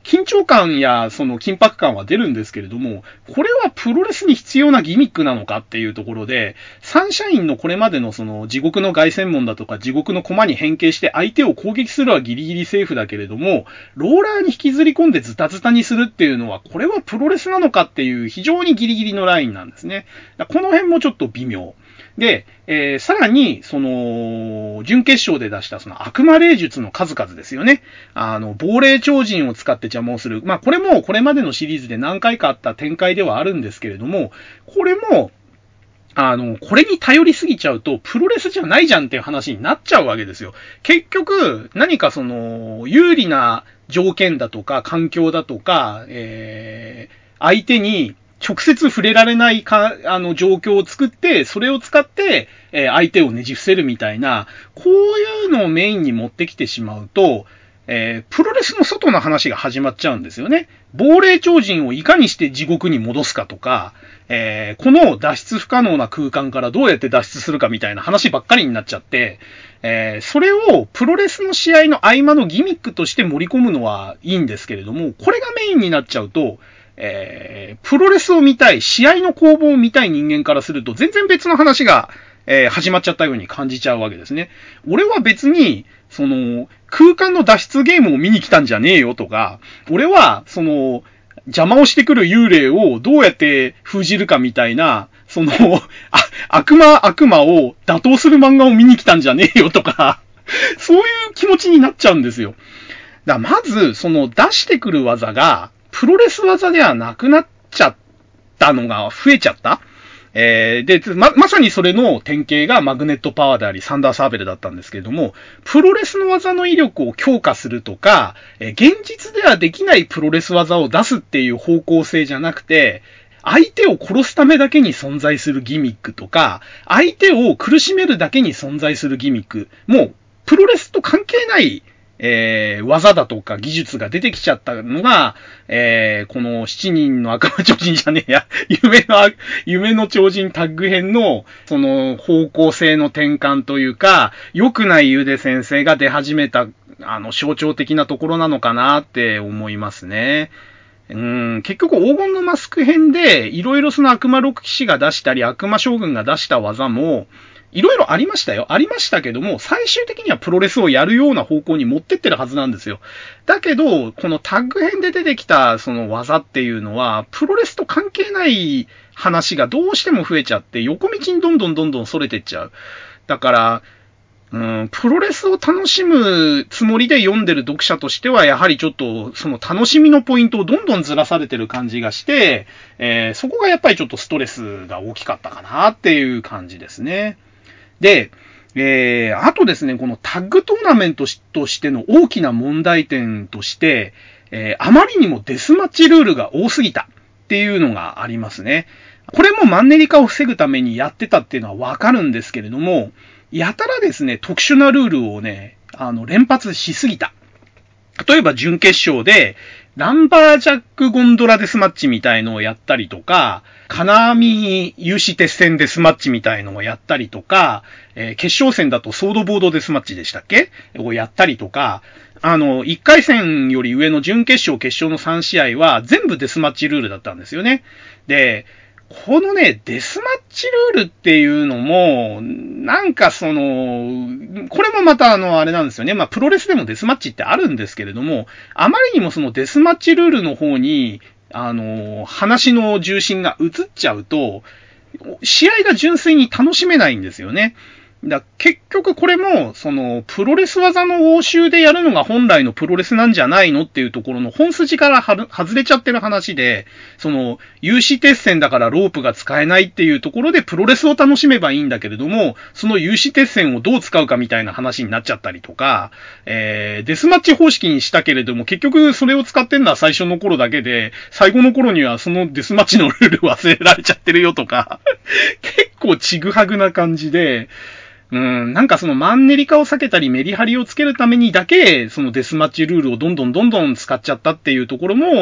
緊張感やその緊迫感は出るんですけれども、これはプロレスに必要なギミックなのかっていうところで、サンシャインのこれまでのその地獄の凱旋門だとか地獄の駒に変形して相手を攻撃するはギリギリセーフだけれども、ローラーに引きずり込んでズタズタにするっていうのは、これはプロレスなのかっていう非常にギリギリのラインなんですね。この辺もちょっと微妙。で、えー、さらに、その、準決勝で出したその悪魔霊術の数々ですよね。あの、亡霊超人を使って邪魔をする。まあ、これもこれまでのシリーズで何回かあった展開ではあるんですけれども、これも、あの、これに頼りすぎちゃうと、プロレスじゃないじゃんっていう話になっちゃうわけですよ。結局、何かその、有利な条件だとか、環境だとか、えー、相手に、直接触れられないか、あの、状況を作って、それを使って、えー、相手をねじ伏せるみたいな、こういうのをメインに持ってきてしまうと、えー、プロレスの外の話が始まっちゃうんですよね。亡霊超人をいかにして地獄に戻すかとか、えー、この脱出不可能な空間からどうやって脱出するかみたいな話ばっかりになっちゃって、えー、それをプロレスの試合の合間のギミックとして盛り込むのはいいんですけれども、これがメインになっちゃうと、えー、プロレスを見たい、試合の攻防を見たい人間からすると全然別の話が、えー、始まっちゃったように感じちゃうわけですね。俺は別に、その、空間の脱出ゲームを見に来たんじゃねえよとか、俺は、その、邪魔をしてくる幽霊をどうやって封じるかみたいな、その、あ、悪魔悪魔を打倒する漫画を見に来たんじゃねえよとか、そういう気持ちになっちゃうんですよ。だからまず、その出してくる技が、プロレス技ではなくなっちゃったのが増えちゃった。えー、で、ま、まさにそれの典型がマグネットパワーであり、サンダーサーベルだったんですけれども、プロレスの技の威力を強化するとか、えー、現実ではできないプロレス技を出すっていう方向性じゃなくて、相手を殺すためだけに存在するギミックとか、相手を苦しめるだけに存在するギミック、もう、プロレスと関係ない、えー、技だとか技術が出てきちゃったのが、えー、この七人の悪魔超人じゃねえや、夢の、夢の超人タッグ編の、その方向性の転換というか、良くないゆで先生が出始めた、あの、象徴的なところなのかなって思いますね。うん、結局黄金のマスク編で、いろいろその悪魔六騎士が出したり、悪魔将軍が出した技も、いろいろありましたよ。ありましたけども、最終的にはプロレスをやるような方向に持ってってるはずなんですよ。だけど、このタッグ編で出てきたその技っていうのは、プロレスと関係ない話がどうしても増えちゃって、横道にどんどんどんどん逸れてっちゃう。だから、うん、プロレスを楽しむつもりで読んでる読者としては、やはりちょっと、その楽しみのポイントをどんどんずらされてる感じがして、えー、そこがやっぱりちょっとストレスが大きかったかなっていう感じですね。で、えー、あとですね、このタッグトーナメントとしての大きな問題点として、えー、あまりにもデスマッチルールが多すぎたっていうのがありますね。これもマンネリ化を防ぐためにやってたっていうのはわかるんですけれども、やたらですね、特殊なルールをね、あの、連発しすぎた。例えば準決勝で、ランバージャックゴンドラデスマッチみたいのをやったりとか、金網有志鉄線デスマッチみたいのをやったりとか、えー、決勝戦だとソードボードデスマッチでしたっけをやったりとか、あの、いっかい戦より上の準決勝、決勝のさん試合は全部デスマッチルールだったんですよね。で、このね、デスマッチルールっていうのも、なんかその、これもまたあの、あれなんですよね。まあ、プロレスでもデスマッチってあるんですけれども、あまりにもそのデスマッチルールの方に、あの、話の重心が移っちゃうと、試合が純粋に楽しめないんですよね。だ結局これも、その、プロレス技の応酬でやるのが本来のプロレスなんじゃないのっていうところの本筋から外れちゃってる話で、その、有刺鉄線だからロープが使えないっていうところでプロレスを楽しめばいいんだけれども、その有刺鉄線をどう使うかみたいな話になっちゃったりとか、えー、デスマッチ方式にしたけれども、結局それを使ってんのは最初の頃だけで、最後の頃にはそのデスマッチのルール忘れられちゃってるよとか、結構ちぐはぐな感じで、うん、なんかそのマンネリ化を避けたりメリハリをつけるためにだけ、そのデスマッチルールをどんどんどんどん使っちゃったっていうところも、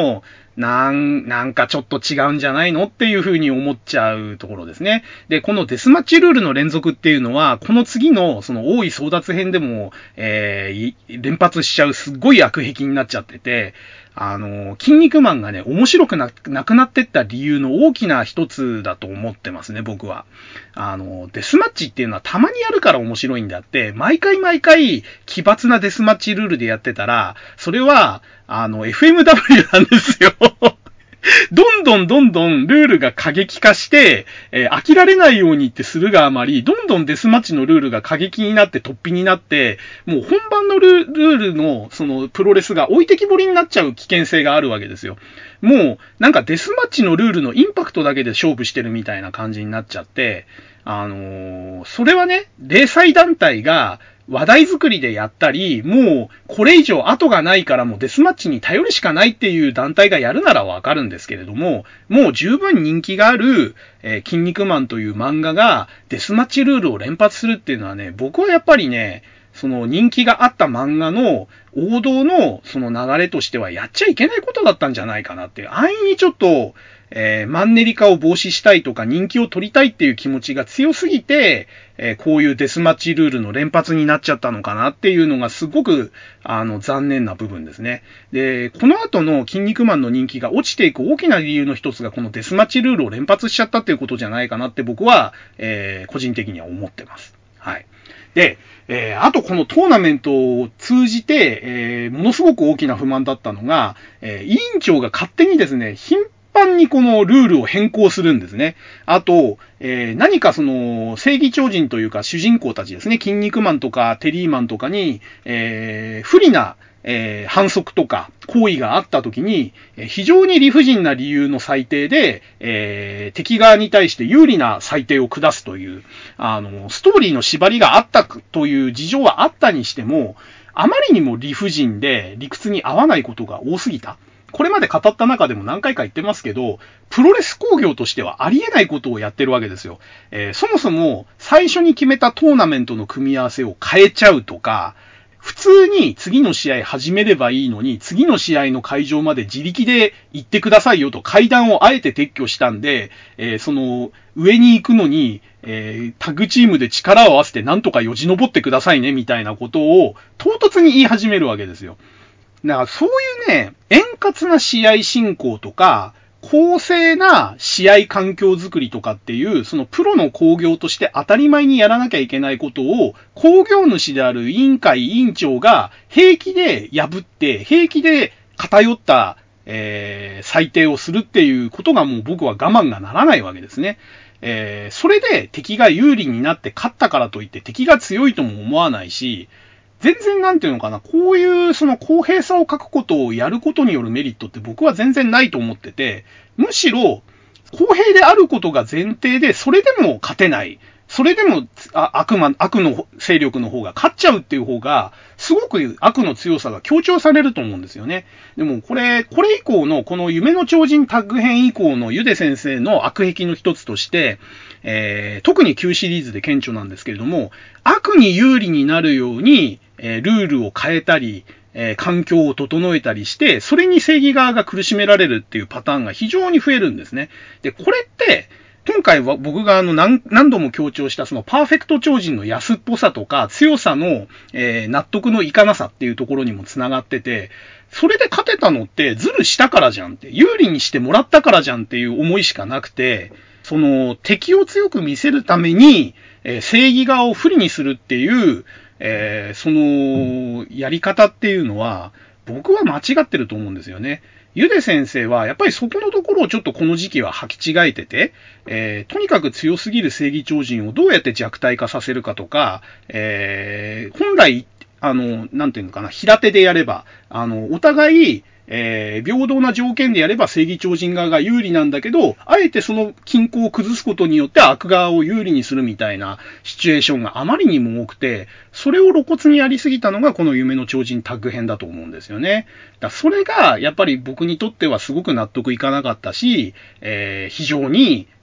なん、なんかちょっと違うんじゃないのっていう風に思っちゃうところですね。で、このデスマッチルールの連続っていうのは、この次のその大井争奪編でも、えー、連発しちゃうすっごい悪癖になっちゃってて、あの、筋肉マンがね、面白くな、なくなってった理由の大きな一つだと思ってますね、僕は。あの、デスマッチっていうのはたまにやるから面白いんであって、毎回毎回奇抜なデスマッチルールでやってたら、それは、あの、エフエムダブリュー なんですよ。どんどんどんどんルールが過激化して、えー、飽きられないようにってするがあまり、どんどんデスマッチのルールが過激になって突飛になって、もう本番のルールのそのプロレスが置いてきぼりになっちゃう危険性があるわけですよ。もうなんかデスマッチのルールのインパクトだけで勝負してるみたいな感じになっちゃって、あのー、それはね、零細団体が話題作りでやったり、もうこれ以上後がないからもうデスマッチに頼るしかないっていう団体がやるならわかるんですけれども、もう十分人気がある、えー、筋肉マンという漫画がデスマッチルールを連発するっていうのはね、僕はやっぱりね、その人気があった漫画の王道のその流れとしてはやっちゃいけないことだったんじゃないかなっていう、安易にちょっと、えー、マンネリ化を防止したいとか人気を取りたいっていう気持ちが強すぎて、えー、こういうデスマッチルールの連発になっちゃったのかなっていうのがすごく、あの、残念な部分ですね。で、この後の筋肉マンの人気が落ちていく大きな理由の一つがこのデスマッチルールを連発しちゃったっていうことじゃないかなって僕は、えー、個人的には思ってます。はい。で、えー、あとこのトーナメントを通じて、えー、ものすごく大きな不満だったのが、えー、委員長が勝手にですね、頻繁にこのルールを変更するんですね。あと、えー、何かその、正義超人というか主人公たちですね、筋肉マンとかテリーマンとかに、えー、不利な、えー、反則とか行為があったときに、非常に理不尽な理由の裁定で、えー、敵側に対して有利な裁定を下すという、あの、ストーリーの縛りがあったという事情はあったにしても、あまりにも理不尽で理屈に合わないことが多すぎた。これまで語った中でも何回か言ってますけど、プロレス工業としてはありえないことをやってるわけですよ。えー、そもそも最初に決めたトーナメントの組み合わせを変えちゃうとか、普通に次の試合始めればいいのに、次の試合の会場まで自力で行ってくださいよと階段をあえて撤去したんで、えー、その上に行くのに、えー、タッグチームで力を合わせてなんとかよじ登ってくださいねみたいなことを唐突に言い始めるわけですよ。だからそういうね、円滑な試合進行とか、公正な試合環境づくりとかっていう、そのプロの興行として当たり前にやらなきゃいけないことを、興行主である委員会委員長が平気で破って、平気で偏った、えー、裁定をするっていうことがもう僕は我慢がならないわけですね。えー、それで敵が有利になって勝ったからといって敵が強いとも思わないし、全然なんていうのかな、こういうその公平さを欠くことをやることによるメリットって僕は全然ないと思ってて、むしろ公平であることが前提で、それでも勝てない。それでも悪魔、悪の勢力の方が勝っちゃうっていう方が、すごく悪の強さが強調されると思うんですよね。でもこれ、これ以降のこの夢の超人タッグ編以降のゆで先生の悪癖の一つとして、えー、特に旧シリーズで顕著なんですけれども、悪に有利になるように、えー、ルールを変えたり、えー、環境を整えたりして、それに正義側が苦しめられるっていうパターンが非常に増えるんですね。で、これって、今回は僕があの何何度も強調したそのパーフェクト超人の安っぽさとか強さの、えー、納得のいかなさっていうところにもつながってて、それで勝てたのってズルしたからじゃんって、有利にしてもらったからじゃんっていう思いしかなくて、その敵を強く見せるために、えー、正義側を不利にするっていう、えー、そのやり方っていうのは僕は間違ってると思うんですよね。ゆで先生は、やっぱりそこのところをちょっとこの時期は履き違えてて、えー、とにかく強すぎる正義超人をどうやって弱体化させるかとか、えー、本来、あの、なんていうのかな、平手でやれば、あの、お互い、えー、平等な条件でやれば正義超人側が有利なんだけど、あえてその均衡を崩すことによって悪側を有利にするみたいなシチュエーションがあまりにも多くて、それを露骨にやりすぎたのがこの夢の超人タッグ編だと思うんですよね。だそれがやっぱり僕にとってはすごく納得いかなかったし、えー、非常に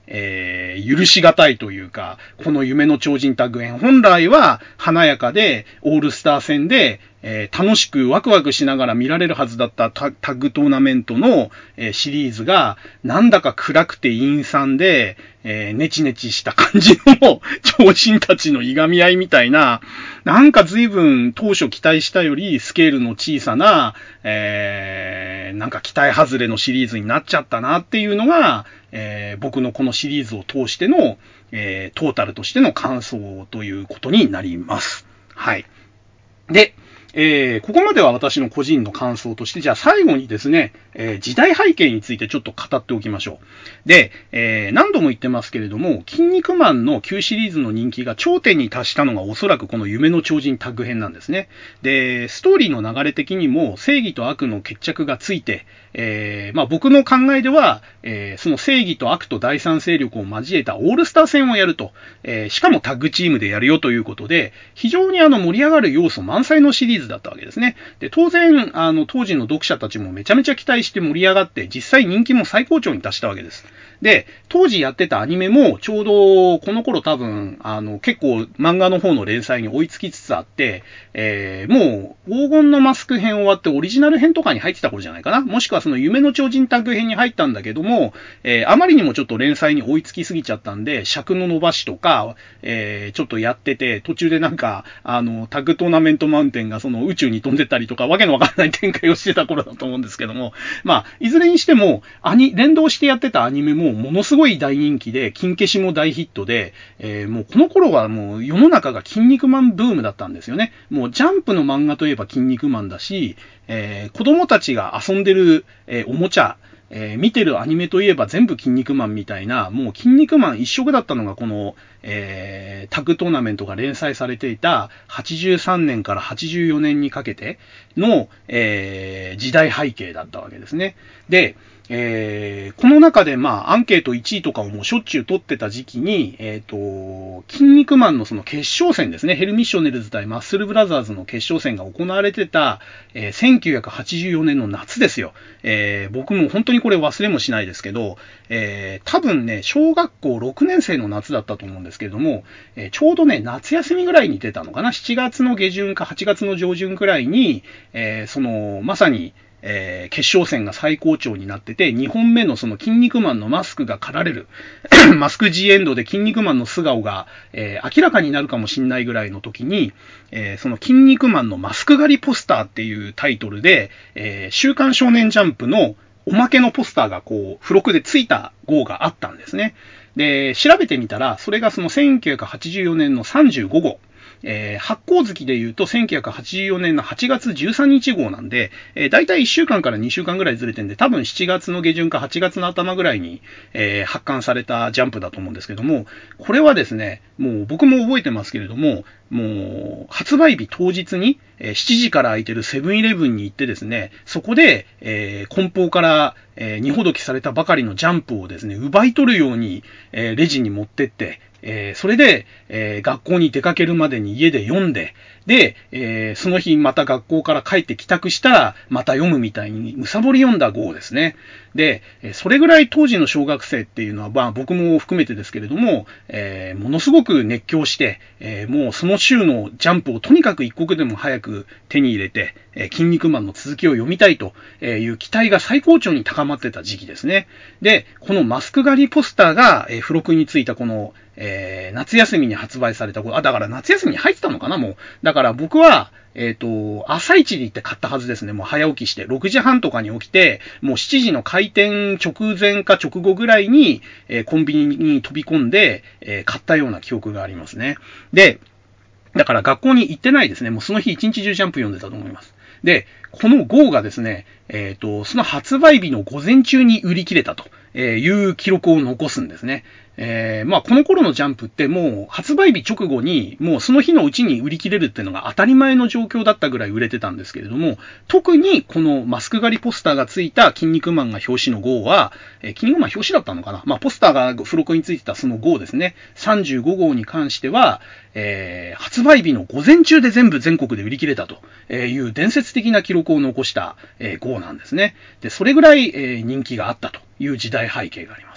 えー、許しがたいというか、この夢の超人タッグ編、本来は華やかでオールスター戦で、えー、楽しくワクワクしながら見られるはずだったタッグトーナメントの、えー、シリーズが、なんだか暗くて陰惨で、えー、ネチネチした感じの超人たちのいがみ合いみたいな、なんか随分当初期待したよりスケールの小さな、えー、なんか期待外れのシリーズになっちゃったなっていうのが、えー、僕のこのシリーズを通しての、えー、トータルとしての感想ということになります。はい。で、えー、ここまでは私の個人の感想として、じゃあ最後にですね、えー、時代背景についてちょっと語っておきましょう。で、えー、何度も言ってますけれども、筋肉マンの旧シリーズの人気が頂点に達したのがおそらくこの夢の超人タッグ編なんですね。で、ストーリーの流れ的にも正義と悪の決着がついて、えー、まあ僕の考えでは、えー、その正義と悪と第三勢力を交えたオールスター戦をやると、えー、しかもタッグチームでやるよということで、非常にあの盛り上がる要素満載のシリーズだったわけですね。で、当然、あの、当時の読者たちもめちゃめちゃ期待して盛り上がって、実際人気も最高潮に達したわけです。で、当時やってたアニメも、ちょうど、この頃多分、あの、結構漫画の方の連載に追いつきつつあって、えー、もう、黄金のマスク編終わってオリジナル編とかに入ってた頃じゃないかな。もしくはその夢の超人タッグ編に入ったんだけども、えー、あまりにもちょっと連載に追いつきすぎちゃったんで、尺の伸ばしとか、えー、ちょっとやってて、途中でなんか、あの、タッグトーナメントマウンテンがその宇宙に飛んでったりとか、わけのわかんない展開をしてた頃だと思うんですけども、まあ、いずれにしても、アニ、連動してやってたアニメもものすごい大人気で、金消しも大ヒットで、えー、もうこの頃はもう世の中が筋肉マンブームだったんですよね。もうジャンプの漫画といえば筋肉マンだし、えー、子供たちが遊んでる、えー、おもちゃ、えー、見てるアニメといえば全部筋肉マンみたいな、もう筋肉マン一色だったのがこの、えー、タッグトーナメントが連載されていたはちじゅうさんねんからはちじゅうよねんにかけての、えー、時代背景だったわけですね。で、えー、この中でまあアンケートいちいとかをもうしょっちゅう取ってた時期に、えっと、筋肉マンのその決勝戦ですね、ヘルミッショネルズ対マッスルブラザーズの決勝戦が行われてた、えー、せんきゅうひゃくはちじゅうよねんの夏ですよ。えー、僕も本当にこれ忘れもしないですけど、えー、多分ね、小学校ろくねん生の夏だったと思うんですけれども、えー、ちょうどね、夏休みぐらいに出たのかな、しちがつの下旬かはちがつの上旬くらいに、えー、その、まさに、えー、決勝戦が最高潮になってて、にほんめのその筋肉マンのマスクが刈られる、マスク G エンドで筋肉マンの素顔が、えー、明らかになるかもしんないぐらいの時に、えー、その筋肉マンのマスク狩りポスターっていうタイトルで、えー、週刊少年ジャンプのおまけのポスターがこう、付録でついた号があったんですね。で、調べてみたら、それがそのせんきゅうひゃくはちじゅうよねんのさんじゅうごごう。えー、発行月で言うとせんきゅうひゃくはちじゅうよねんのはちがつじゅうさんにち号なんで、えー、だいたいいっしゅうかんからにしゅうかんぐらいずれてんで、多分しちがつの下旬かはちがつの頭ぐらいに、えー、発刊されたジャンプだと思うんですけども、これはですね、もう僕も覚えてますけれども、もう発売日当日に、えー、しちじから空いてるセブンイレブンに行ってですね、そこで、えー、梱包から、えー、荷ほどきされたばかりのジャンプをですね、奪い取るように、えー、レジに持ってって、えー、それで、えー、学校に出かけるまでに家で読んで、で、えー、その日また学校から帰って帰宅したら、また読むみたいに、むさぼり読んだ号ですね。で、それぐらい当時の小学生っていうのは、まあ僕も含めてですけれども、えー、ものすごく熱狂して、えー、もうその週のジャンプをとにかく一刻でも早く手に入れて、えー、筋肉マンの続きを読みたいという期待が最高潮に高まってた時期ですね。で、このマスク狩りポスターが、えー、付録についたこの、えー、夏休みに発売された、あ、だから夏休みに入ってたのかな、もう。だから僕は、えっと、朝一で行って買ったはずですね。もう早起きして、ろくじはんとかに起きて、もうしちじの開店直前か直後ぐらいに、えー、コンビニに飛び込んで、えー、買ったような記憶がありますね。で、だから学校に行ってないですね。もうその日一日中ジャンプ読んでたと思います。で、この号がですね、えっと、その発売日の午前中に売り切れたという記録を残すんですね。えー、まあこの頃のジャンプってもう発売日直後にもうその日のうちに売り切れるっていうのが当たり前の状況だったぐらい売れてたんですけれども、特にこのマスク狩りポスターがついた筋肉マンが表紙の号は、えー、筋肉マン表紙だったのかな、まあポスターが付録についてたその号ですね。さんじゅうごごうに関しては、えー、発売日の午前中で全部全国で売り切れたという伝説的な記録を残した、えー、号なんですね。で、それぐらい、えー、人気があったという時代背景があります。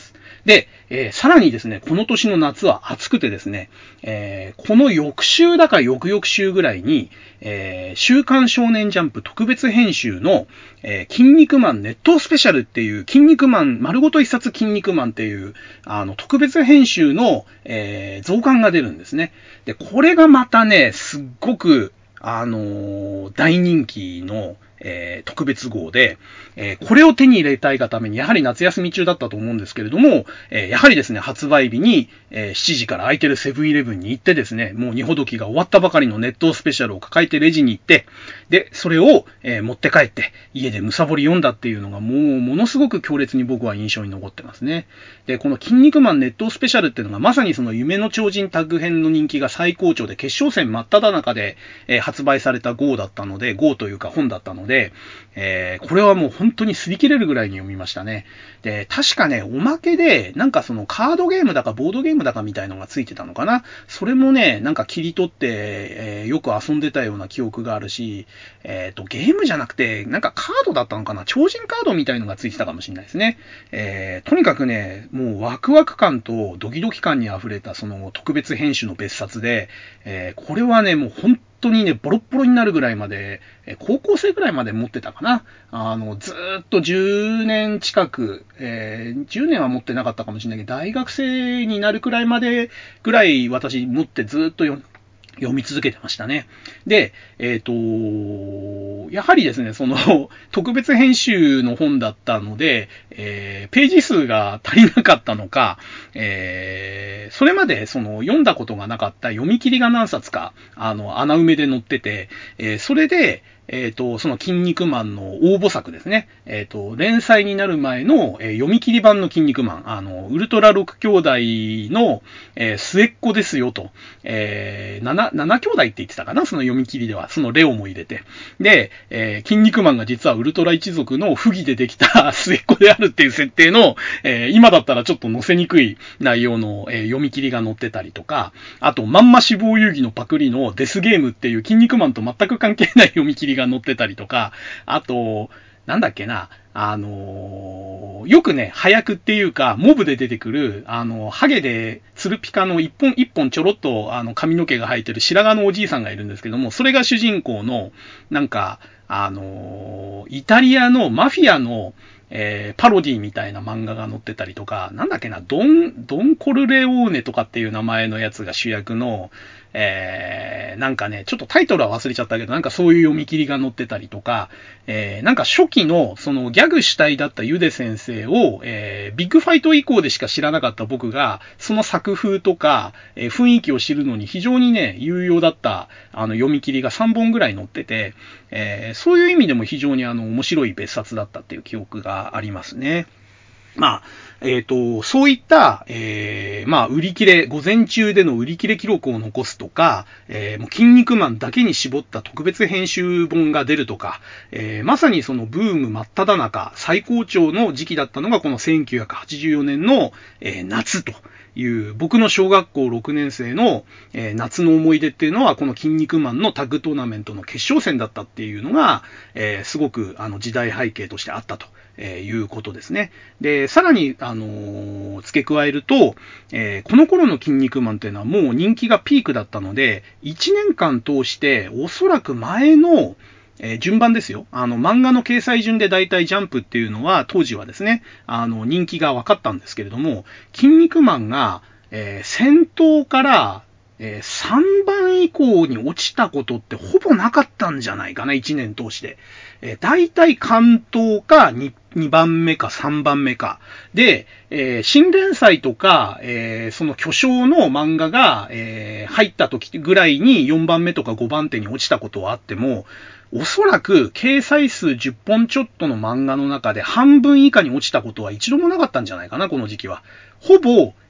で、えーさらにですね、この年の夏は暑くてですね、えーこの翌週だか翌々週ぐらいに、えー週刊少年ジャンプ特別編集の、えー筋肉マン熱湯スペシャルっていう、筋肉マン、丸ごと一冊筋肉マンっていう、あの、特別編集の、えー増刊が出るんですね。で、これがまたね、すっごく、あのー大人気の、えー特別号で、えーこれを手に入れたいがために、やはり夏休み中だったと思うんですけれども、えーやはりですね、発売日に、えーしちじから空いてるセブンイレブンに行ってですね、もう二ほどきが終わったばかりの熱湯スペシャルを抱えてレジに行って、で、それを、えー持って帰って、家でむさぼり読んだっていうのが、もう、ものすごく強烈に僕は印象に残ってますね。で、この筋肉マン熱湯スペシャルっていうのが、まさにその夢の超人タッグ編の人気が最高潮で、決勝戦真っ只中で、えー発売された号だったので、号というか本だったので、えーこれはもう本当に擦り切れるぐらいに読みましたね。で、確かね、おまけで、なんかそのカードゲームだかボードゲームだかみたいのがついてたのかな。それもね、なんか切り取って、えーよく遊んでたような記憶があるし、えっと、ゲームじゃなくて、なんかカードだったのかな。超人カードみたいのがついてたかもしれないですね。えーとにかくね、もうワクワク感とドキドキ感に溢れたその特別編集の別冊で、えーこれはね、もう本当にね、ボロッボロになるぐらいまで、え高校生ぐらいまで持ってたかな。あの、ずーっとじゅうねん近く、えーじゅうねんは持ってなかったかもしれないけど、大学生になるくらいまでぐらい私持ってずーっと読読み続けてましたね。で、えっと、やはりですね、その、特別編集の本だったので、えーページ数が足りなかったのか、えーそれまでその読んだことがなかった読み切りが何冊か、あの、穴埋めで載ってて、えーそれで、えっと、その筋肉マンの応募作ですね。えっと、連載になる前の、えー読み切り版の筋肉マン、あの、ウルトラろく兄弟の、えー末っ子ですよと、えー、7、なな兄弟って言ってたかな、その読み切りでは。そのレオも入れて。で、えー、筋肉マンが実はウルトラ一族の不義でできた末っ子であるっていう設定の、えー、今だったらちょっと載せにくい内容の、えー読み切りが載ってたりとか、あと、まんま死亡遊戯のパクリのデスゲームっていう筋肉マンと全く関係ない読み切りが載ってたりとか、あと、なんだっけな、あのーよくね、早くっていうか、モブで出てくる、あの、ハゲで、ツルピカの一本一本ちょろっと、あの、髪の毛が生えてる白髪のおじいさんがいるんですけども、それが主人公の、なんか、あのーイタリアのマフィアの、えーパロディみたいな漫画が載ってたりとか、なんだっけな、ドン、ドンコルレオーネとかっていう名前のやつが主役の、えー、なんかね、ちょっとタイトルは忘れちゃったけど、なんかそういう読み切りが載ってたりとか、えー、なんか初期の、そのギャグ主体だったゆで先生を、えー、ビッグファイト以降でしか知らなかった僕が、その作風とか、えー、雰囲気を知るのに非常にね、有用だった、あの、読み切りがさんぼんぐらい載ってて、えー、そういう意味でも非常にあの、面白い別冊だったっていう記憶がありますね。まあ、えっと、そういった、えー、まあ、売り切れ、午前中での売り切れ記録を残すとか、えー、もう筋肉マンだけに絞った特別編集本が出るとか、えー、まさにそのブーム真っ只中、最高潮の時期だったのがこのせんきゅうひゃくはちじゅうよねんの、えー、夏という、僕の小学校ろくねん生の、えー、夏の思い出っていうのは、この筋肉マンのタッグトーナメントの決勝戦だったっていうのが、えー、すごくあの時代背景としてあったと。えー、いうことですね。で、さらに、あのー付け加えると、えーこの頃の筋肉マンっていうのはもう人気がピークだったので、いちねんかん通して、おそらく前の、えー順番ですよ。あの、漫画の掲載順で大体ジャンプっていうのは、当時はですね、あの、人気が分かったんですけれども、筋肉マンが、えー先頭から、えーさんばん以降に落ちたことってほぼなかったんじゃないかな、いちねん通して。えー、大体関東か 2, にばんめかさんばんめか。で、えー新連載とか、えーその巨匠の漫画が、えー入った時ぐらいによんばんめとかごばん手に落ちたことはあっても、おそらく掲載数じゅっぽんちょっとの漫画の中で半分以下に落ちたことは一度もなかったんじゃないかな、この時期は。ほぼ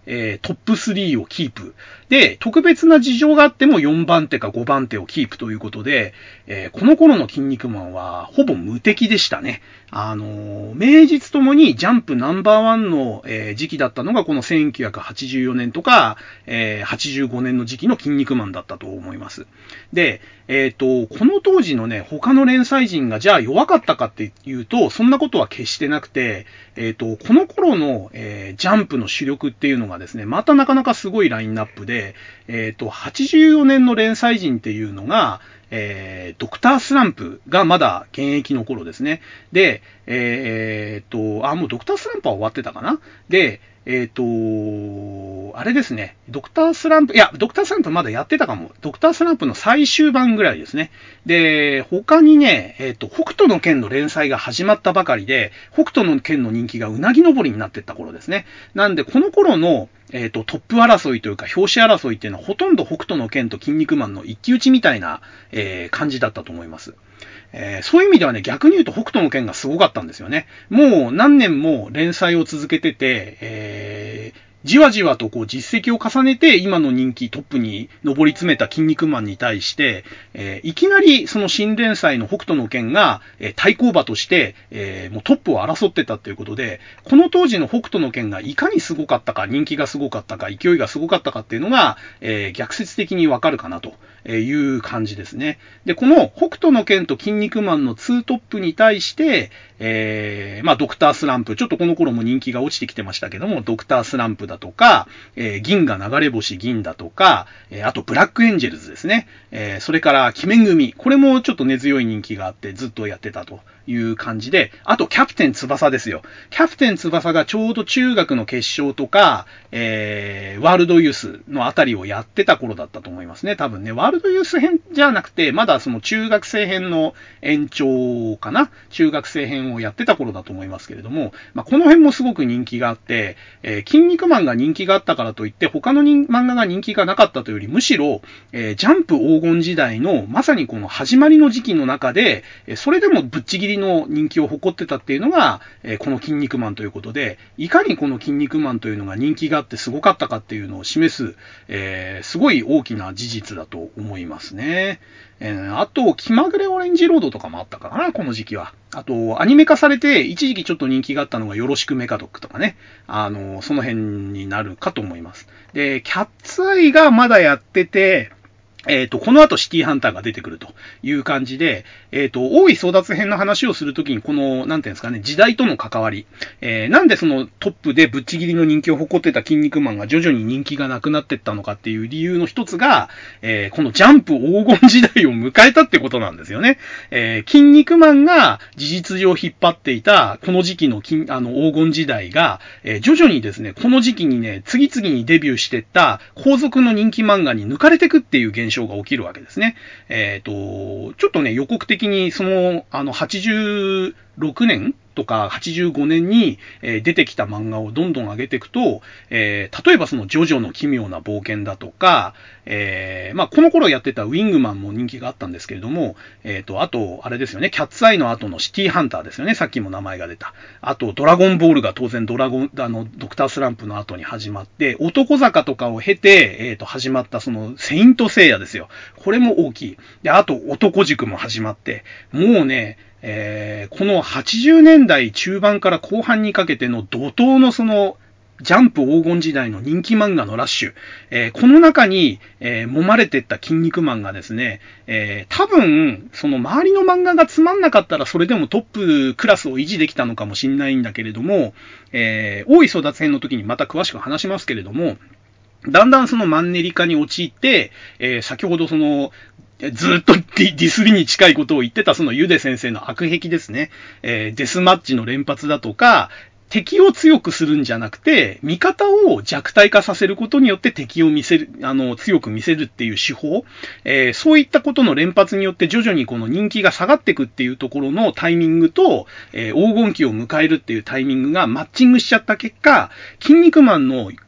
えー、トップスリーをキープ。で、特別な事情があってもよんばん手かごばん手をキープということで、えー、この頃の筋肉マンはほぼ無敵でしたね。あのー、名実ともにジャンプナンバーワンの、えー、時期だったのがこのせんきゅうひゃくはちじゅうよねんとか、えー、はちじゅうごねんの時期の筋肉マンだったと思います。で、えっと、この当時のね、他の連載陣がじゃあ弱かったかっていうと、そんなことは決してなくて、えっと、この頃の、えー、ジャンプの主力っていうのがですね、またなかなかすごいラインナップで、えっと、はちじゅうよねんの連載陣っていうのが、えー、ドクタースランプがまだ現役の頃ですね。で、えー、っと、あ、もうドクタースランプは終わってたかな。で、えっと、あれですね。ドクタースランプ、いや、ドクタースランプまだやってたかも。ドクタースランプの最終版ぐらいですね。で、他にね、えっと、北斗の拳の連載が始まったばかりで、北斗の拳の人気がうなぎ登りになっていった頃ですね。なんで、この頃の、えっと、トップ争いというか、表紙争いっていうのはほとんど北斗の拳と筋肉マンの一騎打ちみたいな、えー、感じだったと思います。えー、そういう意味ではね、逆に言うと北斗の拳がすごかったんですよね。もう何年も連載を続けてて、えー、じわじわとこう実績を重ねて今の人気トップに上り詰めた筋肉マンに対して、えー、いきなりその新連載の北斗の拳が、えー、対抗馬として、えー、もうトップを争ってたということで、この当時の北斗の拳がいかにすごかったか、人気がすごかったか、勢いがすごかったかっていうのが、えー、逆説的にわかるかなという感じですね。で、この北斗の拳と筋肉マンのツートップに対して、えー、まあドクタースランプ、ちょっとこの頃も人気が落ちてきてましたけども、ドクタースランプだとか、えー、銀河流れ星銀だとか、えー、あとブラックエンジェルズですね。えー、それから鬼面組。これもちょっと根強い人気があってずっとやってたという感じで、あとキャプテン翼ですよ。キャプテン翼がちょうど中学の決勝とか、えー、ワールドユースのあたりをやってた頃だったと思いますね。多分ね、ワールドユース編じゃなくて、まだその中学生編の延長かな。中学生編をやってた頃だと思いますけれども、まあ、この辺もすごく人気があって、えー、筋肉マンが人気があったからといって、他の漫画が人気がなかったというより、むしろ、えー、ジャンプ黄金時代のまさにこの始まりの時期の中で、それでもぶっちぎりの人気を誇ってたっていうのが、えー、この筋肉マンということで、いかにこの筋肉マンというのが人気があってすごかったかっていうのを示す、えー、すごい大きな事実だと思いますね。えー、あと、気まぐれオレンジロードとかもあったかな、この時期は。あと、アニメ化されて、一時期ちょっと人気があったのが、よろしくメカドックとかね。あの、その辺になるかと思います。で、キャッツアイがまだやってて、えっと、この後シティハンターが出てくるという感じで、えっと、大井争奪編の話をするときに、この、なんていうんですかね、時代との関わり、えー、なんでそのトップでぶっちぎりの人気を誇ってた筋肉マンが徐々に人気がなくなっていったのかっていう理由の一つが、えー、このジャンプ黄金時代を迎えたってことなんですよね。えー、筋肉マンが事実上引っ張っていた、この時期の金、あの、黄金時代が、えー、徐々にですね、この時期にね、次々にデビューしていった後続の人気漫画に抜かれてくっていう現象が起きるわけですね。えっと、ちょっとね、予告的にその、あの、はちじゅうろくねんとかはちじゅうごねんに、えー、出てきた漫画をどんどん上げていくと、えー、例えばそのジョジョの奇妙な冒険だとか、えー、まあ、この頃やってたウィングマンも人気があったんですけれども、えっと、あと、あれですよね、キャッツアイの後のシティハンターですよね、さっきも名前が出た。あと、ドラゴンボールが当然ドラゴン、あの、ドクタースランプの後に始まって、男坂とかを経て、えっと、始まったその、セイントセイヤですよ。これも大きい。で、あと、男塾も始まって、もうね、えー、このはちじゅうねんだい中盤から後半にかけての怒涛のその、ジャンプ黄金時代の人気漫画のラッシュ。えー、この中に、えー、揉まれてった筋肉マンがですね、えー、多分、その周りの漫画がつまんなかったらそれでもトップクラスを維持できたのかもしれないんだけれども、えー、大井争奪編の時にまた詳しく話しますけれども、だんだんそのマンネリ化に陥って、えー、先ほどその、ずっとディ, ディスりに近いことを言ってたそのユデ先生の悪癖ですね。えー、デスマッチの連発だとか、敵を強くするんじゃなくて、味方を弱体化させることによって敵を見せる、あの、強く見せるっていう手法、えー、そういったことの連発によって徐々にこの人気が下がっていくっていうところのタイミングと、えー、黄金期を迎えるっていうタイミングがマッチングしちゃった結果、筋肉マンの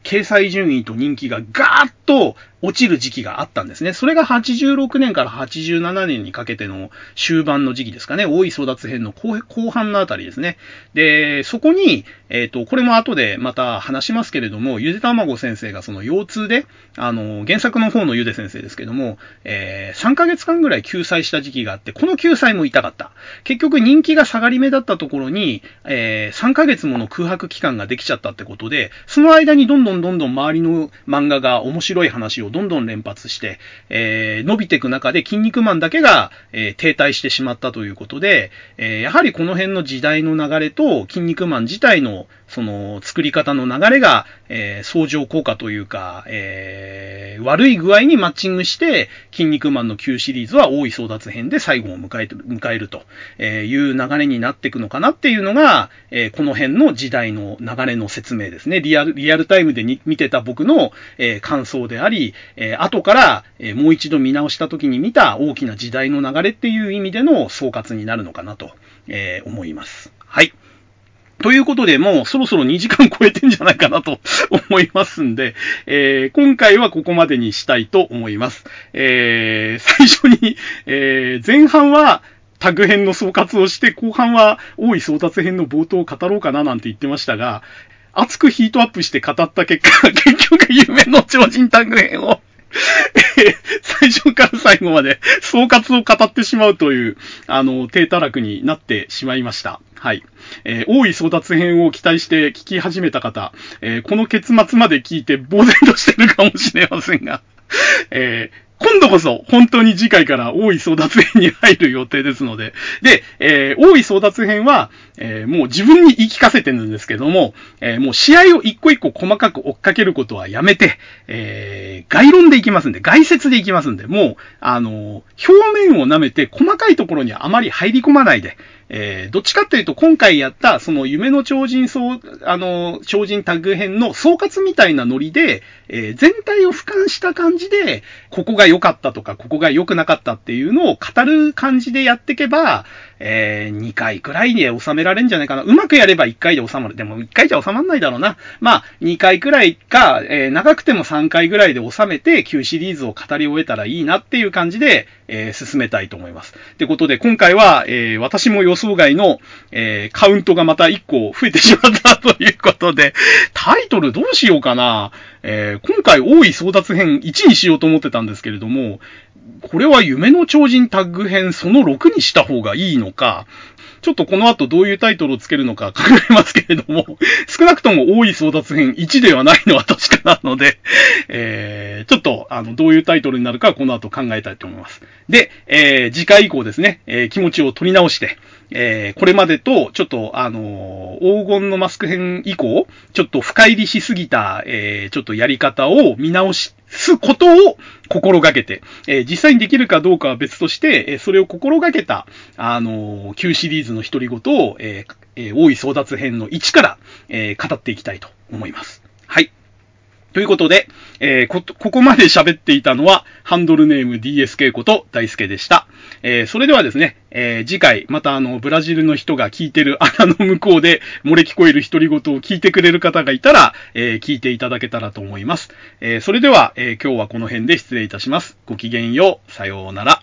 掲載順位と人気がガーッと落ちる時期があったんですね。それがはちじゅうろくねんからはちじゅうななねんにかけての終盤の時期ですかね。大井争奪編の後後半のあたりですね。で、そこに、えっと、これも後でまた話しますけれども、ゆでたまご先生がその腰痛で、あの、原作の方のゆで先生ですけども、えー、さんかげつかんぐらい休載した時期があって、この休載も痛かった。結局人気が下がり目だったところに、えー、さんかげつもの空白期間ができちゃったってことで、その間にどんどんどんどん周りの漫画が面白い話をどんどん連発して、えー、伸びていく中で筋肉マンだけが、えー、停滞してしまったということで、えー、やはりこの辺の時代の流れと筋肉マン自体のその作り方の流れが、えー、相乗効果というか、えー、悪い具合にマッチングして、筋肉マンの旧シリーズは大井争奪編で最後を迎える、迎えるという流れになっていくのかなっていうのが、えー、この辺の時代の流れの説明ですね。リアル、リアルタイムでに見てた僕の、えー、感想であり、えー、後から、えー、もう一度見直した時に見た大きな時代の流れっていう意味での総括になるのかなと、えー、思います。はい。ということで、もうそろそろにじかん超えてんじゃないかなと思いますんで、えー、今回はここまでにしたいと思います。えー、最初に、えー、前半はタグ編の総括をして、後半は大井争奪編の冒頭を語ろうかななんて言ってましたが、熱くヒートアップして語った結果、結局夢の超人タグ編を最初から最後まで総括を語ってしまうという、あの、低たらくになってしまいました。はい。えー、大井争奪編を期待して聞き始めた方、えー、この結末まで聞いて呆然としてるかもしれませんが、えー今度こそ本当に次回から大井争奪編に入る予定ですので、で、えー、大井争奪編は、えー、もう自分に言い聞かせてるんですけども、えー、もう試合を一個一個細かく追っかけることはやめて、えー、概論でいきますんで、概説でいきますんで、もう、あのー、表面を舐めて細かいところにあまり入り込まないで、えー、どっちかっていうと今回やったその夢の超人総、あの、超人タッグ編の総括みたいなノリで、えー、全体を俯瞰した感じで、ここが良かったとか、ここが良くなかったっていうのを語る感じでやっていけば、えー、にかいくらいで収められるんじゃないかな。うまくやればいっかいで収まる。でもいっかいじゃ収まんないだろうな。まあ、にかいくらいか、えー、長くてもさんかいぐらいで収めて、旧シリーズを語り終えたらいいなっていう感じで、えー、進めたいと思います。ってことで、今回は、えー、私も予想外の、えー、カウントがまたいっこ増えてしまったということで、タイトルどうしようかな。えー、今回大井争奪編いちにしようと思ってたんですけれども、これは夢の超人タッグ編そのろくにした方がいいのか、ちょっとこの後どういうタイトルをつけるのか考えますけれども、少なくとも大井争奪編いちではないのは確かなので、えー、ちょっとあのどういうタイトルになるかはこの後考えたいと思います。で、えー、次回以降ですね、えー、気持ちを取り直して、えー、これまでと、ちょっと、あのー、黄金のマスク編以降、ちょっと深入りしすぎた、えー、ちょっとやり方を見直すことを心がけて、えー、実際にできるかどうかは別として、えー、それを心がけた、あのー、旧シリーズの独り言を、えーえー、大井争奪編のいちから、えー、語っていきたいと思います。はい。ということで、えー、こ、ここまで喋っていたのは、ハンドルネーム ディーエスケー こと大輔でした。えー、それではですね、えー、次回、またあの、ブラジルの人が聞いてる穴の向こうで漏れ聞こえる独り言を聞いてくれる方がいたら、えー、聞いていただけたらと思います。えー、それでは、えー、今日はこの辺で失礼いたします。ごきげんよう。さようなら。